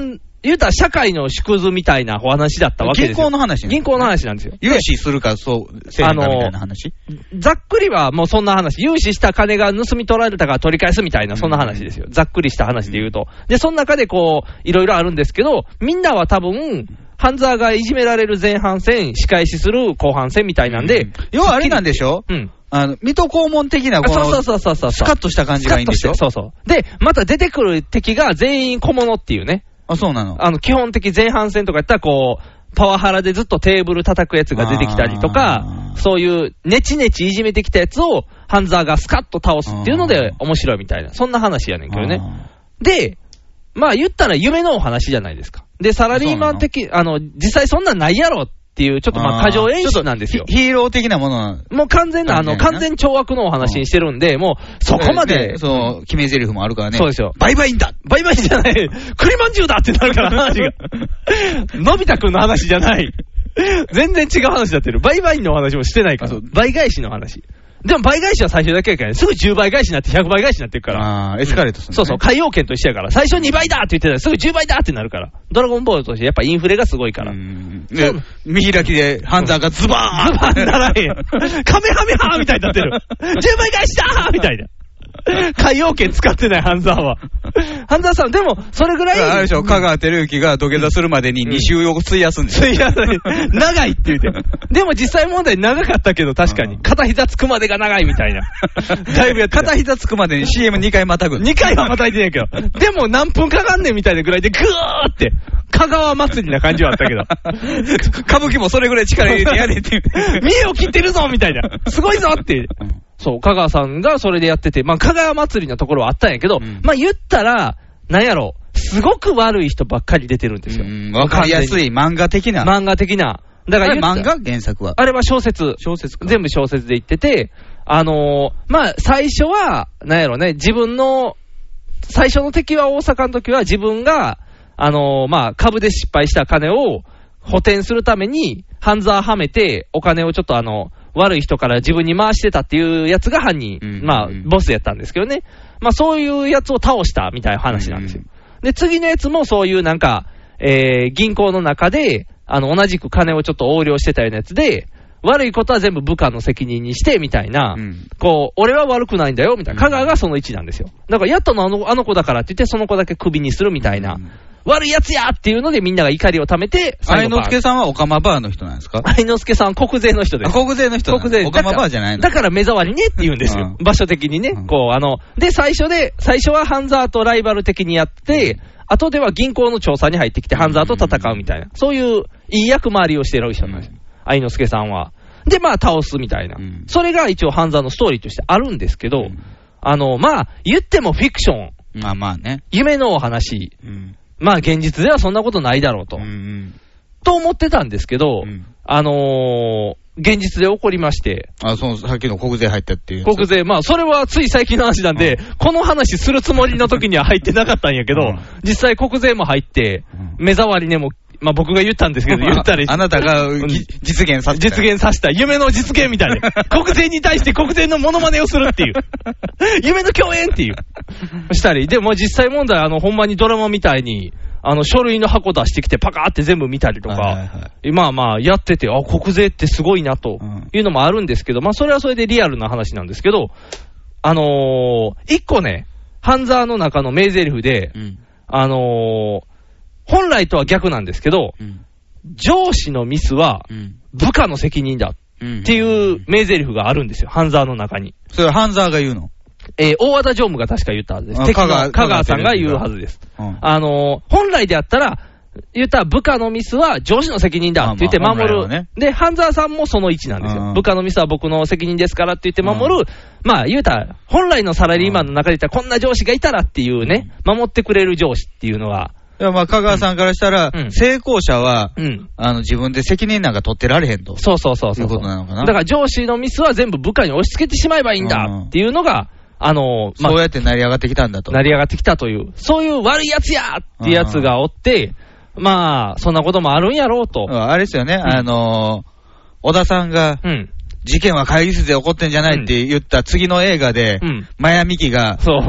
言うたら社会の縮図みたいなお話だったわけですよ。 銀行の話、 ね、銀行の話なんですよ。 融資するか、そう、せえへんかみたいな話、 ざっくりはもうそんな話。融資した金が盗み取られたから取り返すみたいな、そんな話ですよ。ざっくりした話で言うと。で、その中でこう、いろいろあるんですけど、みんなは多分、半沢がいじめられる前半戦、仕返しする後半戦みたいなんで、うん、 要はあれなんでしょ、うん、あの、水戸黄門的なこの、 そうそうそうそう、 スカッとした感じがいいんでしょ。 そうそう。で、また出てくる敵が全員小物っていうね。 あ、そうなの。 あの、基本的前半戦とかやったら、こう、パワハラでずっとテーブル叩くやつが出てきたりとか、そういうネチネチいじめてきたやつを、半沢がスカッと倒すっていうので面白いみたいな、そんな話やねんけどね。で、まあ言ったら夢のお話じゃないですか。で、サラリーマン的、あの、実際そんなんないやろっていう、ちょっとまあ過剰演出なんですよ。 ヒーロー的なものなもう完全な、あの、完全懲悪のお話にしてるんで、もうそこまで。 そう、決め台詞もあるからね。 そうですよ。 バイバインだバイバインじゃない。栗まんじゅうだってなるから話が。のび太くんの話じゃない。全然違う話になってる。倍々の話もしてないから。倍返しの話。でも倍返しは最初だけやからね、すぐじゅうばい返しになってひゃくばい返しになってるから。 ああ、エスカレートする、ね。 そうそう、海洋圏と一緒やから。最初にばいだって言ってたらすぐじゅうばいだってなるから。ドラゴンボールとしてやっぱインフレがすごいから。 うんで、見開きでハンザーがズバーンズバーンならへん。カメハメハーみたいになってる。じゅうばい返しだーみたいな。海洋圏使ってないハンザーは。ハンザーさん、でも、それぐらい。 あれでしょ、香川照之が土下座するまでにに週を費やすんですよ。 費やす。長いって言うて。でも実際問題長かったけど、確かに。片膝つくまでが長いみたいな。 だいぶやって片膝つくまでに シーエムに 回またぐ。 にかいはまたいてないけど。でも何分かかんねんみたいなぐらいでグーって。香川祭りな感じはあったけど。 歌舞伎もそれぐらい力入れてやれっていう。 見栄を切ってるぞみたいな。すごいぞって。そう、香川さんがそれでやってて、まあ、香川祭りのところはあったんやけど、うん、まあ、言ったら、なんやろ、すごく悪い人ばっかり出てるんですよ。 わかりやすい漫画的な。 漫画的な。だから漫画原作は。 あれは小説。 小説か。 全部小説で言ってて、あのー、まあ、最初は、なんやろね、自分の、最初の敵は大阪の時は自分が、あのー、まあ、株で失敗した金を補填するために、半沢はめて、お金をちょっとあの、悪い人から自分に回してたっていうやつが犯人、うんうん、まあ、ボスやったんですけどね。まあ、そういうやつを倒したみたいな話なんですよ。うんうん、で、次のやつもそういうなんか、えー、銀行の中で、あの、同じく金をちょっと横領してたようなやつで、悪いことは全部部下の責任にして、みたいな、うん、こう、俺は悪くないんだよ、みたいな。香川がそのいちなんですよ。だから、やっとのあの、あの子だからって言って、その子だけクビにするみたいな。うん悪いやつやっていうのでみんなが怒りを溜めて、 愛之助さんはオカマバーの人なんですか？ 愛之助さんは国税の人です。 国税の人国税。 オカマバーじゃないの？ だから目障りねって言うんですよ。うん、場所的にね。うん、こう、あの、で、最初で、最初は半沢とライバル的にやって、うん、後では銀行の調査に入ってきて半沢と戦うみたいな、うん、そういういい役回りをしてる人なんですよ。愛之助さんは。で、まあ倒すみたいな。うん、それが一応半沢のストーリーとしてあるんですけど、うん、あの、まあ、言ってもフィクション。 まあまあね。 夢のお話。うんまあ現実ではそんなことないだろうと。うんうん、と思ってたんですけど、うん、あのー、現実で起こりまして。 あ、そのさっきの国税入ったっていう。 国税、まあそれはつい最近の話なんで、うん、この話するつもりの時には入ってなかったんやけど、うん、実際国税も入って、うん、目障りねも、まあ僕が言ったんですけど、言ったり。 あなたが実現させた。 実現させた。夢の実現みたいな。国税に対して国税のモノマネをするっていう。夢の共演っていう。したり。でも実際問題、あの、ほんまにドラマみたいに、あの、書類の箱出してきてパカーって全部見たりとか、はいはいはい、まあまあやってて、あ、国税ってすごいなというのもあるんですけど、まあそれはそれでリアルな話なんですけど、あのー、一個ね、半沢の中の名台詞で、うん、あのー、本来とは逆なんですけど、うん、上司のミスは部下の責任だっていう名台詞があるんですよ、半沢の中に。 それは半沢が言うの？ えー、大和田常務が確か言ったはずです。香川、香川さんが言うはずです。うん、あのー、本来であったら、言ったら部下のミスは上司の責任だって言って守る。まあまあね、で、半沢さんもその位置なんですよ。部下のミスは僕の責任ですからって言って守る。まあ言うたら、本来のサラリーマンの中で言ったらこんな上司がいたらっていうね、守ってくれる上司っていうのが。 いやまあ香川さんからしたら、うん、成功者は、うん、あの自分で責任なんか取ってられへんと。 そうそうそうそう。 いうことなのかな。 だから上司のミスは全部部下に押し付けてしまえばいいんだっていうのが、あのーまあ、そうやって成り上がってきたんだと。 成り上がってきたという、そういう悪いやつやってやつがおって、まあ、そんなこともあるんやろうと。 あれですよね、うん、あのー、小田さんが、うん、事件は会議室で起こってんじゃないって言った次の映画で、うん、マヤミキが、 そう。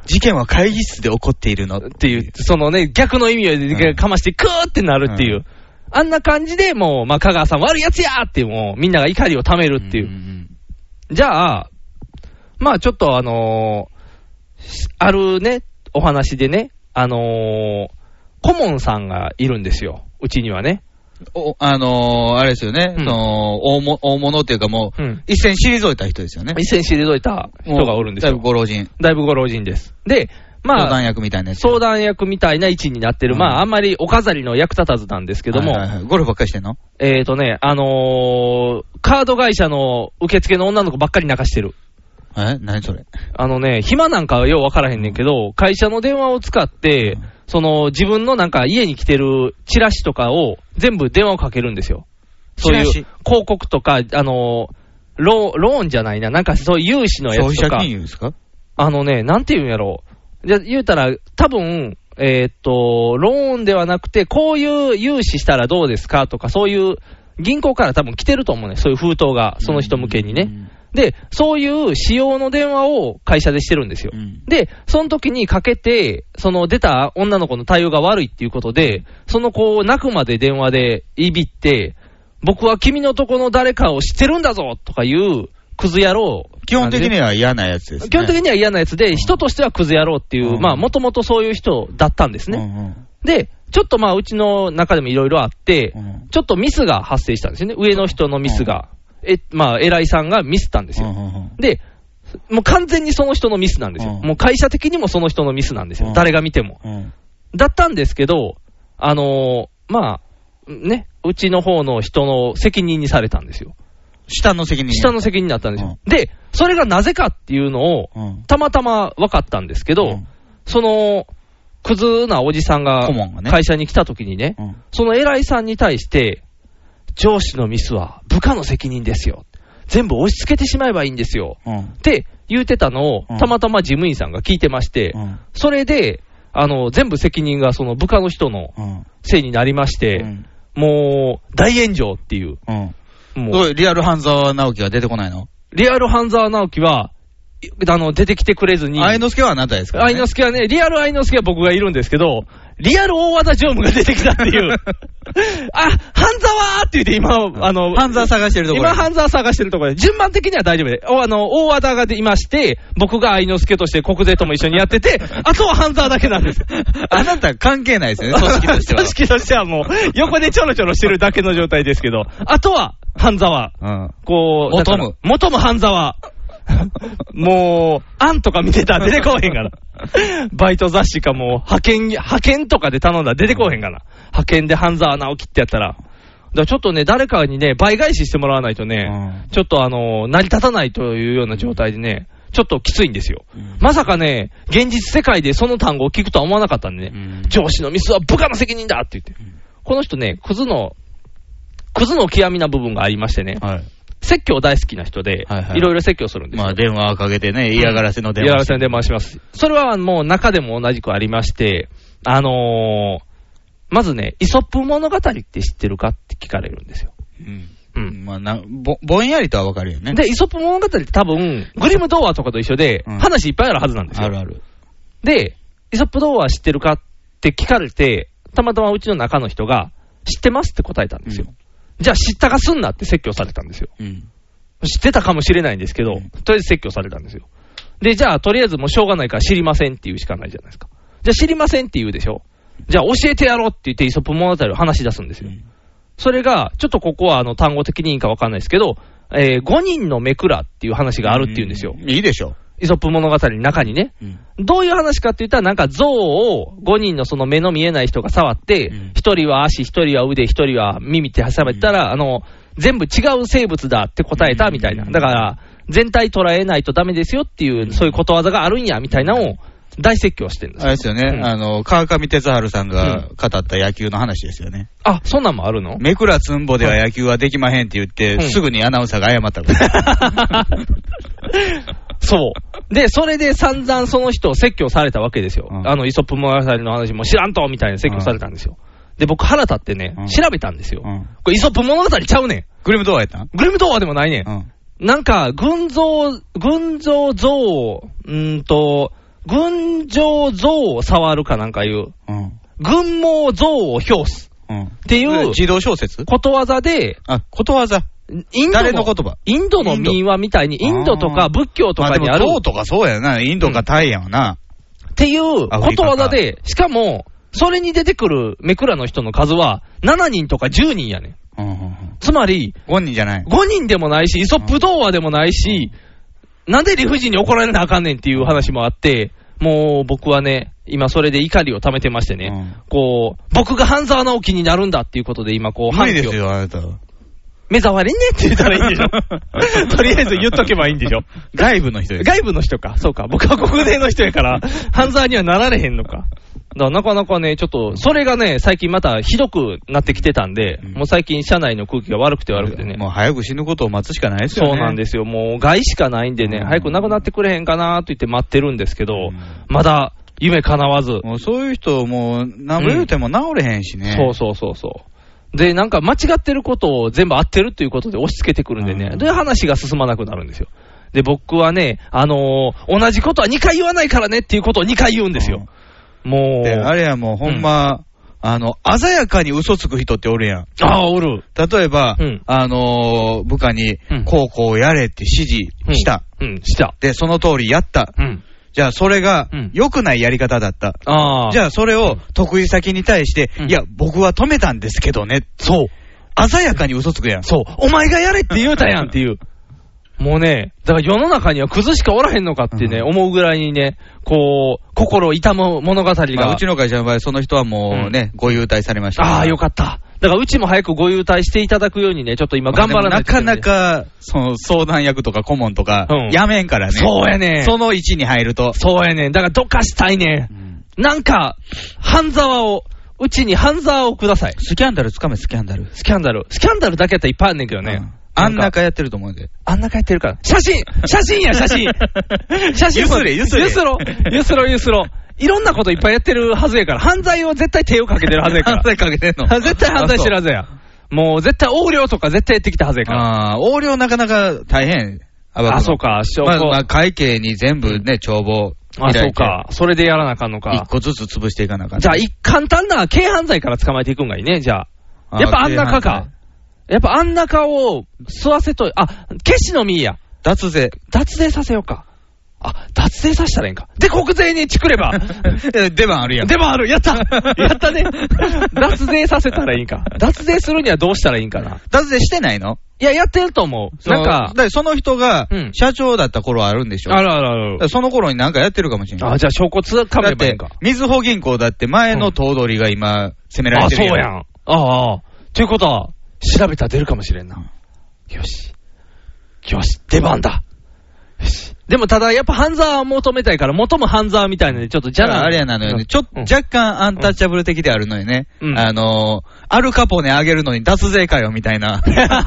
事件は会議室で起こっているのっていう、そのね、逆の意味をかまして、クーってなるっていう。うん、あんな感じでもう、まあ、香川さん悪いやつやーってもう、みんなが怒りをためるっていう。うんうん、じゃあ、まあちょっとあのー、あるね、お話でね、あのー、顧問さんがいるんですよ、うちにはね。 おあのー、あれですよね、うん、その大も大物っていうかもう、うん、一線退いた人ですよね。 一線退いた人がおるんですよ。 だいぶご老人。 だいぶご老人です。で、まあ、 相談役みたいなやつ。 相談役みたいな位置になってる、うん、まあ、あんまりお飾りの役立たずなんですけども。 はいはいはい、ゴルフばっかりしてんの？ えーとね、あのー、カード会社の受付の女の子ばっかり泣かしてる。 え？何それ？ あのね、暇なんかはようわからへんねんけど、会社の電話を使って、うんその自分のなんか家に来てるチラシとかを全部電話をかけるんですよ。そういう広告とか、あの、ロー、ローンじゃないな、なんかそういう融資のやつとか。 消費者金融ですか？ あのね、なんて言うんやろう。じゃ言うたら、多分、えー、っと、ローンではなくて、こういう融資したらどうですかとか、そういう銀行から多分来てると思うね。そういう封筒が、その人向けにね。で、そういう仕様の電話を会社でしてるんですよ。うん、で、その時にかけて、その出た女の子の対応が悪いっていうことで、その子を泣くまで電話でいびって、僕は君のとこの誰かを知ってるんだぞとかいうクズ野郎。 基本的には嫌なやつですね。 基本的には嫌なやつで、人としてはクズ野郎っていう、うん、まあ、もともとそういう人だったんですね。うんうん、で、ちょっとまあ、うちの中でもいろいろあって、うん、ちょっとミスが発生したんですよね。上の人のミスが。うんえ、まあ、偉いさんがミスったんですよ。うんうんうん、で、もう完全にその人のミスなんですよ。うん、もう会社的にもその人のミスなんですよ。うん、誰が見ても、うん。だったんですけど、あのー、まあ、ね、うちの方の人の責任にされたんですよ。 下の責任下の責任になったんですよ。うん、で、それがなぜかっていうのを、うん、たまたま分かったんですけど、うん、その、クズなおじさんが会社に来た時にね、うん、その偉いさんに対して、上司のミスは部下の責任ですよ。全部押し付けてしまえばいいんですよ。うん、って言うてたのを、たまたま事務員さんが聞いてまして、うん、それで、あの、全部責任がその部下の人のせいになりまして、うん、もう、大炎上っていう。うん、 もうリアル半沢直樹は出てこないの？ リアル半沢直樹は、あの、出てきてくれずに。 愛之助はあなたですか、ね、 愛之助はね、リアル愛之助は僕がいるんですけど、リアル大和田常務が出てきたっていう。あ、半沢ーって言って今、あの、 半沢探してるところ。 今半沢探してるところで、順番的には大丈夫で、あの、大和田がいまして、僕が愛之助として国税とも一緒にやってて、あとは半沢だけなんです。 あなた関係ないですよね、組織としては。 組織としてはもう、横でちょろちょろしてるだけの状態ですけど、あとは半沢。うん、こう、 求む。 求む半沢。もう、あんとか見てたら出てこうへんから。バイト雑誌かもう、派遣、派遣とかで頼んだら出てこうへんから。派遣で半沢直樹ってやったら。だからちょっとね、誰かにね、倍返ししてもらわないとね、うん、ちょっとあの、成り立たないというような状態でね、ちょっときついんですよ。うん、まさかね、現実世界でその単語を聞くとは思わなかったんでね、うん、上司のミスは部下の責任だって言って。うん、この人ね、クズの、クズの極みな部分がありましてね、はい、説教大好きな人で、はいはい、いろいろ説教するんですよ。 まあ電話をかけてね、嫌がらせの電話、うん、 嫌がらせの電話します。それはもう中でも同じくありまして、あのー、まずね、イソップ物語って知ってるかって聞かれるんですよ。うん。うん。 まあなぼ、ぼんやりとはわかるよね。 で、イソップ物語って多分、グリム童話とかと一緒で、うん、話いっぱいあるはずなんですよ。 あるある。 で、イソップ童話知ってるかって聞かれて、たまたまうちの中の人が、知ってますって答えたんですよ。うん、じゃあ知ったかすんなって説教されたんですよ。うん、知ってたかもしれないんですけど、うん、とりあえず説教されたんですよ。で、じゃあとりあえずもうしょうがないから知りませんって言うしかないじゃないですか。じゃあ知りませんって言うでしょ。じゃあ教えてやろうって言ってイソップ物語を話し出すんですよ。うん、それが、ちょっとここはあの単語的にいいかわかんないですけど、えー、ごにんの目くらっていう話があるっていうんですよ。 うん、いいでしょ。 イソップ物語の中にね、うん、どういう話かって言ったら、なんか象をごにんのその目の見えない人が触って、ひとりは足、ひとりは腕、ひとりは耳って挟めたら、うん、あの、全部違う生物だって答えたみたいな。だから、全体捉えないとダメですよっていう、そういうことわざがあるんや、みたいなのを大説教してるんですよ。 あれですよね、うん、あの、川上哲治さんが語った野球の話ですよね。 うん、あ、そんなんもあるの？ 目くらつんぼでは野球はできまへんって言って、うん、すぐにアナウンサーが謝ったから。 そう。で、それで散々その人を説教されたわけですよ。うん、あの、イソップ物語の話も知らんとみたいな説教されたんですよ。うん、で、僕腹立ってね、うん、調べたんですよ。うん、これイソップ物語ちゃうねん。 グリム童話やったん？ グリム童話でもないねん。うん、なんか、群像、群像像、うーんと、 群青像を触るかなんかいう、うん、群毛像を表す、うん、っていう自動小説ことわざで、 あ、ことわざインドの誰の言葉インドの民話みたいに、インドとか仏教とかにある。 まあ、でも唐とかそうやな、インドかタイやわな、 うん。っていうことわざで、しかも、それに出てくるめくらの人の数はしちにんとかじゅうにんやね、うんうんうん。つまり、 ごにんじゃない。 ごにんでもないし、イソップ童話でもないし、うん、なんで理不尽に怒られなあかんねんっていう話もあって、もう僕はね、今それで怒りを溜めてましてね、うん、こう、僕が半沢直樹になるんだっていうことで今こう、 無理ですよ、あなた。 目障りねって言ったらいいんでしょとりあえず言っとけばいいんでしょ外部の人です。 外部の人か。そうか。僕は国内の人やから、半沢にはなられへんのか。だからなかなかね、ちょっと、それがね、最近またひどくなってきてたんで、うん、もう最近社内の空気が悪くて悪くてね。 もう早く死ぬことを待つしかないですよね。 そうなんですよ。もう害しかないんでね、うん、早く亡くなってくれへんかなと言って待ってるんですけど、うん、まだ夢叶わず。 もうそういう人、もう何も言うても治れへんしね。 うん、そうそうそうそう。で、なんか間違ってることを全部合ってるっていうことで押し付けてくるんでね、うん、で、話が進まなくなるんですよ。で、僕はね、あのー、同じことはにかい言わないからねっていうことをにかい言うんですよ。うん、もう。 で、あれやもうほんま、うん、あの、鮮やかに嘘つく人っておるやん。 ああ、おる。 例えば、うん、あのー、部下に、こうこうやれって指示した。 うん、うん、した。 で、その通りやった。うんじゃあ、それが、良くないやり方だった。うん、じゃあ、それを、得意先に対して、うん、いや、僕は止めたんですけどね。 そう。 鮮やかに嘘つくやん。 そう。お前がやれって言うたやんっていう。もうね、だから世の中にはクズしかおらへんのかってね、うん、思うぐらいにね、こう、心痛む物語が。まあ、うちの会社の場合、その人はもうね、うん、ご優待されました。 ああ、よかった。だからうちも早くご優待していただくようにね、ちょっと今頑張らないと、 ね。なかなか、その相談役とか顧問とか、うん、やめんからね。 そうやねん。 その位置に入ると。 そうやねん。だからどかしたいねん。うん、なんか、半沢を、うちに半沢をください。 スキャンダルつかめ、スキャンダル。 スキャンダル。スキャンダルだけやったらいっぱいあんねんけどね。うんあん中やってると思うんで。 あん中やってるから。写真写真や、写真写真ゆすれ、ゆすれ。 ゆすろ、ゆすろ、ゆすろ。いろんなこといっぱいやってるはずやから。犯罪を絶対手をかけてるはずやから。 犯罪かけてんの絶対犯罪してるはずや。もう絶対横領とか絶対やってきたはずやから。 ああ、横領なかなか大変。 あ、そうか、証拠。 まあ、まあ、会計に全部ね、帳簿。 あ、そうか。それでやらなあかんのか。 一個ずつ潰していかなあかん。 じゃあ、簡単な軽犯罪から捕まえていくんがいいね、じゃあ。やっぱあん中か。やっぱあん中を吸わせとい、あ、消しの実や。 脱税。 脱税させようか。あ、脱税させたらいいんか。で、国税にチクれば。 出番あるやん。 出番ある。やったやったね。脱税させたらいいんか。脱税するにはどうしたらいいんかな。 脱税してないの？ いや、やってると思う。なんか。 だその人が、社長だった頃あるんでしょ。 あるあるある。 その頃になんかやってるかもしれない。 あ、じゃあ証拠つかめばいいんか。 みずほ銀行だって前の頭取が今、責められてるやん。 あ、そうやん。ああ。ということは、調べたら出るかもしれんな。よし。よし、出番だ。よし。でもただやっぱ半沢を求めたいから、元も半沢みたいなので、ちょっとじゃあ。 あれやなのよね。ちょっと若干アンタッチャブル的であるのよね。うん、あのー、アルカポネあげるのに脱税かよみたいな。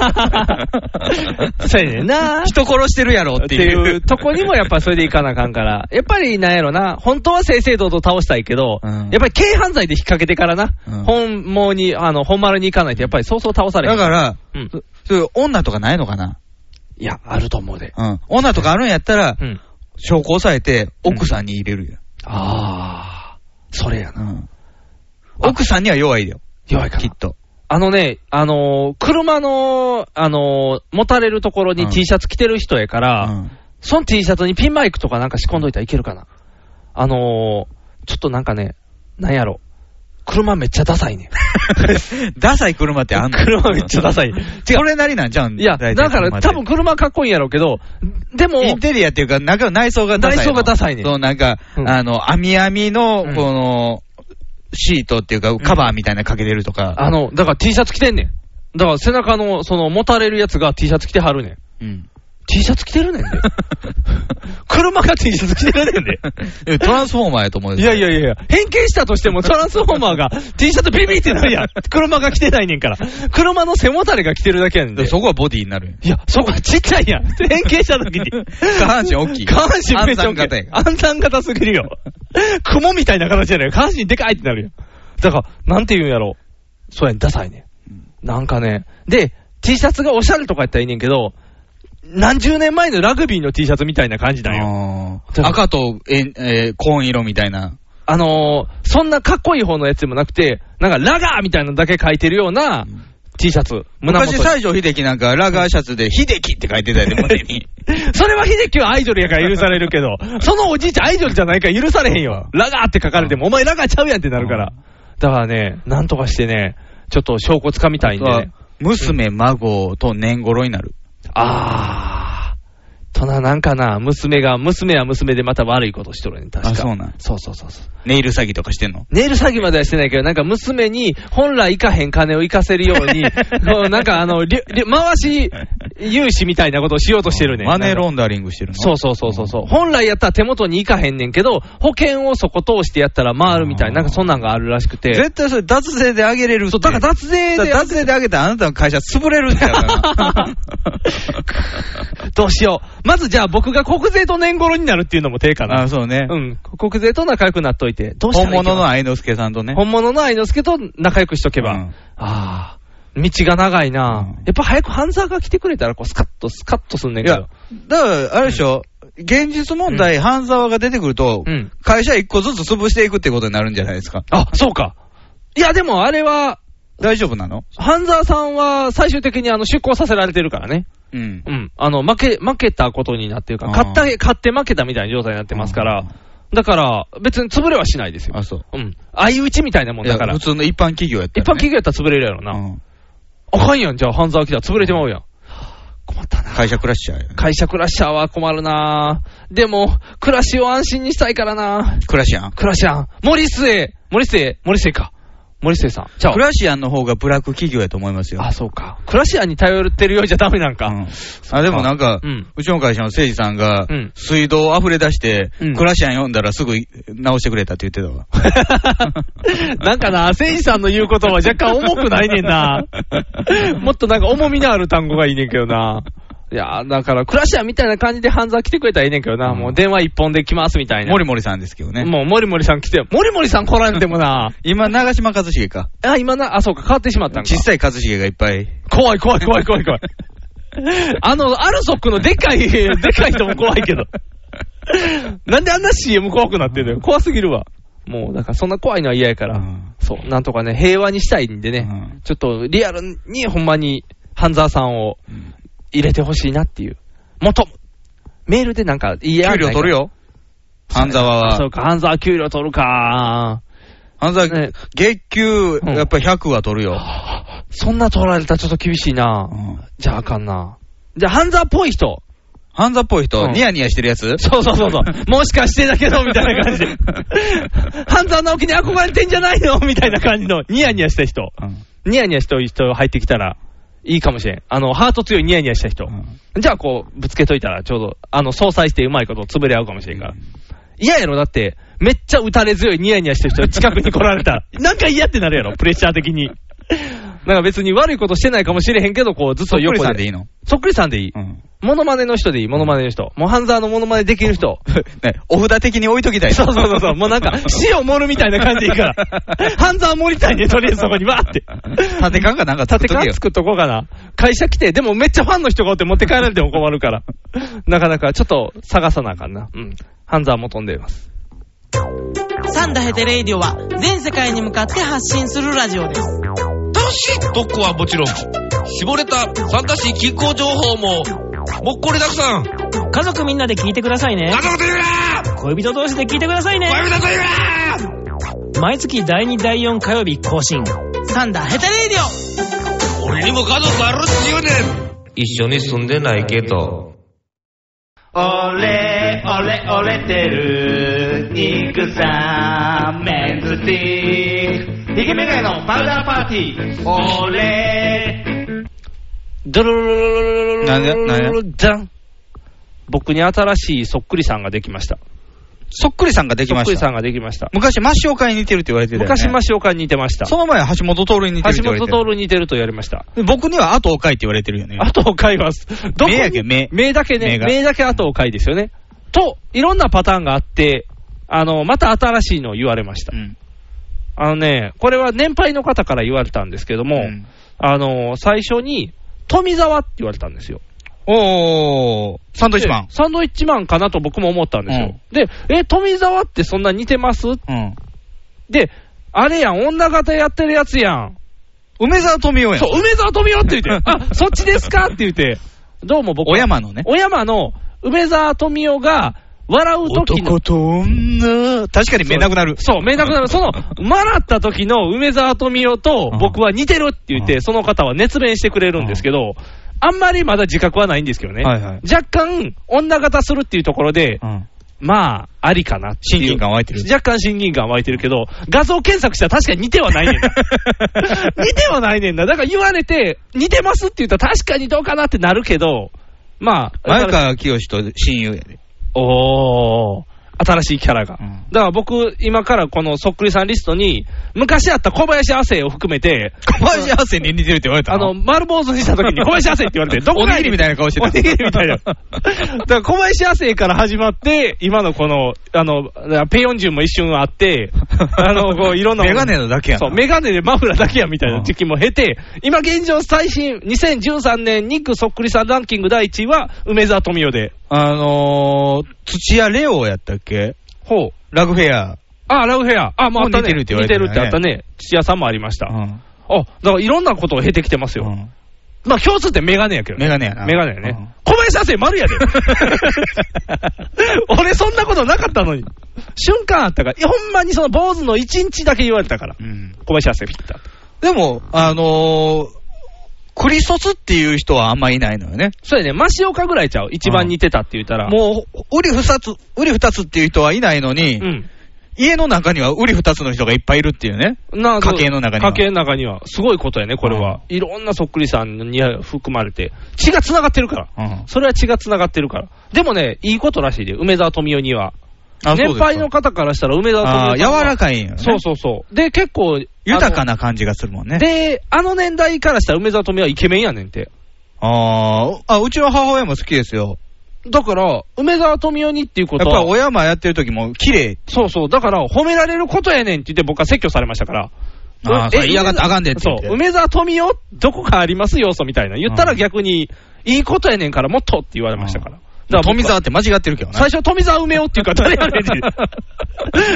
そうやねんな。 人殺してるやろっていう。 っていうとこにもやっぱそれでいかなあかんから。やっぱりなんやろな。本当は正々堂々倒したいけど、うん、やっぱり軽犯罪で引っ掛けてからな。うん、本もに、あの、本丸に行かないとやっぱりそうそう倒される。 だから、うん、そういう女とかないのかな。 いや、あると思うで。 うん。女とかあるんやったら、うん、証拠押さえて、奥さんに入れるよ。うん、 ああ、それやな、うん。 奥さんには弱いよ。 弱いかな。 きっと。 あのね、あのー、車の、あのー、持たれるところに T シャツ着てる人やから、うん、その T シャツにピンマイクとかなんか仕込んどいたらいけるかな。あのー、ちょっとなんかね、なんやろ。車めっちゃダサいね。 ダサい車ってあんの？ 車めっちゃダサい。違う。 それなりなんじゃん。 いや、だから多分車かっこいいんやろうけど、でも。 インテリアっていうか、中の内装がダサい。 内装がダサいね。 そう、なんか、うん、あの、網網の、この、うん、シートっていうか、カバーみたいなのかけてるとか、 うん。あの、だから T シャツ着てんねん。だから背中の、その、持たれるやつが T シャツ着てはるねん。うん。T シャツ着てるねんで。車が T シャツ着てるねんで。 トランスフォーマーやと思う。 いやいやいや、変形したとしてもトランスフォーマーが T シャツビビってなるやん。車が着てないねんから。車の背もたれが着てるだけやねんで。 そこはボディになる。 いや、そこはちっちゃいやん。変形した時に。 下半身大きい。 下半身めっちゃ大きい。暗算型すぎるよ。雲みたいな形じゃない。下半身でかいってなるよ。だから、なんて言うんやろ。そうやん、ダサいね。なんかね。で、T シャツがおしゃれとかやったらいいねんけど、 何十年前のラグビーの T シャツみたいな感じだよ。 赤とえ、えー、紺色みたいな。 あのー、そんなかっこいい方のやつでもなくて、なんかラガーみたいなのだけ書いてるような、うん、T シャツ。 昔、西城秀樹なんか、ラガーシャツで、秀樹って書いてたよね、胸に。 それは秀樹はアイドルやから許されるけど、そのおじいちゃんアイドルじゃないから許されへんよ。ラガーって書かれても、お前ラガーちゃうやんってなるから。だからね、なんとかしてね、ちょっと証拠つかみたいんでね。 娘、孫と年頃になる。 あー。とな、なんかな、娘が、娘は娘でまた悪いことしとるね、確か。 あ、そうなん。 そうそうそうそう。 ネイル詐欺とかしてんの？ ネイル詐欺まではしてないけど、なんか娘に本来いかへん金を生かせるように、なんかあの、りり回し融資みたいなことをしようとしてるね。 マネーロンダリングしてるの？ そうそうそうそうそう、うん。本来やったら手元にいかへんねんけど、保険をそこ通してやったら回るみたいな、なんかそんなんがあるらしくて。 絶対それ脱税であげれるって。 そう、だから脱税で。 脱税であげたらあなたの会社潰れるんだから。 どうしよう。まずじゃあ僕が国税と年頃になるっていうのも手かな。 あ、そうね。 うん。国税と仲良くなっといて。どうしたらいいか。 本物の愛之助さんとね。 本物の愛之助と仲良くしとけば。うん、ああ。道が長いな、うん、やっぱ早く半沢が来てくれたらこうスカッとスカッとすんねんけど。いや、 だからあれでしょ、うん、現実問題、うん、半沢が出てくると、うん、会社一個ずつ潰していくってことになるんじゃないですか。 あ、そうか。いやでもあれは大丈夫なの？ 半沢さんは最終的にあの出向させられてるからね。うん。うん。あの、負け、負けたことになってるから、勝った、勝って負けたみたいな状態になってますから、だから、別に潰れはしないですよ。 あ、そう。 うん。相打ちみたいなもんだから。 普通の一般企業やったら、 ね。一般企業やったら潰れるやろな。うん。あかんやん、じゃあ、半沢来たら潰れてまうやん。困ったな。 会社クラッシャーや、ね。 会社クラッシャーは困るなでも、暮らしを安心にしたいからなクラシアンクラシアン。森末。森末。森末か。森末さん。 クラシアンの方がブラック企業やと思いますよ。 あ、そうか。クラシアンに頼ってるようじゃダメなんか。うん、 あ、でもなんか、うん、うちの会社の誠司さんが、うん、水道溢れ出して、うん、クラシアン読んだらすぐ直してくれたって言ってたわ。 なんかな、誠司さんの言うことは若干重くないねんな。もっとなんか重みのある単語がいいねんけどな。いやだから、クラシアンみたいな感じで半沢来てくれたらいいねんけどな、うん、もう電話一本で来ますみたいな。 モリモリさんですけどね。 もう、モリモリさん来て、モリモリさん来られてもな。 今、長嶋一茂か。 あ、今な、あ、そうか、変わってしまったんか。 小さい一茂がいっぱい。 怖い怖い怖い怖い怖い。あの、アルソックのでっかい、でっかい人も怖いけど。なんであんな シーエム 怖くなってんのよ。怖すぎるわ。もう、だからそんな怖いのは嫌やから。うん、そう、なんとかね、平和にしたいんでね、うん、ちょっとリアルにほんまに、半沢さんを入れてほしいなっていう。元、メールでなんか言いや給料取るよ。半沢は。 そうか、半沢給料取るか。 半沢、ね、月給、やっぱりひゃくは取るよ。うん、 そんな取られたらちょっと厳しいな。うん、じゃああかんな。じゃあ半沢っぽい人。 半沢っぽい人、うん、ニヤニヤしてるやつ？ そうそうそうそう。もしかしてだけど、みたいな感じで。半沢直樹に憧れてんじゃないのみたいな感じのニヤニヤした人。うん、ニヤニヤした人入ってきたら、いいかもしれん。あの、ハート強いニヤニヤした人。うん、じゃあ、こう、ぶつけといたら、ちょうど、あの、相殺してうまいこと潰れ合うかもしれんから。嫌、うん、やろ、だって、めっちゃ打たれ強いニヤニヤした人近くに来られたら、なんか嫌ってなるやろ、プレッシャー的に。なんか別に悪いことしてないかもしれへんけど、こう、ずっと横で。 そっくりさんでいいの？ そっくりさんでいい。うん。モノマネの人でいい、モノマネの人。もう、半沢のモノマネできる人。 ね、お札的に置いときたい。 そうそうそうそう。もうなんか、死を盛るみたいな感じでいいから。半沢盛りたいね、とりあえずそこにわーって。 縦缶かなんか作っとけよ。 縦缶作っとこうかな。会社来て、でもめっちゃファンの人がおって持って帰られても困るから。なかなかちょっと探さなあかんな。うん。半沢も飛んでいます。 サンダヘテレイディオは全世界に向かって発信するラジオです。 楽しい特攻はもちろん、絞れた参加し気候情報ももっこりたくさん。 家族みんなで聞いてくださいね。 家族と言うな。 恋人同士で聞いてくださいね。 恋人と言うな。毎月だいにだいよん火曜日更新、サンダヘテレイディオ。俺にも家族あるっちゅうねん。一緒に住んでないけど。 俺俺俺てる肉さメンズティックヒゲメガネのパウダーパーティー。俺ドロロロロロロロロロじゃん。僕に新しいそっくりさんができました。 そっくりさんができました。 そっくりさんができました。 昔マシオカに似てるって言われてたよね。 昔マシオカに似てました。 その前は橋本徹に似てるって言われてる。 橋本徹に似てると言われました。 僕には後を書いて言われてるよね。 後を書います。 どこ目やけ目。 目だけね。目だけ後を書いですよね。と、いろんなパターンがあって、あの、また新しいのを言われました。うん、あのね、これは年配の方から言われたんですけども、うん、あの、最初に、富澤って言われたんですよ。 おー、サンドイッチマン。 サンドイッチマンかなと僕も思ったんですよ。うん、で、え、富澤ってそんな似てます？うん。で、あれやん、女型やってるやつやん。 梅沢富美男やん。 そう、梅沢富美男って言って、あ、そっちですかって言って、どうも僕は。 お山のね。 お山の梅沢富美男が、笑う時の。 男と女。確かに目なくなる。 そう、目なくなる。その、笑った時の梅沢富美男と僕は似てるって言って、その方は熱弁してくれるんですけど、あんまりまだ自覚はないんですけどね。はいはい、若干、女型するっていうところで、うん、まあ、ありかなっていう。 親近感湧いてる。 若干親近感湧いてるけど、画像検索したら確かに似てはないねんな。似てはないねんな。だから言われて、似てますって言ったら確かにどうかなってなるけど、まあ。 前川清と親友やで。 おー。新しいキャラが。うん、だから僕、今からこのそっくりさんリストに、昔あった小林亜生を含めて、 小林亜生に似てるって言われたの？ あの、丸坊主にした時に小林亜生って言われて、どこおにぎりみたいな顔してた。 おにぎりみたいな。だから小林亜生から始まって、今のこの、あの、ペヨンジュンも一瞬あって、あの、こう、いろんな。 メガネのだけやん。 そう、メガネでマフラーだけやみたいな時期も経て、今現状最新、にせんじゅうさんねん肉そっくりさんランキングだいいちいは、梅沢富美男で。 あのー、土屋レオやったっけ？ ほう。 ラグフェア。 あ、ラグフェア。あ、もうあったね。 似てるって言われてる、ね。似てるってあったね。土屋さんもありました。うん。あ、だからいろんなことを経てきてますよ。うん、まあ共通点メガネやけどね。 メガネやな。 メガネやね。うん、小林亜生丸やで。俺そんなことなかったのに。瞬間あったから。ほんまにその坊主の一日だけ言われたから。うん、小林亜生ピッタ。 でも、あのー、クリソツっていう人はあんまいないのよね。 そうやね。増岡ぐらいちゃう。一番似てたって言ったら。 もう、うり二つ、うり二つっていう人はいないのに、うん、家の中にはうり二つの人がいっぱいいるっていうね。な家計の中には。 家計の中には。すごいことやね、これは。いろんなそっくりさんに含まれて。血が繋がってるから。うん、それは血が繋がってるから。でもね、いいことらしいで、梅沢富美男には。年配の方からしたら梅沢富美男。 柔らかいんよね。 そうそうそう。で、結構。 豊かな感じがするもんね。 で、あの年代からしたら梅沢富美男はイケメンやねんて。 ああ、うちの母親も好きですよ。 だから、梅沢富美男にっていうことは。 やっぱりお山やってる時も綺麗。 そうそう。だから、褒められることやねんって言って僕は説教されましたから。 ああ、え、嫌がってあかんでって言って。 そう。梅沢富美男、どこかあります要素みたいな。言ったら逆に、いいことやねんからもっとって言われましたから。 だから富澤って間違ってるけどな。 最初富澤梅男っていうか誰やねんって。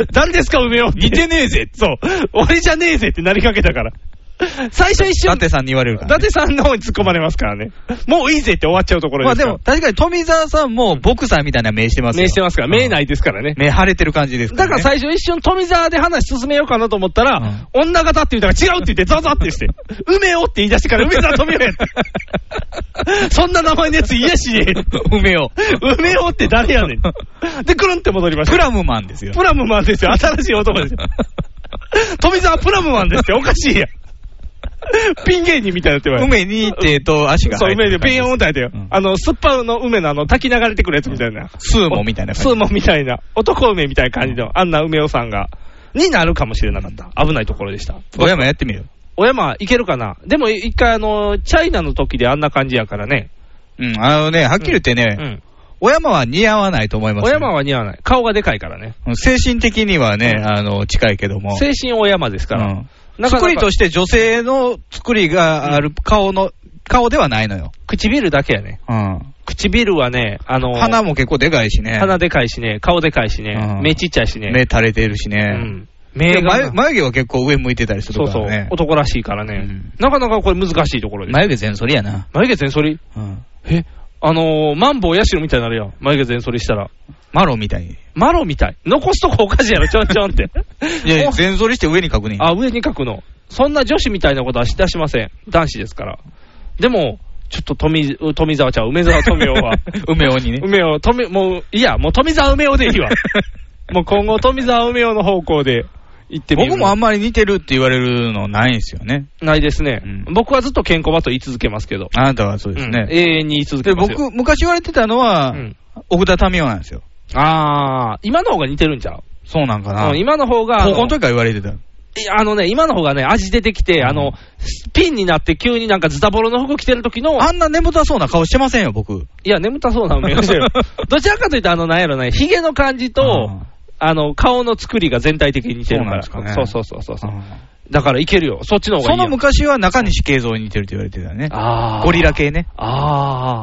誰ですか梅男って。 似てねえぜ。 そう。俺じゃねえぜってなりかけたから。最初一瞬。 伊達さんに言われるから、 ね。伊達さんの方に突っ込まれますからね。もういいぜって終わっちゃうところですから。 まあでも確かに富澤さんもボクサーみたいな目してますよ。 目してますから。目ないですからね。 目腫れてる感じですから、ね。 だから最初一瞬富澤で話進めようかなと思ったら、うん、女型って言ったら違うって言ってザザってして、梅男って言い出してから梅沢富美男やって。そんな名前のやつ嫌しねえ。 梅男。 梅男って誰やねん。で、くるんって戻りました。 プラムマンですよ。 プラムマンですよ。新しい男ですよ。富澤プラムマンですよ。おかしいや。ピン芸人みたいなって言われる。梅に手と足が入ってる。そう、梅でピンを打たれてよ。うん、あの、スッパの梅のあの、滝流れてくるやつみたいな。 スーモみたいな感じ。スーモみたいな。男梅みたいな感じの、あんな梅男さんが、になるかもしれなかった。危ないところでした。 お山やってみる。 お山いけるかな。でも一回あの、チャイナの時であんな感じやからね。 うん、あのね、はっきり言ってね、うんうん、お山は似合わないと思います、ね。 お山は似合わない。顔がでかいからね。 精神的にはね、あの、近いけども。 精神お山ですから。うん作りとして女性の作りがある顔の、うん、顔ではないのよ。 唇だけやね。うん。唇はね、あのー、 鼻も結構でかいしね。 鼻でかいしね、顔でかいしね、うん、目ちっちゃいしね。 目垂れてるしね。うん。目が眉、眉毛は結構上向いてたりするからね。そうそう。 男らしいからね。うん、なかなかこれ難しいところです。 眉毛全剃りやな。 眉毛全剃りうん。えあのー、マンボウヤシロみたいになるやん。眉毛全剃りしたら。 マロみたいに。 マロみたい。残すとこおかしいやろ、ちょんちょんって。 いや、全剃りして上に描くねん。 あ、上に描くの。そんな女子みたいなことはしだしません。男子ですから。でも、ちょっと富、富澤ちゃん、梅沢富美男は。 梅男にね。 梅男、富、もう、いや、もう富澤梅男でいいわ。もう今後富澤梅男の方向で行ってみる。 僕もあんまり似てるって言われるのないんですよね。 ないですね。うん、僕はずっとケンコバと言い続けますけど。 あなたはそうですね。 うん、永遠に言い続けますよ。 で僕、昔言われてたのは、うん、奥田民生なんですよ。 あー、今の方が似てるんちゃう？ そうなんかな。 うん、今の方が。 高校の時から言われてた。 あのね、今の方がね、味出てきて、うん、あの、ピンになって急になんかズタボロの服着てる時の。 あんな眠たそうな顔してませんよ、僕。 いや、眠たそうな目をしてる。どちらかというと、あの、なんやろね、髭の感じと、うん、あの、顔の作りが全体的に似てるから。そうなんですかね。そうそうそうそう。うん、だからいけるよ。そっちの方がいいよ。 その昔は中西慶三に似てるって言われてたね。ああ。ゴリラ系ね。 ああ。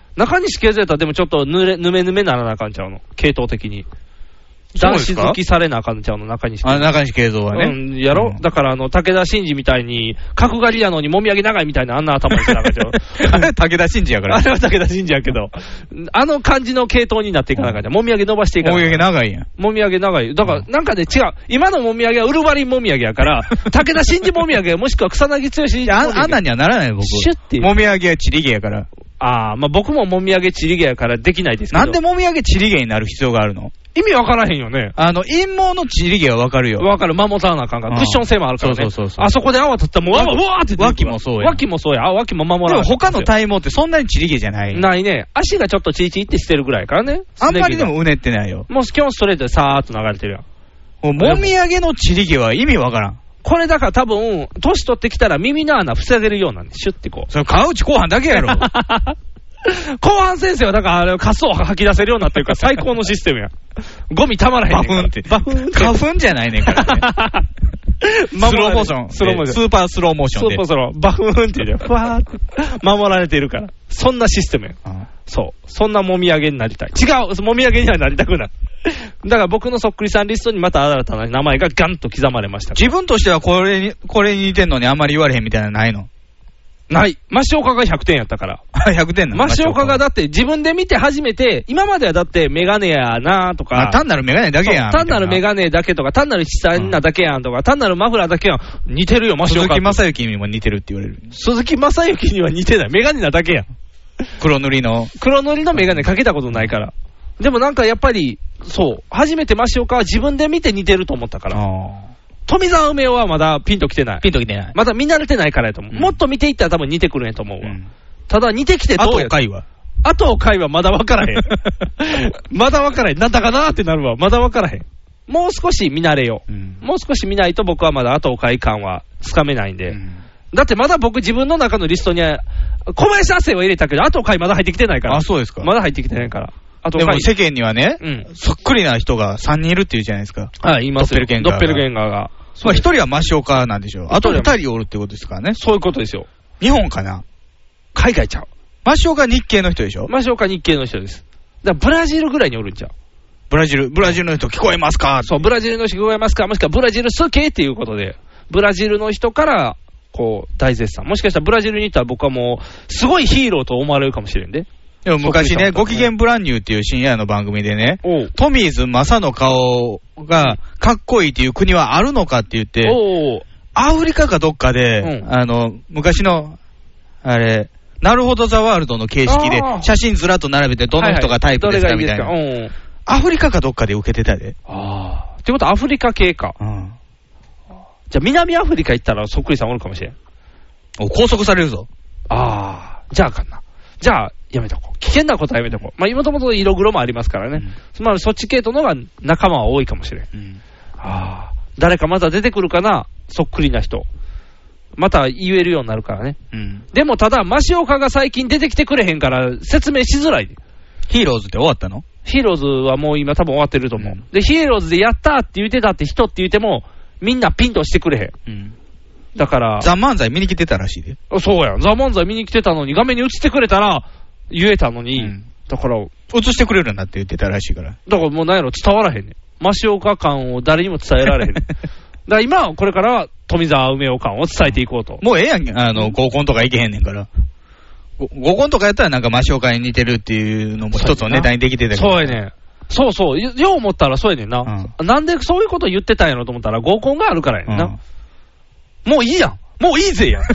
中西圭三やったらでもちょっとぬれ、ぬめぬめならなあかんちゃうの。系統的に。男子好きされなあかんちゃうの、中西圭三。 あ、中西圭三はね。 うん、やろ、うん、だからあの、武田真治みたいに、角刈りやのにもみあげ長いみたいなあんな頭にしてなあかんちゃう。 あれ武田真治やから。 あれは武田真治やけど、あの感じの系統になっていかなあかんちゃう。もみあげ伸ばしていかなあかん。 もみあげ長いやん。 もみあげ長い。だから、なんかね、違う。今のもみあげはウルヴァリンもみあげやから、武田真治もみあげ、もしくは草薙剛。 あ、あんなんにはならない僕。 シュッて。 もみあげはチリゲやから。 ああ、まあ僕ももみあげチリゲやからできないですけど。 なんでもみあげチリゲになる必要があるの？ 意味わからへんよね。 あの、陰謀のチリゲはわかるよ。 わかる。守らなあかんから。クッション性もあるからね。 そうそうそう。 あそこで泡立ったらもう、わわーって脇もそうや。 脇もそうや。あ、脇も守らなでも他の体毛ってそんなにチリゲじゃない。 ないね。足がちょっとチリチリってしてるぐらいからね。 あんまりでもうねってないよ。 もう基本ストレートでさーっと流れてるやん。 もみあげのチリゲは意味わからん。 これだから多分、年取ってきたら耳の穴塞げるようなんで、シュッてこう。 それ川内後半だけやろ。 後半先生はだからあれ、カスを吐き出せるようになってるから最高のシステムや。ゴミたまらへんねんから。 バフンって。 バフンって。 花粉じゃないねんからね。スローモーション。 スローモーション。 スーパースローモーションで。 スーパースロー。バフーンって言うて、ふわーって守られてるから。そんなシステムや。そう。そんなもみあげになりたい。違うもみあげにはなりたくない。だから僕のそっくりさんリストにまた新たな名前がガンと刻まれました。 自分としてはこれに、これに似てんのにあんまり言われへんみたいなのないの？ ない。マシオカがひゃくてんやったから。 ひゃくてんなの？ マシオカがだって自分で見て初めて、今まではだってメガネやなとか。 単なるメガネだけやん。 単なるメガネだけとか、単なる七三なだけやんとか、単なるマフラーだけやん。似てるよ、マシオカ。 鈴木正幸にも似てるって言われる。 鈴木正幸には似てない。メガネなだけやん。 黒塗りの。 黒塗りのメガネかけたことないから。でもなんかやっぱり、そう。初めてマシオカは自分で見て似てると思ったから。富澤梅雄はまだピンと来てない。 ピンと来てない。 まだ見慣れてないからやと思う。うん、もっと見ていったら多分似てくるんやと思うわ。うん、ただ似てきてどうや。 あと回はあと回はまだ分からへん。まだ分からへん。なんだかなーってなるわ。まだ分からへん。もう少し見慣れよう。うん、もう少し見ないと僕はまだあと回感はつかめないんで。うん、だってまだ僕自分の中のリストには、小林亜生は入れたけど、あと回まだ入ってきてないから。 あ、そうですか。 まだ入ってきてないから。あとでも世間にはね、 うん、 そっくりな人がさんにんいるって言うじゃないですか。 はい、いますよ。 ドッペルゲンガーが。 ドッペルゲンガーが。 まあ一人はマシオカなんでしょう。あと二人おるってことですからね。 そういうことですよ。 日本かな？ 海外ちゃう。 マシオカ日系の人でしょ？ マシオカ日系の人です。だからブラジルぐらいにおるんちゃう。 ブラジル、ブラジルの人聞こえますか？ そう、ブラジルの人聞こえますか？もしくはブラジル好きっていうことで、ブラジルの人から、こう、大絶賛。もしかしたらブラジルに行ったら僕はもう、すごいヒーローと思われるかもしれんで。 でも昔ね、ご機嫌ブランニューっていう深夜の番組でね、トミーズ正の顔がかっこいいっていう国はあるのかって言って、アフリカかどっかで、うん、あの、昔の、あれ、なるほどザワールドの形式で写真ずらっと並べてどの人がタイプですかみたいな。はいはい、アフリカかどっかで受けてたで。 ああ。ってことはアフリカ系か。うん、じゃあ南アフリカ行ったらそっくりさんおるかもしれん。 お、拘束されるぞ。 ああ。じゃああかんな。じゃあ、やめとこう。危険なことはやめとこう。まあ、もともと色黒もありますからね。うん、つまり、そっち系統の方が仲間は多いかもしれん。うん、ああ。誰かまた出てくるかな、そっくりな人。また言えるようになるからね。うん、でも、ただ、マシオカが最近出てきてくれへんから、説明しづらい。 ヒーローズって終わったの？ ヒーローズはもう今多分終わってると思う。うん、で、ヒーローズでやったって言ってたって人って言っても、みんなピンとしてくれへん。うんだから。 ザ・漫才見に来てたらしいで。 そうやん。ザ・漫才見に来てたのに、画面に映ってくれたら、言えたのに、うん、だから。映してくれるんだって言ってたらしいから。 だからもうなんやろ、伝わらへんねん。マシオカ感を誰にも伝えられへんねん。だから今はこれからは富澤梅雄感を伝えていこうと。 もうええやん、あの、合コンとか行けへんねんから。合コンとかやったらなんかマシオカに似てるっていうのも一つのネタにできてたけど。 そうやねん。そうそう。よう思ったらそうやねんな、うん。なんでそういうこと言ってたんやろと思ったら合コンがあるからやねんな。うんもういいやん。もういいぜやん。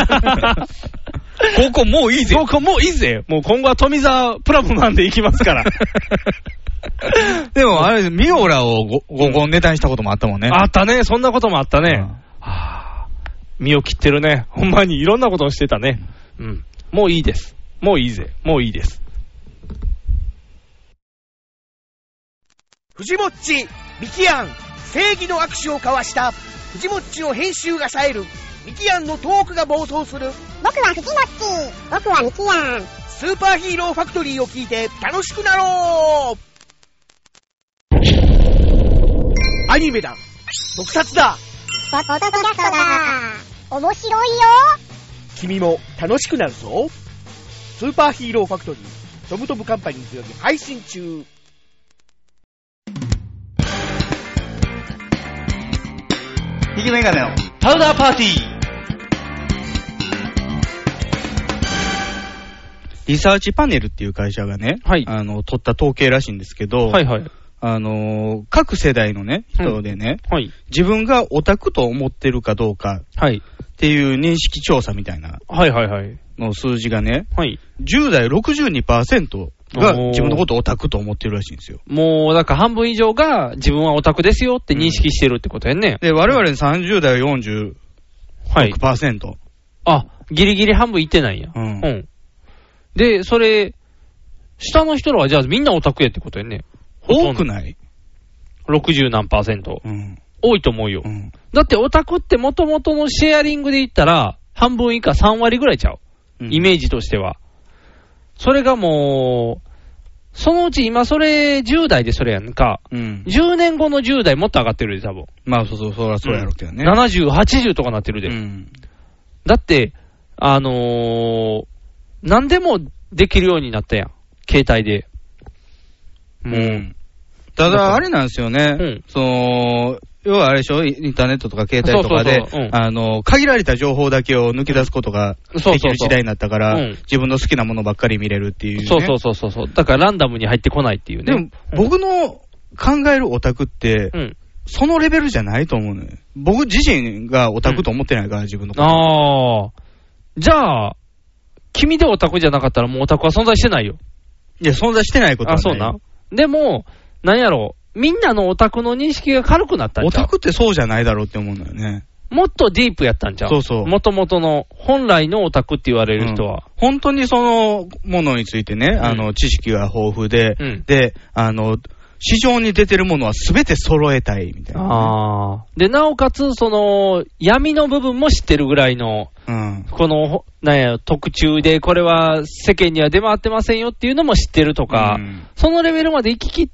合コンもういいぜ。 合コンもういいぜ。もう今後は富澤プラムマンで行きますから。 でもあれ、ミオラを合コンネタにしたこともあったもんね。 あったね。そんなこともあったね。うん、はあ、身を切ってるね。ほんまにいろんなことをしてたね。うん。もういいです。もういいぜ。もういいです。 藤もっち、ミキアン、正義の握手を交わした。藤もっちの編集が冴えるミキアンのトークが暴走する僕は藤もっち僕はミキアンスーパーヒーローファクトリーを聞いて楽しくなろうアニメだ特撮だポッドキャストだ面白いよ君も楽しくなるぞスーパーヒーローファクトリートムトムカンパニーズより配信中。 ひげメガネのパウダーパーティー。 リサーチパネルっていう会社がね、はい、あの、取った統計らしいんですけど、はいはい。あのー、各世代のね、人でね、うん、はい、自分がオタクと思ってるかどうか、はい。っていう認識調査みたいな、はいはいはい。の数字がね、はい。じゅう代 ろくじゅうにパーセント が自分のことをオタクと思ってるらしいんですよ。 もう、だから半分以上が自分はオタクですよって認識してるってことやね。 うん、で、我々さんじゅう代はよんじゅうろくパーセント。はい、 あ、ギリギリ半分いってないんや。うん。うん。で、それ、下の人らはじゃあみんなオタクやってことやね。 多くない ? ろくじゅう 何パーセント。うん。多いと思うよ。うん、だってオタクって元々のシェアリングで言ったら、半分以下さん割ぐらいちゃう。うん、イメージとしては。それがもう、そのうち今それじゅう代でそれやんか。うん。じゅうねんごのじゅう代もっと上がってるで、多分。 まあそうそう、そらそうやろうけどね。 ななじゅう、はちじゅうとかなってるで。うん。だって、あのー、何でもできるようになったやん。携帯で。 もう。うん、ただ、あれなんですよね。うん、その、要はあれでしょ、インターネットとか携帯とかで、そうそうそう、うん、あの、限られた情報だけを抜き出すことができる時代になったから、そうそうそう、うん、自分の好きなものばっかり見れるっていう、ね。 そうそうそうそう。だからランダムに入ってこないっていうね。 でも、僕の考えるオタクって、うん、そのレベルじゃないと思うのよ。僕自身がオタクと思ってないから、うん、自分のこと。 ああ。じゃあ、君でオタクじゃなかったらもうオタクは存在してないよ。 いや、存在してないことはない。 あ、そうな。でも、なんやろう、みんなのオタクの認識が軽くなったんちゃう？ オタクってそうじゃないだろうって思うんだよね。 もっとディープやったんちゃう？ そうそう。 もともとの、本来のオタクって言われる人は。うん、 本当にそのものについてね、うん、あの、知識が豊富で、うん、で、あの、市場に出てるものはすべて揃えたいみたいな、ね。 ああ。で、なおかつ、その、闇の部分も知ってるぐらいの、うん、この、なんや、特注で、これは世間には出回ってませんよっていうのも知ってるとか、うん、そのレベルまで行き切って、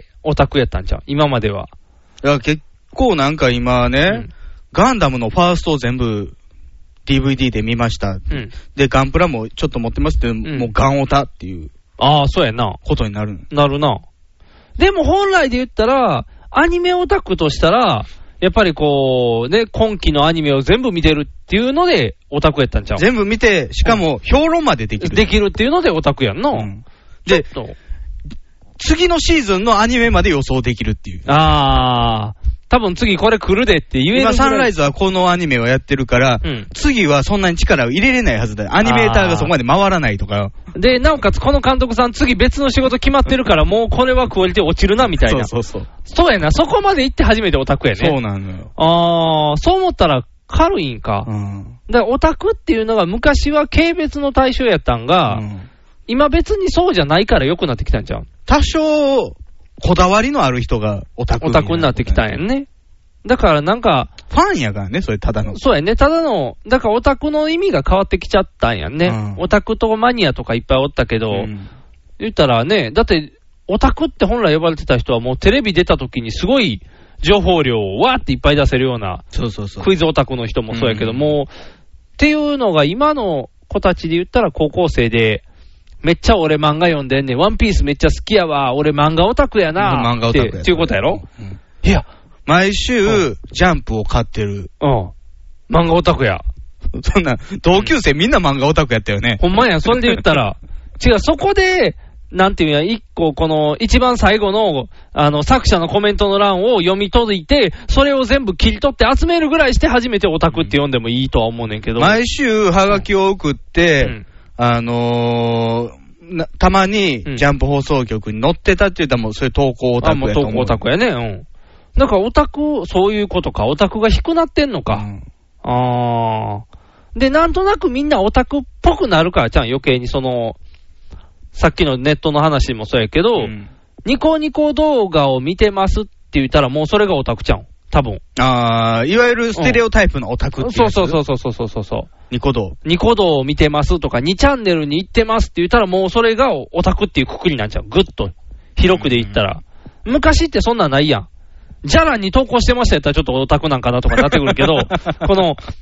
オタクやったんちゃう？今までは。 いや、結構なんか今ね、うん、ガンダムのファーストを全部 ディーブイディー で見ました。うん、で、ガンプラもちょっと持ってますけど、うん、もうガンオタっていう。 ああ、そうやな。 ことになる。 なるな。でも本来で言ったら、アニメオタクとしたら、やっぱりこう、ね、今期のアニメを全部見てるっていうので、オタクやったんちゃう？ 全部見て、しかも評論までできる。 できるっていうのでオタクやんな。うん、 で、次のシーズンのアニメまで予想できるっていう。 あー。多分次これ来るでって言えるぐらい。 今サンライズはこのアニメをやってるから、うん、次はそんなに力を入れれないはずだ。アニメーターがそこまで回らないとか。 で、なおかつこの監督さん次別の仕事決まってるからもうこれはクオリティ落ちるなみたいな。 そうそうそう。 そうやな。そこまで行って初めてオタクやね。 そうなのよ。 あー、そう思ったら軽いんか。うん、だからオタクっていうのが昔は軽蔑の対象やったんが、うん、今別にそうじゃないから良くなってきたんちゃう？ 多少、こだわりのある人がオタクになって、ね、オタクになってきたんやんね。だからなんか、 ファンやからね、それただの。 そうやね、ただの、だからオタクの意味が変わってきちゃったんやんね。うん、オタクとマニアとかいっぱいおったけど、うん、言ったらね、だって、オタクって本来呼ばれてた人はもうテレビ出た時にすごい情報量をわーっていっぱい出せるような、 そうそうそう。 クイズオタクの人もそうやけど、うん、もう、っていうのが今の子たちで言ったら高校生で、めっちゃ俺漫画読んでんねん。ワンピースめっちゃ好きやわ。俺漫画オタクやな。 漫画オタクや。 っていうことやろ、うん、いや。 毎週、うん、ジャンプを買ってる。 うん。漫画オタクや。 そんな、同級生みんな漫画オタクやったよね。 ほんまや、それで言ったら。違う、そこで、なんていうや、一個、この、一番最後の、あの、作者のコメントの欄を読み解いて、それを全部切り取って集めるぐらいして初めてオタクって読んでもいいとは思うねんけど。 毎週、ハガキを送って、うん、あのー、なたまに、ジャンプ放送局に載ってたって言ったらもう、それ投稿オタクやと思う。あ、もう投稿オタクやね。うん。だからオタク、そういうことか。オタクが低くなってんのか。うん、あー。で、なんとなくみんなオタクっぽくなるから、じゃん、余計にその、さっきのネットの話もそうやけど、うん、ニコニコ動画を見てますって言ったらもうそれがオタクちゃん。多分。 あー、いわゆるステレオタイプのオタクっていう、うん。 そうそうそうそうそうそうそう。 ニコ動。 ニコ動を見てますとか、にチャンネルに行ってますって言ったらもうそれがオタクっていうくくりになっちゃう。ぐっと。広くで言ったら。うん、昔ってそんなんないやん。ジャランに投稿してましたやったらちょっとオタクなんかなとかなってくるけど、この、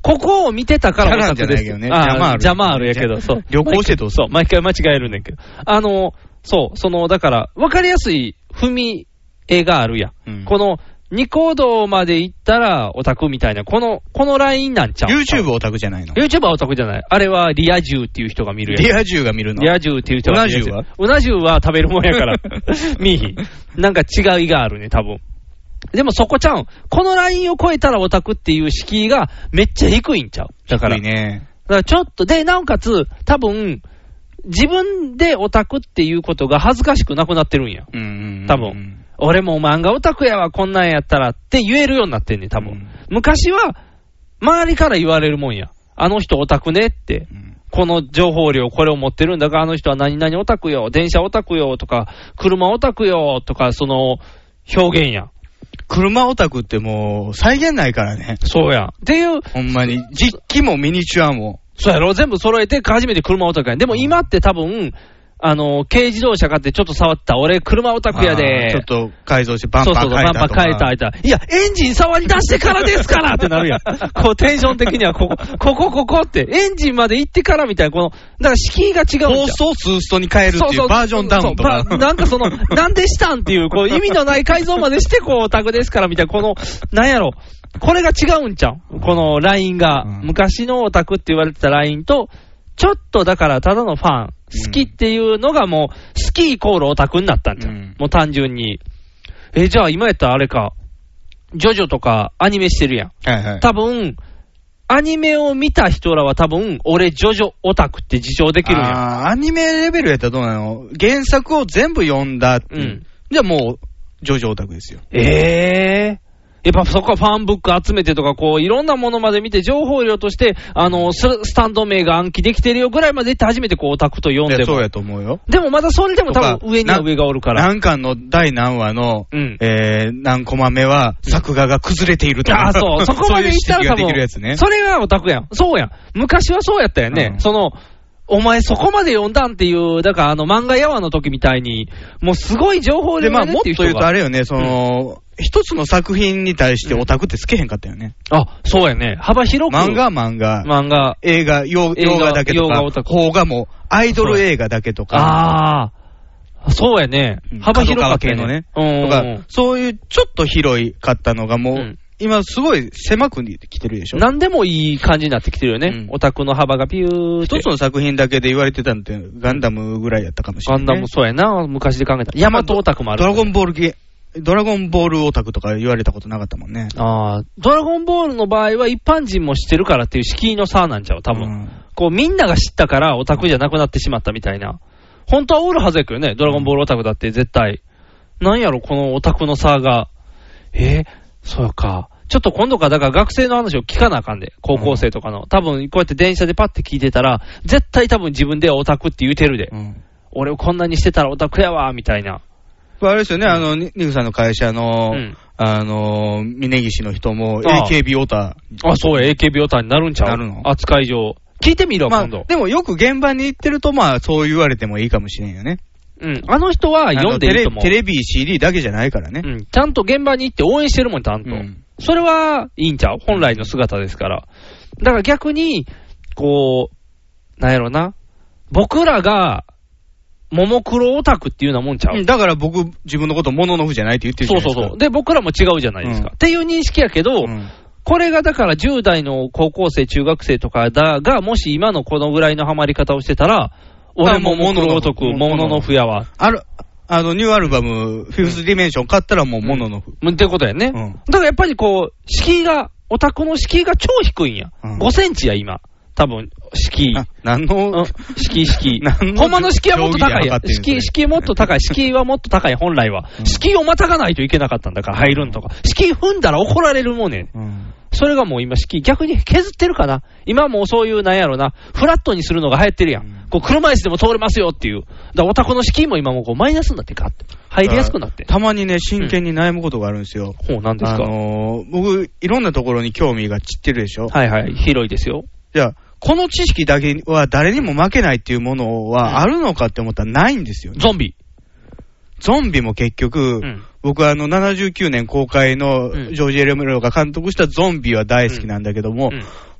ここを見てたからオタクです。 キャランじゃないけどね。 あジャマールやけど、そう。 旅行してどうする？ そう、毎回間違えるねんけど。あの、そう、その、だから、わかりやすい踏み絵があるやん。うん、この、ニコ動まで行ったらオタクみたいな、この、このラインなんちゃう？ YouTube オタクじゃないの？ YouTube はオタクじゃない。あれはリア充っていう人が見るやつ。 リア充が見るの？ リア充っていう人が見るやつ。 うな重は？ うな重は食べるもんやから。見いひん。なんか違いがあるね、多分。でもそこちゃうん。このラインを超えたらオタクっていう敷居がめっちゃ低いんちゃう？だから。 低いね。 だからちょっと、で、なおかつ、多分、自分でオタクっていうことが恥ずかしくなくなってるんや。 うんうんうんうん、 多分。俺も漫画オタクやわ、こんなんやったらって言えるようになってんねん、多分。うん、昔は、周りから言われるもんや。あの人オタクねって。うん、この情報量、これを持ってるんだから、あの人は何々オタクよ、電車オタクよとか、車オタクよとか、その、表現や。 車オタクってもう、再現ないからね。 そうや。っていう。 ほんまに。実機もミニチュアも。 そうやろ、全部揃えて初めて車オタクやん。でも今って多分、あの、軽自動車買ってちょっと触った。俺、車オタクやで。 ちょっと改造してバンパー変えたとか。そうそう、バンパー変えた、変えた。 いや、エンジン触り出してからですからってなるやん。こう、テンション的には、ここ、ここ、ここって、エンジンまで行ってからみたいな、この、だから敷居が違うんじゃん。 放送スーストに変えるっていうバージョンダウンとか。 そうそうなんかその、なんでしたんっていう、こう、意味のない改造までして、こう、オタクですからみたいな、この、なんやろ。これが違うんちゃう？このラインが、うん、昔のオタクって言われてたラインと、ちょっとだからただのファン、好きっていうのがもう、好きイコールオタクになったんじゃん。うん、もう単純に。え、じゃあ今やったらあれか、ジョジョとかアニメしてるやん。 はいはい、 多分、アニメを見た人らは多分、俺ジョジョオタクって自称できるやん。 あ、アニメレベルやったらどうなの？原作を全部読んだって。うん、じゃあもう、ジョジョオタクですよ。 えー。やっぱそこはファンブック集めてとか、こう、いろんなものまで見て、情報量として、あの、ス, スタンド名が暗記できてるよぐらいまで行って初めてこう、オタクと読んでも。 そうやと思うよ。 でもまだそれでも多分上には上がおるから。 何巻の第何話の、うん、えー、何コマ目は、作画が崩れているとか。 あ、そう。そこまで行ったら多分、 ね、 それがオタクやん。そうやん。昔はそうやったよね。うん、その、お前そこまで読んだんっていう、だからあの漫画ヤワの時みたいに、もうすごい情報量がねっていう人が。で、まあもっと言うとあれよね、その、うん、一つの作品に対してオタクってつけへんかったよね。 うん、あ、そうやね。幅広く。 漫画漫画。 漫画。 映画、洋画だけとか。邦画も、アイドル映画だけとか。 ああ。そうやね。幅広かったのね。とか、そういうちょっと広いかったのがもう、うん今すごい狭くきてるでしょ。 何でもいい感じになってきてるよね。うん、オタクの幅がピューって。 一つの作品だけで言われてたのってガンダムぐらいやったかもしれない、ね。 ガンダムそうやな。昔で考えたら。ヤマトオタクもある。 ドラゴンボール系、ドラゴンボールオタクとか言われたことなかったもんね。 ああ。ドラゴンボールの場合は一般人も知ってるからっていう敷居の差なんちゃう多分。うん、こうみんなが知ったからオタクじゃなくなってしまったみたいな。本当はおるはずやけどね。ドラゴンボールオタクだって絶対。なんやろこのオタクの差が。えー、そうか。ちょっと今度からだから学生の話を聞かなあかんで、高校生とかの。うん、多分こうやって電車でパッて聞いてたら、絶対多分自分ではオタクって言うてるで。うん、俺をこんなにしてたらオタクやわ、みたいな。 あれですよね、あの、ニグさんの会社の、うん、あの、峯岸の人も エーケービー オタ。 あ、そうや、エーケービー オタになるんちゃう？なるの？扱い上。聞いてみろ、まあ、今度。 でもよく現場に行ってると、まあ、そう言われてもいいかもしれんよね。 うん。あの人は読んでいいと思う。 テレビ、シーディー だけじゃないからね。 うん。ちゃんと現場に行って応援してるもん、ちゃんと。うん、それはいいんちゃう？本来の姿ですから。だから逆に、こう、なんやろな。僕らが、ももクロオタクっていうようなもんちゃう？ だから僕、自分のことモノノフじゃないって言ってるじゃないですか。 そうそうそう。で、僕らも違うじゃないですか。うん、っていう認識やけど、うん、これがだからじゅう代の高校生、中学生とかだが、もし今のこのぐらいのハマり方をしてたら、俺もモノノフ、モノノフやわ。 ある、あの、ニューアルバム、フィフスディメンション買ったらもうモノノフ。 うん、ってことやね。うん、だからやっぱりこう、敷居が、オタクの敷居が超低いんや。うん、ごセンチや、今。多分、敷居。 何の、 敷居、敷居。ほんまの敷居はもっと高いや。敷居、敷居もっと高い。敷居はもっと高い、本来は。うん、敷居をまたがないといけなかったんだから入るんとか。敷居踏んだら怒られるもんね。うん、それがもう今敷居、逆に削ってるかな。今もうそういうなんやろな、フラットにするのが流行ってるやん。うん、こう車椅子でも通れますよっていう。だからオタクの敷居も今もこうマイナスになってかって。入りやすくなって。 たまにね、真剣に悩むことがあるんですよ。 うん、ほう、なんですか？ あのー、僕、いろんなところに興味が散ってるでしょ。 はいはい、広いですよ。 じゃあ、この知識だけは誰にも負けないっていうものはあるのかって思ったらないんですよね。 ゾンビ。 ゾンビも結局、うん、僕はあのななじゅうきゅうねん公開のジョージ・エルメロが監督したゾンビは大好きなんだけども、うんうん、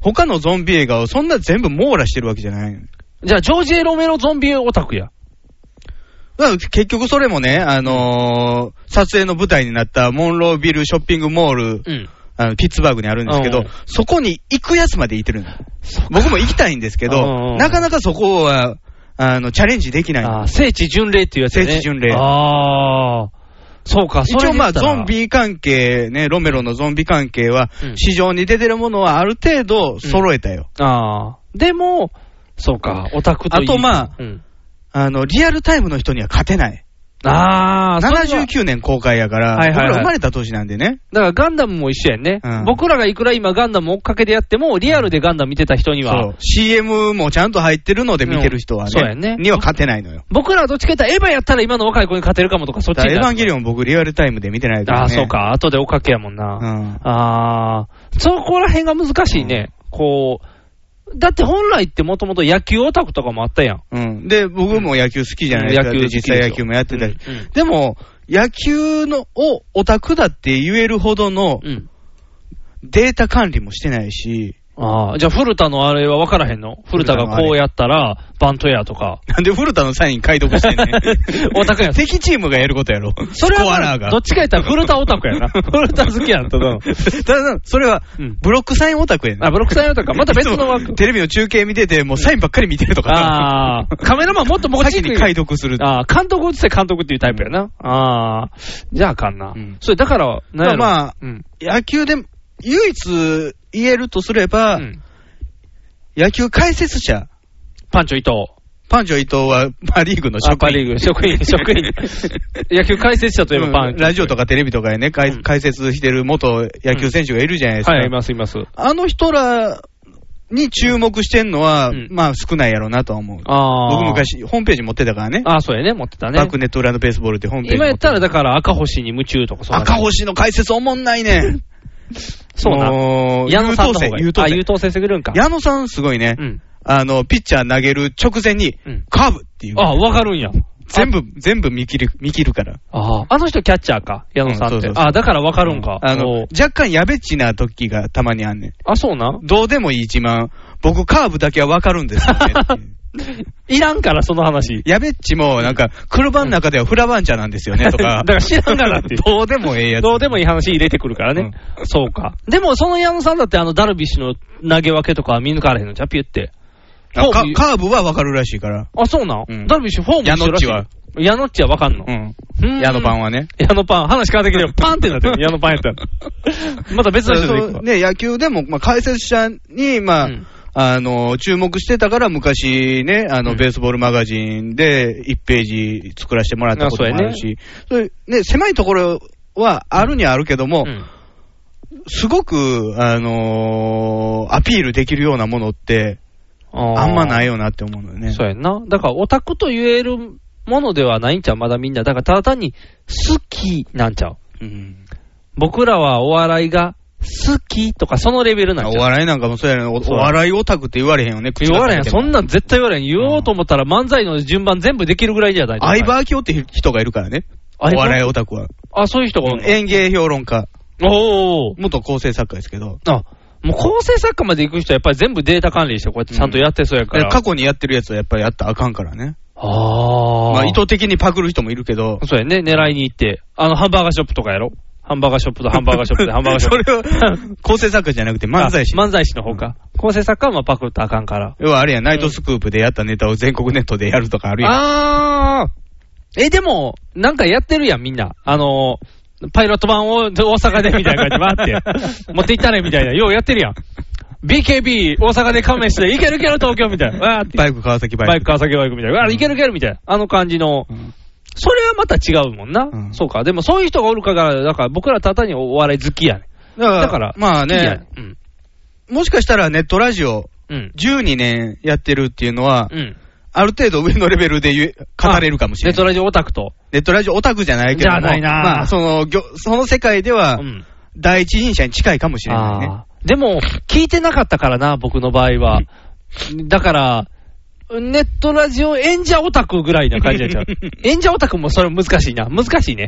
他のゾンビ映画をそんな全部網羅してるわけじゃない。 じゃあ、ジョージ・エロメロゾンビオタクや。 結局それもね、あのー、撮影の舞台になったモンロービルショッピングモール、うん、あのピッツバーグにあるんですけど、うん、そこに行くやつまで行ってるんだ。僕も行きたいんですけど、なかなかそこは、あの、チャレンジできない。 あ、聖地巡礼っていうやつね。 聖地巡礼。 ああ。そうか、 一応まあ、ゾンビ関係ね、ロメロのゾンビ関係は、うん、市場に出てるものはある程度揃えたよ。 うん、ああ。でも、そうか、オタクといい。 あとまあ、うん、あの、リアルタイムの人には勝てない。 ああ、 ななじゅうきゅうねん公開やから、はいはいはい、僕ら生まれた年なんでね。 だからガンダムも一緒やんね、うん。僕らがいくら今ガンダム追っかけでやっても、リアルでガンダム見てた人には。そう。 シーエム もちゃんと入ってるので見てる人はね。うん、そうやね。には勝てないのよ。 僕らはどっちかというとエヴァやったら今の若い子に勝てるかもとか、そっちに。 エヴァンゲリオン僕リアルタイムで見てないから、ね。 ああ、そうか。後で追っかけやもんな。うん、ああ、そこら辺が難しいね。うん、こう。だって本来ってもともと野球オタクとかもあったやん。 うん。で、僕も野球好きじゃないですか。うん、野球実際野球もやってたり。うんうん、でも、野球のをオタクだって言えるほどのデータ管理もしてないし。 ああ、じゃあ古田のあれは分からへんの？古田がこうやったらバントやとか。 なんで古田のサイン解読してんねん。 オタクやん。 敵チームがやることやろ。 それは、まあ、どっちか言ったら古田オタクやな。古田好きやんと。ただ、それはブロックサインオタクやねん。 あ、ブロックサインオタクか。また別の枠。 テレビの中継見てて、もうサインばっかり見てるとか。 ああ。カメラマンもっともっち先に解読する。 ああ、監督打つて監督っていうタイプやな。うん、ああ。じゃああかんな。うん、それだから、 なんやろ。まあ、うん、野球で唯一言えるとすれば、うん野球解説者。 パンチョ伊藤。 パンチョ伊藤はパリーグの職員。 パリーグ、職員、職員。野球解説者といえばパンチョ、うん。 ラジオとかテレビとかでね、解説してる元野球選手がいるじゃないですか。 うん、はい、います、います。 あの人らに注目してんのは、うん、まあ少ないやろうなとは思う。あ僕昔、ホームページ持ってたからね。 ああ、そうやね、持ってたね。 バックネット裏のベースボールってホームページ。 今やったらだから赤星に夢中とかそう赤星の解説おもんないね。 そうな。矢野さんの方が優等生。 あ、優等生すぎるんか。 矢野さんすごいね。うん。あの、ピッチャー投げる直前に、うん、カーブっていう。 あ、わかるんや。 全部、全部見切る、見切るから。 ああ。あの人キャッチャーか。矢野さんって。うん、そうそうそう。あ、だからわかるんか。 うん、あの、若干やべっちな時がたまにあんねん。 あ、そうな。 どうでもいい自慢。僕カーブだけはわかるんですよね。 いらんから、その話。 やべっちも、なんか、車の中ではフラバンチャなんですよね、とか。 だから知らんからって。 どうでもええやつ。 どうでもいい話入れてくるからね。うん、そうか。でも、その矢野さんだって、あの、ダルビッシュの投げ分けとか見抜かれへんのちゃピュって。 カーブはわかるらしいから。 あ、そうなん、うん、ダルビッシュフォーム一緒らしい。 矢野っちは。 矢野っちはわかんの。うん。 矢野パンはね。 矢野パン。話変わってきてよ。パンってなってる。矢野パンやったら。また別の人で行くわ。 ね、野球でも、まあ、解説者に、まあ、うんあの、注目してたから昔ね、あの、うん、ベースボールマガジンでいちページ作らせてもらったこともあるし、そういうね、狭いところはあるにはあるけども、うん、すごく、あのー、アピールできるようなものって、あんまないよなって思うのよね。 そうやんな。だからオタクと言えるものではないんちゃうまだみんな。だからただ単に好きなんちゃう、うん、僕らはお笑いが好きとかそのレベルなんじゃん。 お笑いなんかもそうやねん。お笑いオタクって言われへんよね。 言われへん。そんなん絶対言われへん。言おうと思ったら漫才の順番全部できるぐらいじゃない。 相葉明夫って人がいるからね。お笑いオタクは。 あ、そういう人がおるの？ 演芸評論家。 おお。 元構成作家ですけど。 あ、もう構成作家まで行く人はやっぱり全部データ管理してこうやってちゃんとやってそうやから。うん、 過去にやってるやつはやっぱりやったらあかんからね。ああ。まあ意図的にパクる人もいるけど。 そうやね。狙いに行って。あのハンバーガーショップとかやろ。ハンバーガーショップとハンバーガーショップでハンバーガーショップ。 それは、構成作家じゃなくて漫才師。 漫才師の方か。構成作家はまあパクったらあかんから。 要はあれや、ナイトスクープでやったネタを全国ネットでやるとかあるやん。 あー。え、でも、なんかやってるやん、みんな。あのー、パイロット版を大阪でみたいな感じで回って、持っていったねみたいな。ようやってるやん。ビーケービー 大阪で勘弁して、いけるいける東京みたいな。わーって。 バイク川崎バイク。 バイク川崎バイクみたいな。わーいけるいけるみたいな。あの感じの。うんそれはまた違うもんな、うん。そうか。でもそういう人がおるから、だから僕らただにお笑い好きやねん。だから、だからまあね、うん、もしかしたらネットラジオ、じゅうにねんやってるっていうのは、うん、ある程度上のレベルで言語れるかもしれない。 ネットラジオオタクと。 ネットラジオオタクじゃないけども。 じゃないな。 まあ、その、その世界では、第一人者に近いかもしれないね。 でも、聞いてなかったからな、僕の場合は。だから、ネットラジオ演者オタクぐらいな感じでちゃう。演者オタクもそれ難しいな。難しいね。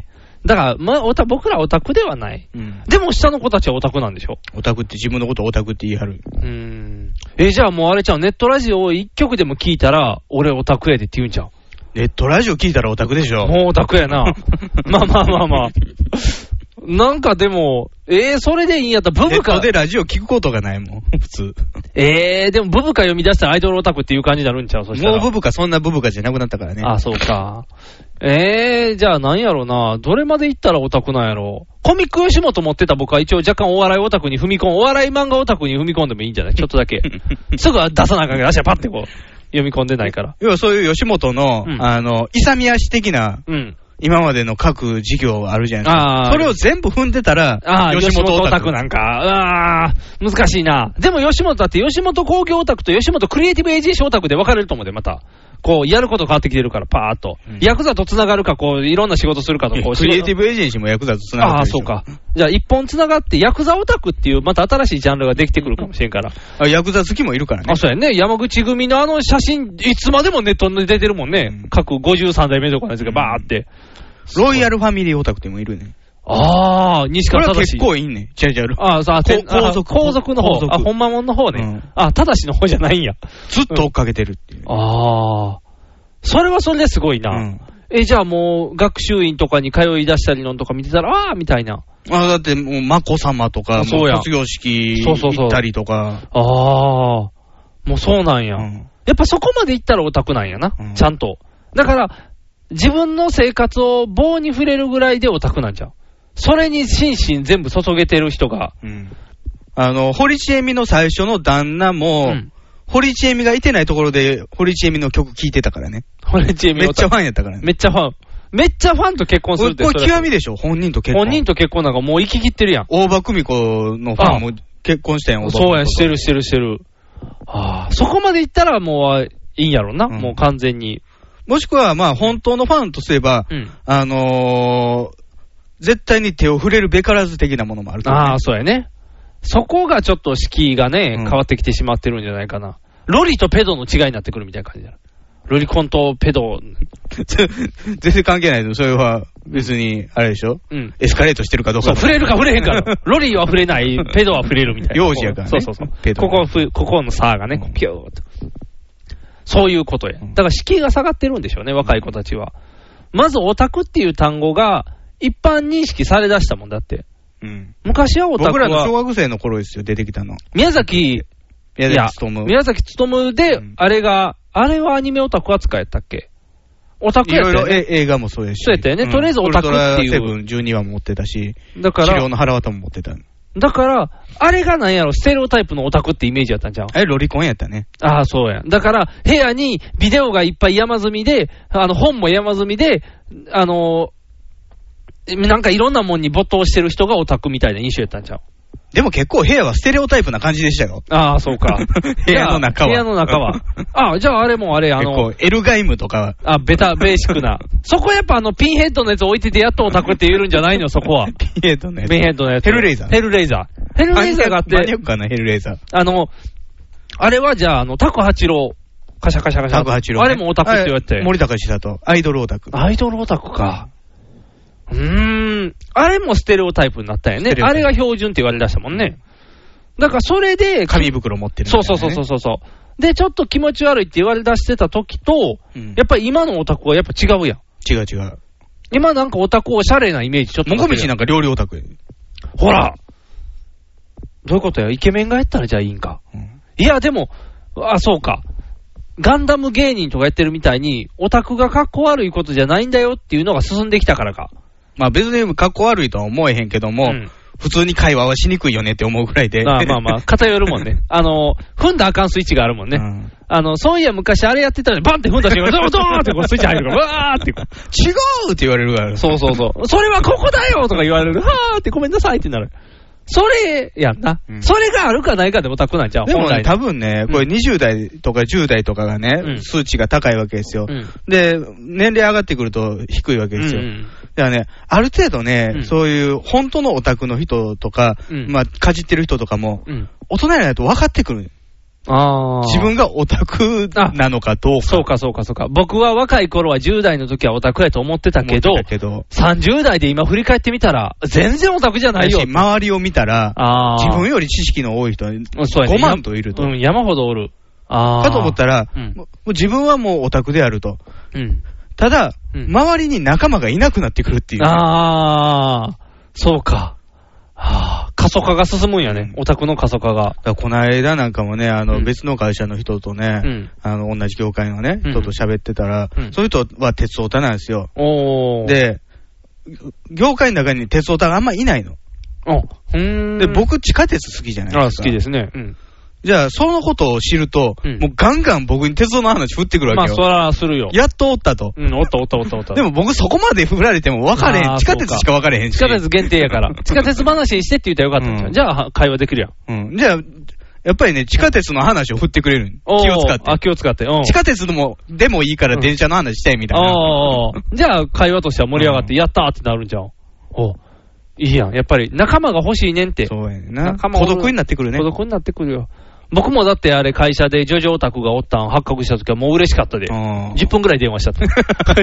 だから、まあ、おた僕らオタクではない。うん、でも下の子たちはオタクなんでしょ？ オタクって自分のことオタクって言い張る。 うーん。え、じゃあもうあれちゃう、ネットラジオを一曲でも聞いたら、俺オタクやでって言うんちゃう？ ネットラジオ聞いたらオタクでしょ？ もうオタクやな。まあまあまあまあ。なんかでも、えー、それでいいんやったらブブカ。 ネットでラジオ聞くことがないもん、普通。 えー、でもブブカ読み出したらアイドルオタクっていう感じになるんちゃう？そしたら。 もうブブカ、そんなブブカじゃなくなったからね。 あ、そうか。えー、じゃあ何やろな。どれまで行ったらオタクなんやろ。コミック吉本持ってた僕は一応若干お笑いオタクに踏み込ん、お笑い漫画オタクに踏み込んでもいいんじゃない？ちょっとだけ。すぐ出さなあかんけど、足はパッてこう、読み込んでないから。 要はそういう吉本の、うん、あの、勇み足的な、うん、今までの各事業あるじゃないですか。それを全部踏んでたら、 あ吉本オタクなんか。あ難しいな。でも吉本だって吉本工業オタクと吉本クリエイティブエージェンシーオタクで分かれると思うで、また。こう、やること変わってきてるから、パーっと。うん、ヤクザと繋がるか、こう、いろんな仕事するかと、こう、 クリエイティブエージェンシーもヤクザと繋がる。 ああ、そうか。じゃあ、一本繋がって、ヤクザオタクっていう、また新しいジャンルができてくるかもしれんから。 あ、ヤクザ好きもいるからね。 あ、そうやね。山口組のあの写真、いつまでもネットに出てるもんね。うん、各ごじゅうさん代目とかのやつがバーって。 ロイヤルファミリーオタクってもいるね。 ああ、西川正し。これは結構いいね。ちゃうちゃう。 ああ、さあ、皇族。皇族の方。あ、ほんまもんの方ね。うん、あ、正しの方じゃないんや。 ずっと追っかけてるっていう。 うん、ああ。それはそれですごいな。うん、え、じゃあもう、学習院とかに通い出したりのとか見てたら、ああ、みたいな。 あだってもう、眞子さまとか、そうや卒業式行ったりとか。 そうそうそうああ、もうそうなんや、うん。やっぱそこまで行ったらオタクなんやな、うん、ちゃんと。だから、自分の生活を棒に触れるぐらいでオタクなんちゃう。それに心身全部注げてる人が。 うん、あの、堀ちえみの最初の旦那も、うん堀ちえみがいてないところで、堀ちえみの曲聴いてたからね。 堀ちえみめっちゃファンやったからね。 めっちゃファン。めっちゃファンと結婚するって。 これ極みでしょ本人と結婚。 本人と結婚なんかもう生き切ってるやん。 大場久美子のファンも結婚したやん、 そうやん、してるしてるしてる。ああ、そこまでいったらもういいんやろな、うん、もう完全に。 もしくは、まあ本当のファンとすれば、うん、あのー、絶対に手を触れるべからず的なものもあるから、ね。 ああ、そうやね。そこがちょっと敷居がね、うん、変わってきてしまってるんじゃないかな。ロリとペドの違いになってくるみたいな感じだ。ロリコンとペド。 全然関係ないけど、それは別に、あれでしょうん。エスカレートしてるかどうか。 そう、触れるか触れへんから。ロリは触れない、ペドは触れるみたいな。 幼児やからね。 そうそうそう。ペドここ、ここの差がね、こうピューっと。そういうことや。だから敷居が下がってるんでしょうね、若い子たちは。まずオタクっていう単語が一般認識されだしたもんだって。うん。昔はオタクは。 僕らの小学生の頃ですよ、出てきたの。 宮崎、 宮崎努。 宮崎努で、あれが、あれはアニメオタク扱いやったっけ？オタクやったよね。 いろいろ映画もそうやし。 そうやったよね。うん、とりあえずオタクっていう。ウルトラセブンじゅうにわも持ってたし、だから、治療の腹渡も持ってた。 だから、あれがなんやろ、ステレオタイプのオタクってイメージやったんじゃん。 あれロリコンやったね。 ああ、そうや。だから、部屋にビデオがいっぱい山積みで、あの、本も山積みで、あの、なんかいろんなもんに没頭してる人がオタクみたいな印象やったんちゃう。 でも結構部屋はステレオタイプな感じでしたよ。 ああ、そうか。 部屋の中は。 部屋の中は。ああ、じゃああれもあれ、あの。 エルガイムとかは。 あ、ベタ、ベーシックな。そこやっぱあの、ピンヘッドのやつ置いててやっとオタクって言えるんじゃないの、そこは。 ピンヘッドのやつ。 ピンヘッドのやつ。 ヘルレーザー。 ヘルレーザー。ヘルレーザーがあって。 マニアックかな、ヘルレーザー。 あの、あれはじゃあ、あの、タク八郎。カシャカシャカシャ。 タク八郎、 ね。あれもオタクって言われて。 森高千里。アイドルオタク。 アイドルオタクか。うーん。あれもステレオタイプになったよね。あれが標準って言われ出したもんね。だからそれで、 紙袋持ってる、 ね。そうそうそうそうそう。で、ちょっと気持ち悪いって言われ出してた時と、うん、やっぱり今のオタクはやっぱ違うやん。 違う違う。 今なんかオタクおしゃれなイメージちょっと。 もこみちなんか料理オタクや。 ほらどういうことやイケメンがやったらじゃあいいんか。うん、いや、でも、あ、そうか。ガンダム芸人とかやってるみたいに、オタクがかっこ悪いことじゃないんだよっていうのが進んできたからか。 まあ別にかっこ悪いとは思えへんけども、うん普通に会話はしにくいよねって思うぐらいで。 まあまあまあ、偏るもんね。あの、踏んだあかんスイッチがあるもんね。うん、あの、そういや昔あれやってたのに、バンって踏んだ瞬間、ドーンドーンってこうスイッチ入るから、わーってこう。 違うって言われるから。 そうそうそう。それはここだよとか言われる。はーってごめんなさいってなる。それやんな、うん。それがあるかないかでオタクなんちゃう。 でもね、多分ね、これにじゅう代とかじゅう代とかがね、うん、数値が高いわけですよ、うん。で、年齢上がってくると低いわけですよ。うんうんだからね、ある程度ね、うん、そういう本当のオタクの人とか、うん、まあ、かじってる人とかも、うん、大人になると分かってくる。 あ自分がオタクなのかどうか。 そうかそうかそうか。僕は若い頃はじゅう代の時はオタクやと思ってたけど、 けどさんじゅう代で今振り返ってみたら、全然オタクじゃないよ。 周りを見たら、自分より知識の多い人はごまんといると。 うん、山ほどおる。あかと思ったら、うん、もう自分はもうオタクであると。うん、ただ、うん、周りに仲間がいなくなってくるっていう、ね。 ああ、そうか。はあ、過疎化が進むんやね、オタクの過疎化が。 だこの間なんかもね、あの、別の会社の人とね、うん、あの、同じ業界のね、人と喋ってたら、うん、そういう人は鉄オタなんですよ。おで、業界の中に鉄オタがあんまいないの。 うん。 で、僕、地下鉄好きじゃないですか。 あ、好きですね。うん。 じゃあ、そのことを知ると、うん、もうガンガン僕に鉄道の話振ってくるわけよ。 まあ、そらするよ。 やっとおったと。 うん、おったおったおったおった。 でも僕そこまで振られても分かれへん。地下鉄しか分かれへんし。 地下鉄限定やから。地下鉄話にしてって言ったらよかったんじゃん。うん、じゃあ、会話できるやん。うん。じゃあ、やっぱりね、地下鉄の話を振ってくれる。気を使って。 あ、気を使って。 地下鉄でも、でもいいから電車の話したいみたいな。 ああ。じゃあ、会話としては盛り上がって、やったーってなるんじゃん。おいいやん。やっぱり、仲間が欲しいねんって。 そうやねんな。仲間孤独になってくるね。 孤独になってくるよ。僕もだってあれ会社でジョジョオタクがおったん発覚した時はもう嬉しかったで。じゅっぷんぐらい電話したと。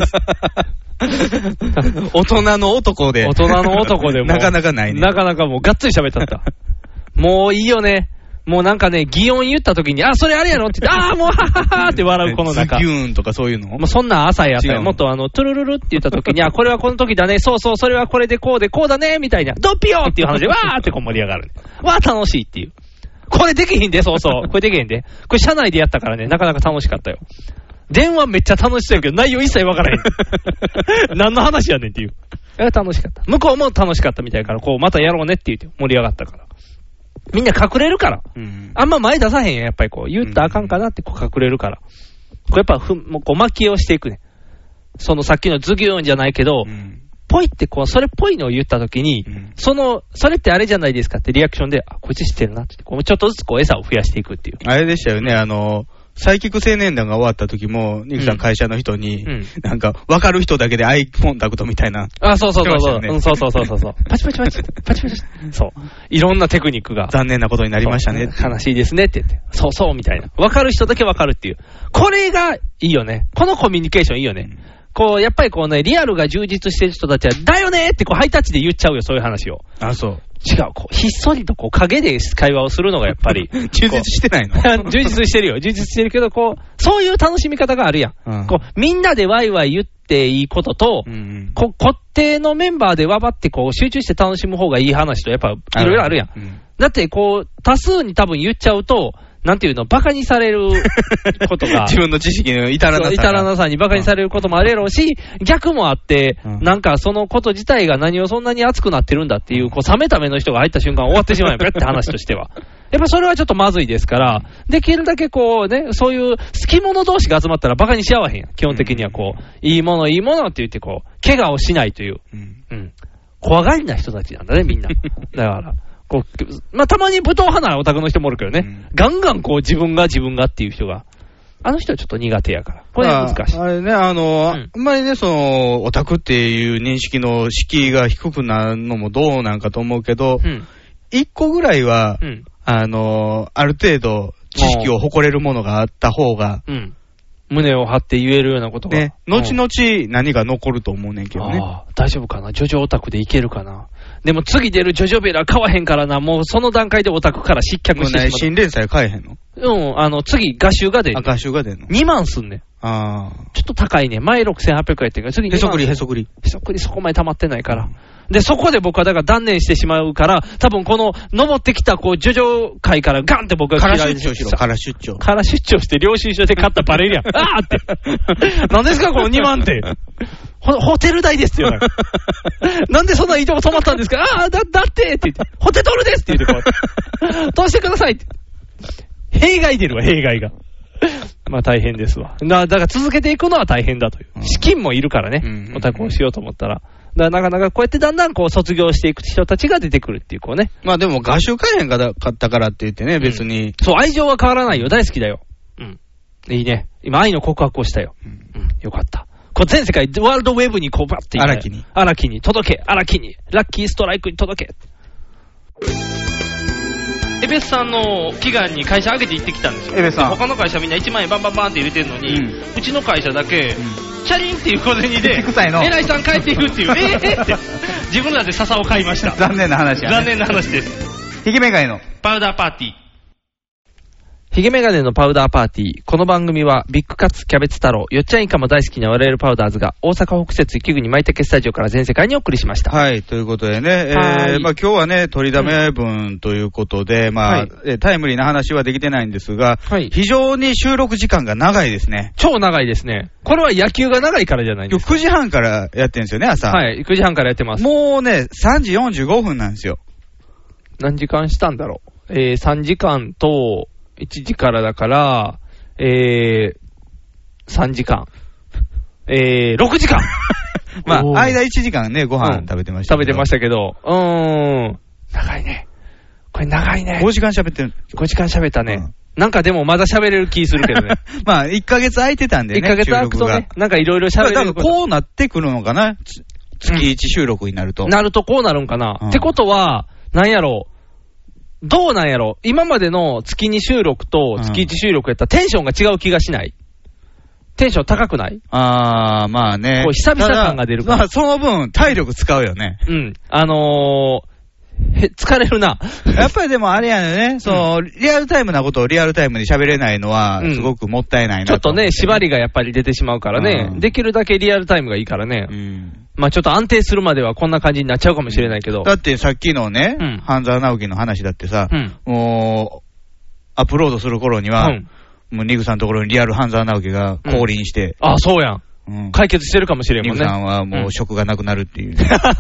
大人の男で。 大人の男でも。 なかなかないね。 なかなかもうがっつり喋ったった。もういいよね。もうなんかね、擬音言った時に、あ、それあれやろって言って、ああ、もうはははって笑うこの中。 ズキューンとかそういうのもうそんな朝やったよ。もっとあの、トゥルルルって言った時に、あ、これはこの時だね、そうそう、それはこれでこうでこうだね、みたいな、ドッピヨーっていう話で、わーってこう盛り上がる。わー楽しいっていう。これできひんで、そうそう。これできへんで。これ社内でやったからね、なかなか楽しかったよ。電話めっちゃ楽しそうやけど、内容一切わからへん。何の話やねんっていう。え、楽しかった。向こうも楽しかったみたいから、こう、またやろうねって言って盛り上がったから。みんな隠れるから。うん、あんま前出さへんやん、やっぱりこう。言ったらあかんかなってこう隠れるから。これやっぱふ、もうこう巻きをしていくね。そのさっきのズギューンじゃないけど、うんぽいってこう、それっぽいのを言ったときに、うん、その、それってあれじゃないですかってリアクションで、あ、こいつ知ってるなって、こうちょっとずつこう餌を増やしていくっていう。 あれでしたよね、あの、サイキック青年団が終わった時も、ニクさん会社の人に、うん、なんか、分かる人だけでアイコンタクトみたいな。 あ、そうそうそうそう、ねうん。そうそうそうそうそう。パチパチパチ、パチパチ。そう。いろんなテクニックが。 残念なことになりましたね。 悲しいですねって言って。そうそうみたいな。分かる人だけ分かるっていう。これがいいよね。このコミュニケーションいいよね。うんこう、やっぱりこうね、リアルが充実してる人たちは、だよねーってこう、ハイタッチで言っちゃうよ、そういう話を。 あ、そう。 違う、こう、ひっそりとこう、影で会話をするのがやっぱり。 充実してないの充実してるよ。充実してるけど、こう、そういう楽しみ方があるやん。うん、こう、みんなでワイワイ言っていいことと、うんうん、こ固定のメンバーでわばってこう、集中して楽しむ方がいい話と、やっぱ、いろいろあるやん。うん、だって、こう、多数に多分言っちゃうと、なんていうの、バカにされることが。 自分の知識の至らなさ。 至らなさにバカにされることもあるやろうし、逆もあって、うん、なんかそのこと自体が何をそんなに熱くなってるんだっていう、こう、冷めた目の人が入った瞬間終わってしまうよ、べって話としては。やっぱそれはちょっとまずいですから、できるだけこうね、そういう好き者同士が集まったらバカにし合わへんやん。基本的にはこう、いいものいいものって言ってこう、怪我をしないという。うん。うん。怖がりな人たちなんだね、みんな。だから。こうまあ、たまに武闘派なオタクの人もおるけどね、うん、ガンガンこう自分が自分がっていう人が、あの人はちょっと苦手やから、これ難しい。 あれね、あの、うん、あんまりね、その、オタクっていう認識の敷居が低くなるのもどうなんかと思うけど、うん、一個ぐらいは、うん、あの、ある程度知識を誇れるものがあった方が、うん、 胸を張って言えるようなことが。ね、 後々何が残ると思うねんけどね。 あ大丈夫かなジョジョオタクでいけるかなでも次出るジョジョベラ買わへんからな、もうその段階でオタクから失脚してしまう。 新連載買えへんのうん、あの、次、画集が出る。 あ、画集が出るの ?に万すんねん。ああ。ちょっと高いね。前ろくせんはっぴゃくえんやってるから、次にまん。へそくり、へそくり。 へそくりそこまで溜まってないから。で、そこで僕はだから断念してしまうから、多分この、登ってきた、こう、ジョジョ界からガンって僕が嫌いで。空出張しろ、空出張。 空出張して領収書で買ったバレるやん。あーって。何ですか、このにまんって。ホ, ホテル代ですよ。なんでそんないいとこ泊まったんですかああ、だ、だってって言って、ホテトルですって言ってこう、通してくださいって。弊害出るわ、弊害が。まあ大変ですわ。だから続けていくのは大変だという。資金もいるからね、うん、オタクをしようと思ったら。だからなかなかこうやってだんだんこう卒業していく人たちが出てくるっていうこうね。 まあでも画集買えへんかったからって言ってね、別に、うん。 そう、愛情は変わらないよ。大好きだよ。うん。いいね。今愛の告白をしたよ。うん。うん、よかった。こう全世界、ワールドウェブにこうバッて荒木に。 荒木に届け、荒木に。ラッキーストライクに届け。エペベスさんの祈願に会社上げて行ってきたんですよ。 エベスさん。 他の会社みんないちまん円バンバンバンって入れてるのに、うん、うちの会社だけ、うん、チャリンっていう小銭で、偉いさん帰っていくっていう、えーって自分らで笹を買いました。 残念な話や、ね。 残念な話です。 ヒゲメガネのパウダーパーティー。ヒゲメガネのパウダーパーティー。この番組はビッグカツ、キャベツ太郎、よっちゃんイカも大好きな我々パウダーズが大阪北節雪国舞茸スタジオから全世界にお送りしました。 はい、ということでね、えー、まあ今日はね、取りだめ分ということで、うん、まあ、はい、タイムリーな話はできてないんですが、はい、非常に収録時間が長いですね。 超長いですね。これは野球が長いからじゃないんですか。 今日くじはんからやってるんですよね、朝。 はい、くじはんからやってます。 もうね、さんじよんじゅうごふんなんですよ。 何時間したんだろう。えー、さんじかんと、いちじからだから、えー、さんじかん。えー、ろくじかんまあ、間いちじかんね、ご飯食べてました、 うん。食べてましたけど、うーん、長いね。これ長いね。 ごじかん喋ってる。 ごじかん喋ったね。うん、なんかでもまだ喋れる気するけどね。 まあ、いっかげつ空いてたんでね。 いっかげつ空くとね、なんかいろいろ喋れる。 こうなってくるのかな、月いち収録になると。 うん、なるとこうなるんかな。うん、ってことは、なんやろう。どうなんやろ今までの月に収録と月いち収録やったらテンションが違う気がしない、うん、テンション高くないあー、まあね。 こう久々感が出るから。 まあ、その分体力使うよね。 うん。あのー、へ、疲れるな。 やっぱりでもあれやね、そう、うん、リアルタイムなことをリアルタイムに喋れないのは、すごくもったいないなと、ね、 ちょっとね、縛りがやっぱり出てしまうからね、うん、できるだけリアルタイムがいいからね。うんまあちょっと安定するまではこんな感じになっちゃうかもしれないけど。 だってさっきのね、うん、半沢直樹の話だってさ、うん、もう、アップロードする頃には、うん、もうニグさんのところにリアル半沢直樹が降臨して。 うん、あ、そうやん、うん。解決してるかもしれんもんね。 ニグさんはもう職がなくなるっていう。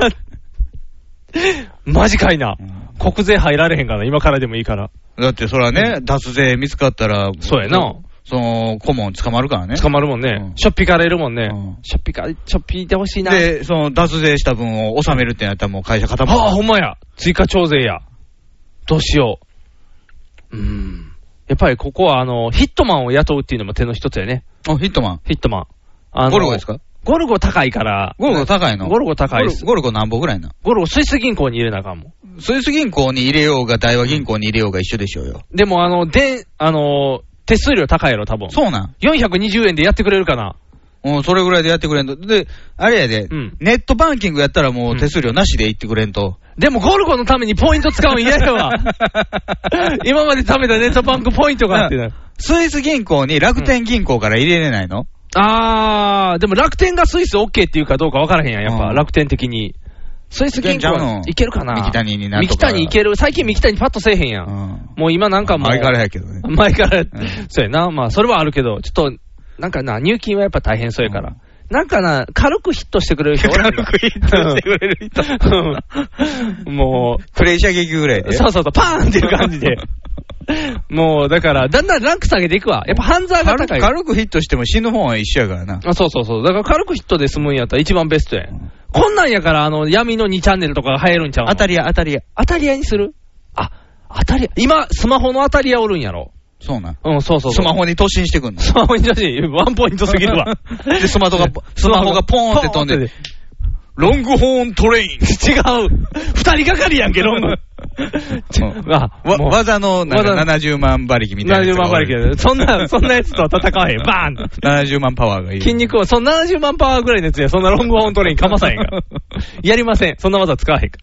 うん、マジかいな、うん。国税入られへんかな、今からでもいいから。 だってそれはね、うん、脱税見つかったら。 そうやな。 その、顧問捕まるからね。 捕まるもんね。うん、しょっぴかれるもんね。うん、しょっぴか、しょっぴいてほしいな。 で、その、脱税した分を納めるってなったらもう会社固まる。 ああ、ほんまや。追加徴税や。どうしよう。うーん。やっぱりここは、あの、ヒットマンを雇うっていうのも手の一つやね。 あ、ヒットマンヒットマン。 あのゴルゴですかゴルゴ高いから。 ゴルゴ高いのゴルゴ高いです。 ゴルゴ何本ぐらいなゴルゴスイス銀行に入れなあかんもん。 スイス銀行に入れようが、大和銀行に入れようが一緒でしょうよ。 でも、あの、で、あの、手数料高いやろ、多分。 そうなん ? よんひゃくにじゅうえんでやってくれるかな。 うん、それぐらいでやってくれんと。で、あれやで、うん、ネットバンキングやったらもう手数料なしで言ってくれんと。 うん、でも、ゴルゴのためにポイント使うん嫌やわ。今まで貯めたネットバンクポイントがあってな。 スイス銀行に楽天銀行から入れれないの、うん、 あー、でも楽天がスイス OK っていうかどうか分からへんやん、やっぱ、うん、楽天的に。スイス銀行いけるかな三木谷になるとか。三木谷いける。最近三木谷パッとせえへんやん。うん、もう今なんかもう。 前からやけどね。 前から、うん、そうやな。まあそれはあるけど、ちょっと、なんかな、入金はやっぱ大変そうやから。うん、なんかな、軽くヒットしてくれる人おらんの。 軽くヒットしてくれる人。もう。 プレイ射撃ぐらいで。 そうそうそう、パーンっていう感じで。もう、だから、だんだんランク下げていくわ。やっぱ、ハンザーが高い。 軽くヒットしても死ぬ方は一緒やからな。 あ、そうそうそう。だから、軽くヒットで済むんやったら一番ベストや。うん、こんなんやから、あの、闇のにチャンネルとかが流行るんちゃうの？ 当たり屋、当たり屋。 当たり屋にする？あ、当たり屋。今、スマホの当たり屋おるんやろ。 そうなん。 うん、そうそうそう。 スマホに突進してくんの。 スマホに突進、ワンポイントすぎるわ。 で、スマホが、スマホがポーンって飛んで、ロングホーントレイン。違う。二人がかりやんけ、ロング。 わ技のなんかななじゅうまん馬力みたいな。 ななじゅうまん馬力。そんな、そんなやつとは戦わへん。バーンななじゅうまんパワーがいい。 筋肉は、そのななじゅうまんパワーぐらいのやつや、そんなロングホーントレインかまさへんから。やりません。そんな技使わへんから。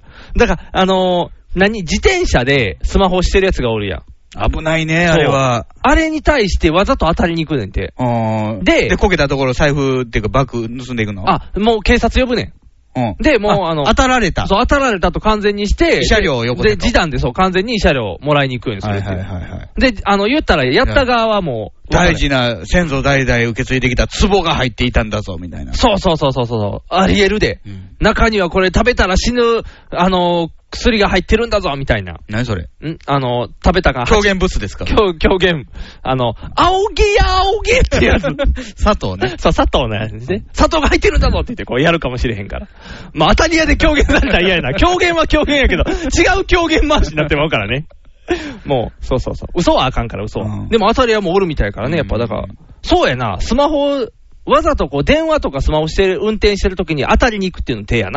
だから、あのー、何自転車でスマホしてるやつがおるやん。 危ないね、あれは。 あれに対してわざと当たりに行くねんて。 で、で、こけたところ財布っていうかバッグ盗んでいくの？ あ、もう警察呼ぶねん。うん、で、もう、あの、 当たられた。 そう、当たられたと完全にして、 慰謝料をよこせと。 で、示談でそう、完全に慰謝料もらいに行くんですよ。 はいはいはいはい。 で、あの、言ったら、やった側はもう、 大事な先祖代々受け継いできた壺が入っていたんだぞ、みたいな。 そうそうそうそうそう。あり得るで、うん。中にはこれ食べたら死ぬ、あの、薬が入ってるんだぞ、みたいな。 何それ？んあの、食べたか。 狂言物ですか？ 狂、狂言。あの、青木や青木ってやつ。 砂糖ね。 そう、砂糖のやつですね。砂糖が入ってるんだぞって言ってこうやるかもしれへんから。まあ当たり屋で狂言されたら嫌やな。狂言は狂言やけど、違う狂言回しになってまうからね。もう、そうそうそう。嘘はあかんから、嘘は。うん、でも当たり屋もおるみたいからね、やっぱだから。うん、そうやな、スマホ、わざとこう電話とかスマホしてる、運転してるときに当たりに行くっていうの手やな。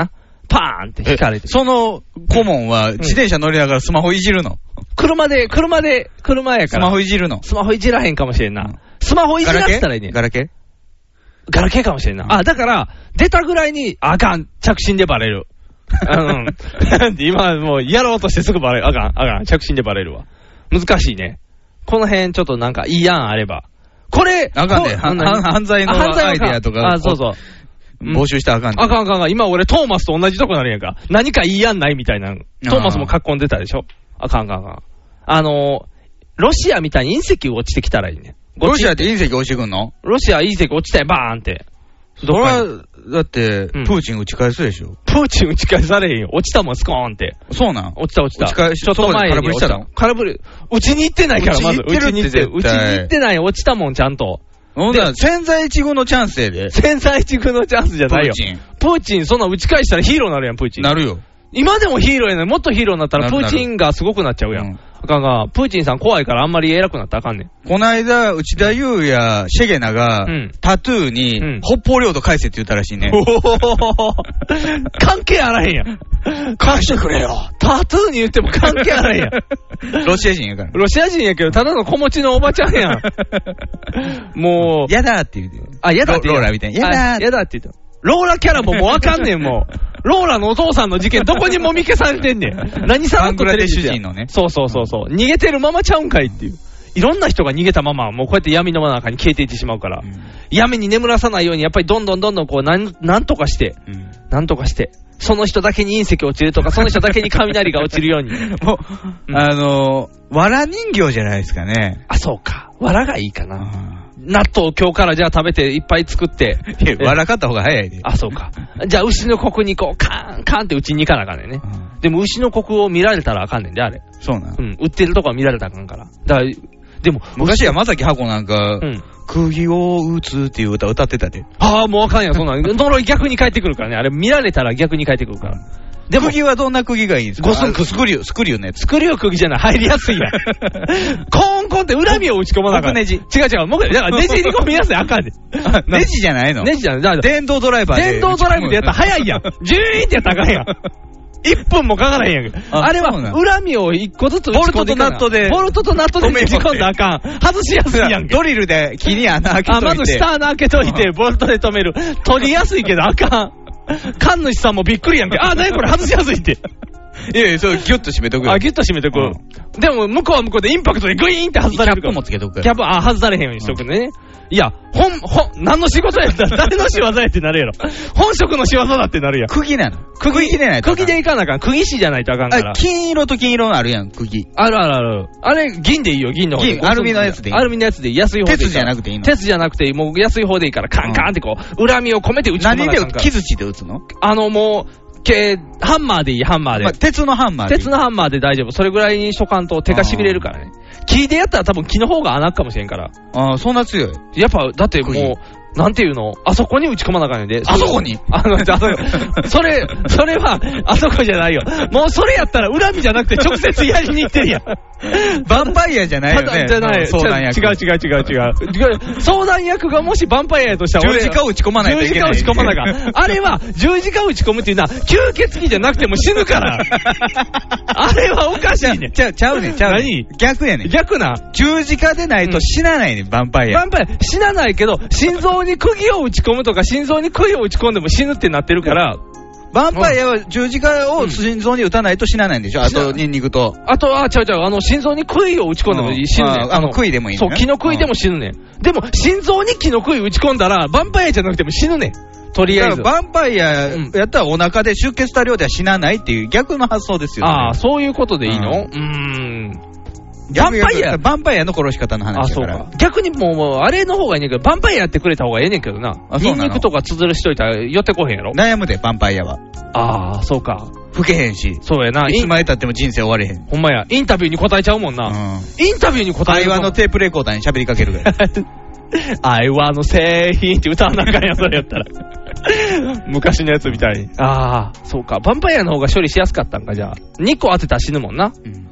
パーンって引かれて。 その顧問は自転車乗りながらスマホいじるの、うん、 車で、車で、車やから。 スマホいじるのスマホいじらへんかもしれんな。うん、スマホいじらせたらいいね。 ガラケーガラケーかもしれんな。あ、だから、出たぐらいに、あかん、着信でバレる。うん。今もうやろうとしてすぐバレる。あかん、あかん、着信でバレるわ。難しいね。この辺ちょっとなんかいい案あれば。これ、 あかんね。犯罪のアイデアとか。 あ、そうそう。 募集したらあかんね。 あかんあかんあかん。今俺トーマスと同じとこなるやんか。何かいい案ないみたいな。トーマスも書き込んでたでしょ。あかんあかんあかん。あの、ロシアみたいに隕石落ちてきたらいいね。 ロシアって隕石落ちてくんの？ ロシア隕石落ちたよ、バーンって。 それは、だって、プーチン打ち返すでしょ、うん、 プーチン打ち返されへんよ。落ちたもん、スコーンって。 そうなん？ 落ちた落ちた。 打ち返し、ちょっと前に空振りしたの？ 空振り。打ちに行ってないから、まず。打ちに行ってる。打ちに行ってない。落ちたもん、ちゃんと。 ほんなら、千載一遇のチャンスやで。 千載一遇のチャンスじゃないよ。 プーチン。 プーチン、そんな打ち返したらヒーローになるやん、プーチン。 なるよ。 今でもヒーローやねん。もっとヒーローになったら、プーチンがすごくなっちゃうやん。あかんが、プーチンさん怖いからあんまり偉くなったらあかんねん。 こないだ、内田裕也、シェゲナが、うん、タトゥーに、うん、北方領土返せって言ったらしいね。おー関係あらへんやん。返してくれよ。タトゥーに言っても関係あらへんやん。 ロシア人やから。 ロシア人やけど、ただの子持ちのおばちゃんやん。もう。 やだって言うて。 あ、やだって言う。 ローラみたいに。やだやだって言う。ローラキャラももうわかんねん、もう。ローラのお父さんの事件どこにもみ消されてんねん。何さらっとテレビ主人のね。 そうそうそうそう。逃げてるままちゃうんかいっていう。いろんな人が逃げたまま、もうこうやって闇の中に消えていってしまうから。うん、闇に眠らさないように、やっぱりどんどんどんどんこう、なん、なんとかして、うん、なんとかして、その人だけに隕石落ちるとか、その人だけに雷が落ちるように。もう、 うん、あのー、わら人形じゃないですかね。 あ、そうか。わらがいいかな。納豆を今日からじゃあ食べていっぱい作って。 いや、わらかった方が早いで。 あ、そうか。じゃあ牛のコクにこう、カーン、カーンってうちに行かなあかんねんね。うん、でも牛のコクを見られたらあかんねんで、あれ。 そうなん。 うん。売ってるとこは見られたらあかんから。だから、でも、 昔山崎箱なんか、うん、釘を打つっていう歌歌ってたで。 ああ、もうあかんやん、そんなん。呪い逆に返ってくるからね。あれ見られたら逆に返ってくるから。 でも釘はどんな釘がいいんですか？ ゴスンクスクリュー、スクリューのやつ。 スクリュー釘じゃない。入りやすいやん。コーンコーンって恨みを打ち込まなかった。 ネジ。 違う違う。もう、だからネジ入り込みやすいあかんねん。 ネジじゃないの？ ネジじゃない。 電動ドライバーで。 電動ドライブでやったら早いやん。ジューンってやったらあかんやん。いっぷんもかからへんやん。あ, あれは、恨みをいっこずつ打ち込んでいかな。 ボルトとナットで。 ボルトとナットで打ち込んだらあかん。外しやすいやんけ。 ドリルで木に穴開けといて。 あ、まず下穴開けといて、ボルトで止める。取りやすいけどあかん。神主さんもびっくりやんけ。あ、なにこれ外しやすいって。 いやいや、それギュッと締めとくよ。 あ、ギュッと締めとく。うん、でも、向こうは向こうでインパクトでグイーンって外されるから。 キャップもつけとくから。 キャップ、あ、外されへんようにしとくね。うん、いや、ほん、ほん、何の仕事やったら誰の仕業やってなるやろ。本職の仕業だってなるやん。 釘なの。 釘でないと。釘でいかなあかん。釘師じゃないとあかんから。 あ、金色と金色のあるやん、釘。 あるあるある。あれ、銀でいいよ、銀の方で。 銀、アルミのやつでいい。 アルミのやつでいい。安い方でいい。 鉄じゃなくていいの？ 鉄じゃなくていい。もう安い方でいいから、カンカンってこう、恨みを込めて打ち込まなあかんから。 何で、木槌で打つの？ あの、もう、けハンマーでいい、ハンマーで。まあ、 鉄のハンマーでいい。 鉄のハンマーで大丈夫。それぐらいにしとかんと手がしびれるからね。木でやったら多分木の方が穴かもしれんから。 ああ、そんな強い。 やっぱ、だってもう、なんていうの？あそこに打ち込まなあかんねんで。 あそこにあの、あそそれ、それは、あそこじゃないよ。もうそれやったら恨みじゃなくて直接やりに行ってるやん。 ヴァンパイアじゃないよね。 じゃない。 相談役。 違う違う違う違う。相談役がもしヴァンパイアやとしたら十字架を打ち込まないといけない。 十字架を打ち込まなあかん。あれは、十字架を打ち込むっていうのは、吸血鬼じゃなくても死ぬから。あれはおかしいねん。 ちゃう、ちゃうねん、ちゃうねん。 何？ 逆やねん。 逆な。 十字架でないと死なないねん、ヴァンパイア。 ヴァンパイア、死なないけど、心臓に釘を打ち込むとか、心臓に杭を打ち込んでも死ぬってなってるから、 ヴァンパイアは十字架を心臓に打たないと死なないんでしょ、うん、あとニンニクと。 あと、あ、ちゃうちゃう、あの、心臓に杭を打ち込んでも死ぬねん。 うん、あの、杭でもいいねん。 そう、木の杭でも死ぬねん。でも、心臓に木の杭打ち込んだら、ヴァンパイアじゃなくても死ぬねん。とりあえず。 ヴァンパイアやったらお腹で出血多量では死なないっていう逆の発想ですよね。 ああ、そういうことでいいの？うーん。 ヴァンパイアヴァンパイアの殺し方の話だから。あ、そうか。 逆にもう、もうあれの方がいいねんけど、ヴァンパイアやってくれた方がええねんけどな。ニンニクとかつづるしといたら寄ってこへんやろ。 悩むで、ヴァンパイアは。 ああ、そうか。 吹けへんし。 そうやな。 いつまで経っても人生終われへん。 ほんまや。インタビューに答えちゃうもんな。うん、インタビューに答える。 会話のテープレコーダーに喋りかけるぐらい。 愛はの製品って歌わなあかんや、それやったら。昔のやつみたいに。ああ、そうか。ヴァンパイアの方が処理しやすかったんか、じゃあ。にこ当てたら死ぬもんな。うん、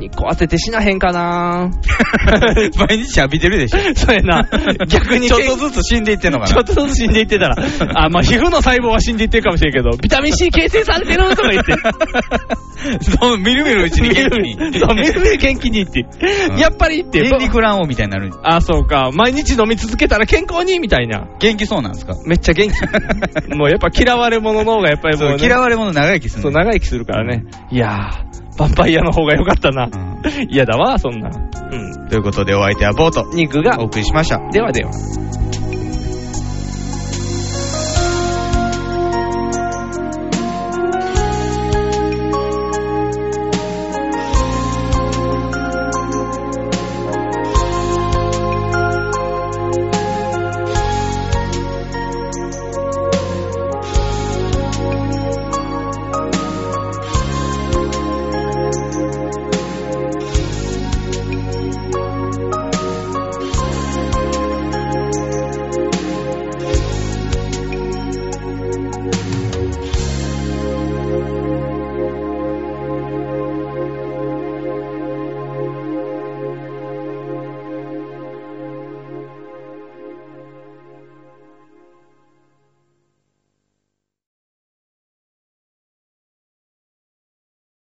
日光当てて死なへんかな毎日浴びてるでしょ。 そうやな。逆にちょっとずつ死んでいってんのかな。 ちょっとずつ死んでいってたら。あ、まあ、皮膚の細胞は死んでいってるかもしれんけど、ビタミン C 形成されてるとか言って。 そう、みるみるうちに元気に。 そう、みるみる元気にって。うん、やっぱりって。 エンリクランオみたいになる。 あ、そうか。毎日飲み続けたら健康にみたいな。 元気そうなんですか？ めっちゃ元気。もうやっぱ嫌われ者の方がやっぱりもう、ね、 嫌われ者長生きする。 そう、長生きするからね。いやー、ヴァンパイアの方が良かったな。嫌、うん、だわ、そんな。 うん。ということでお相手はボート、 ニックがお送りしました。 ではでは。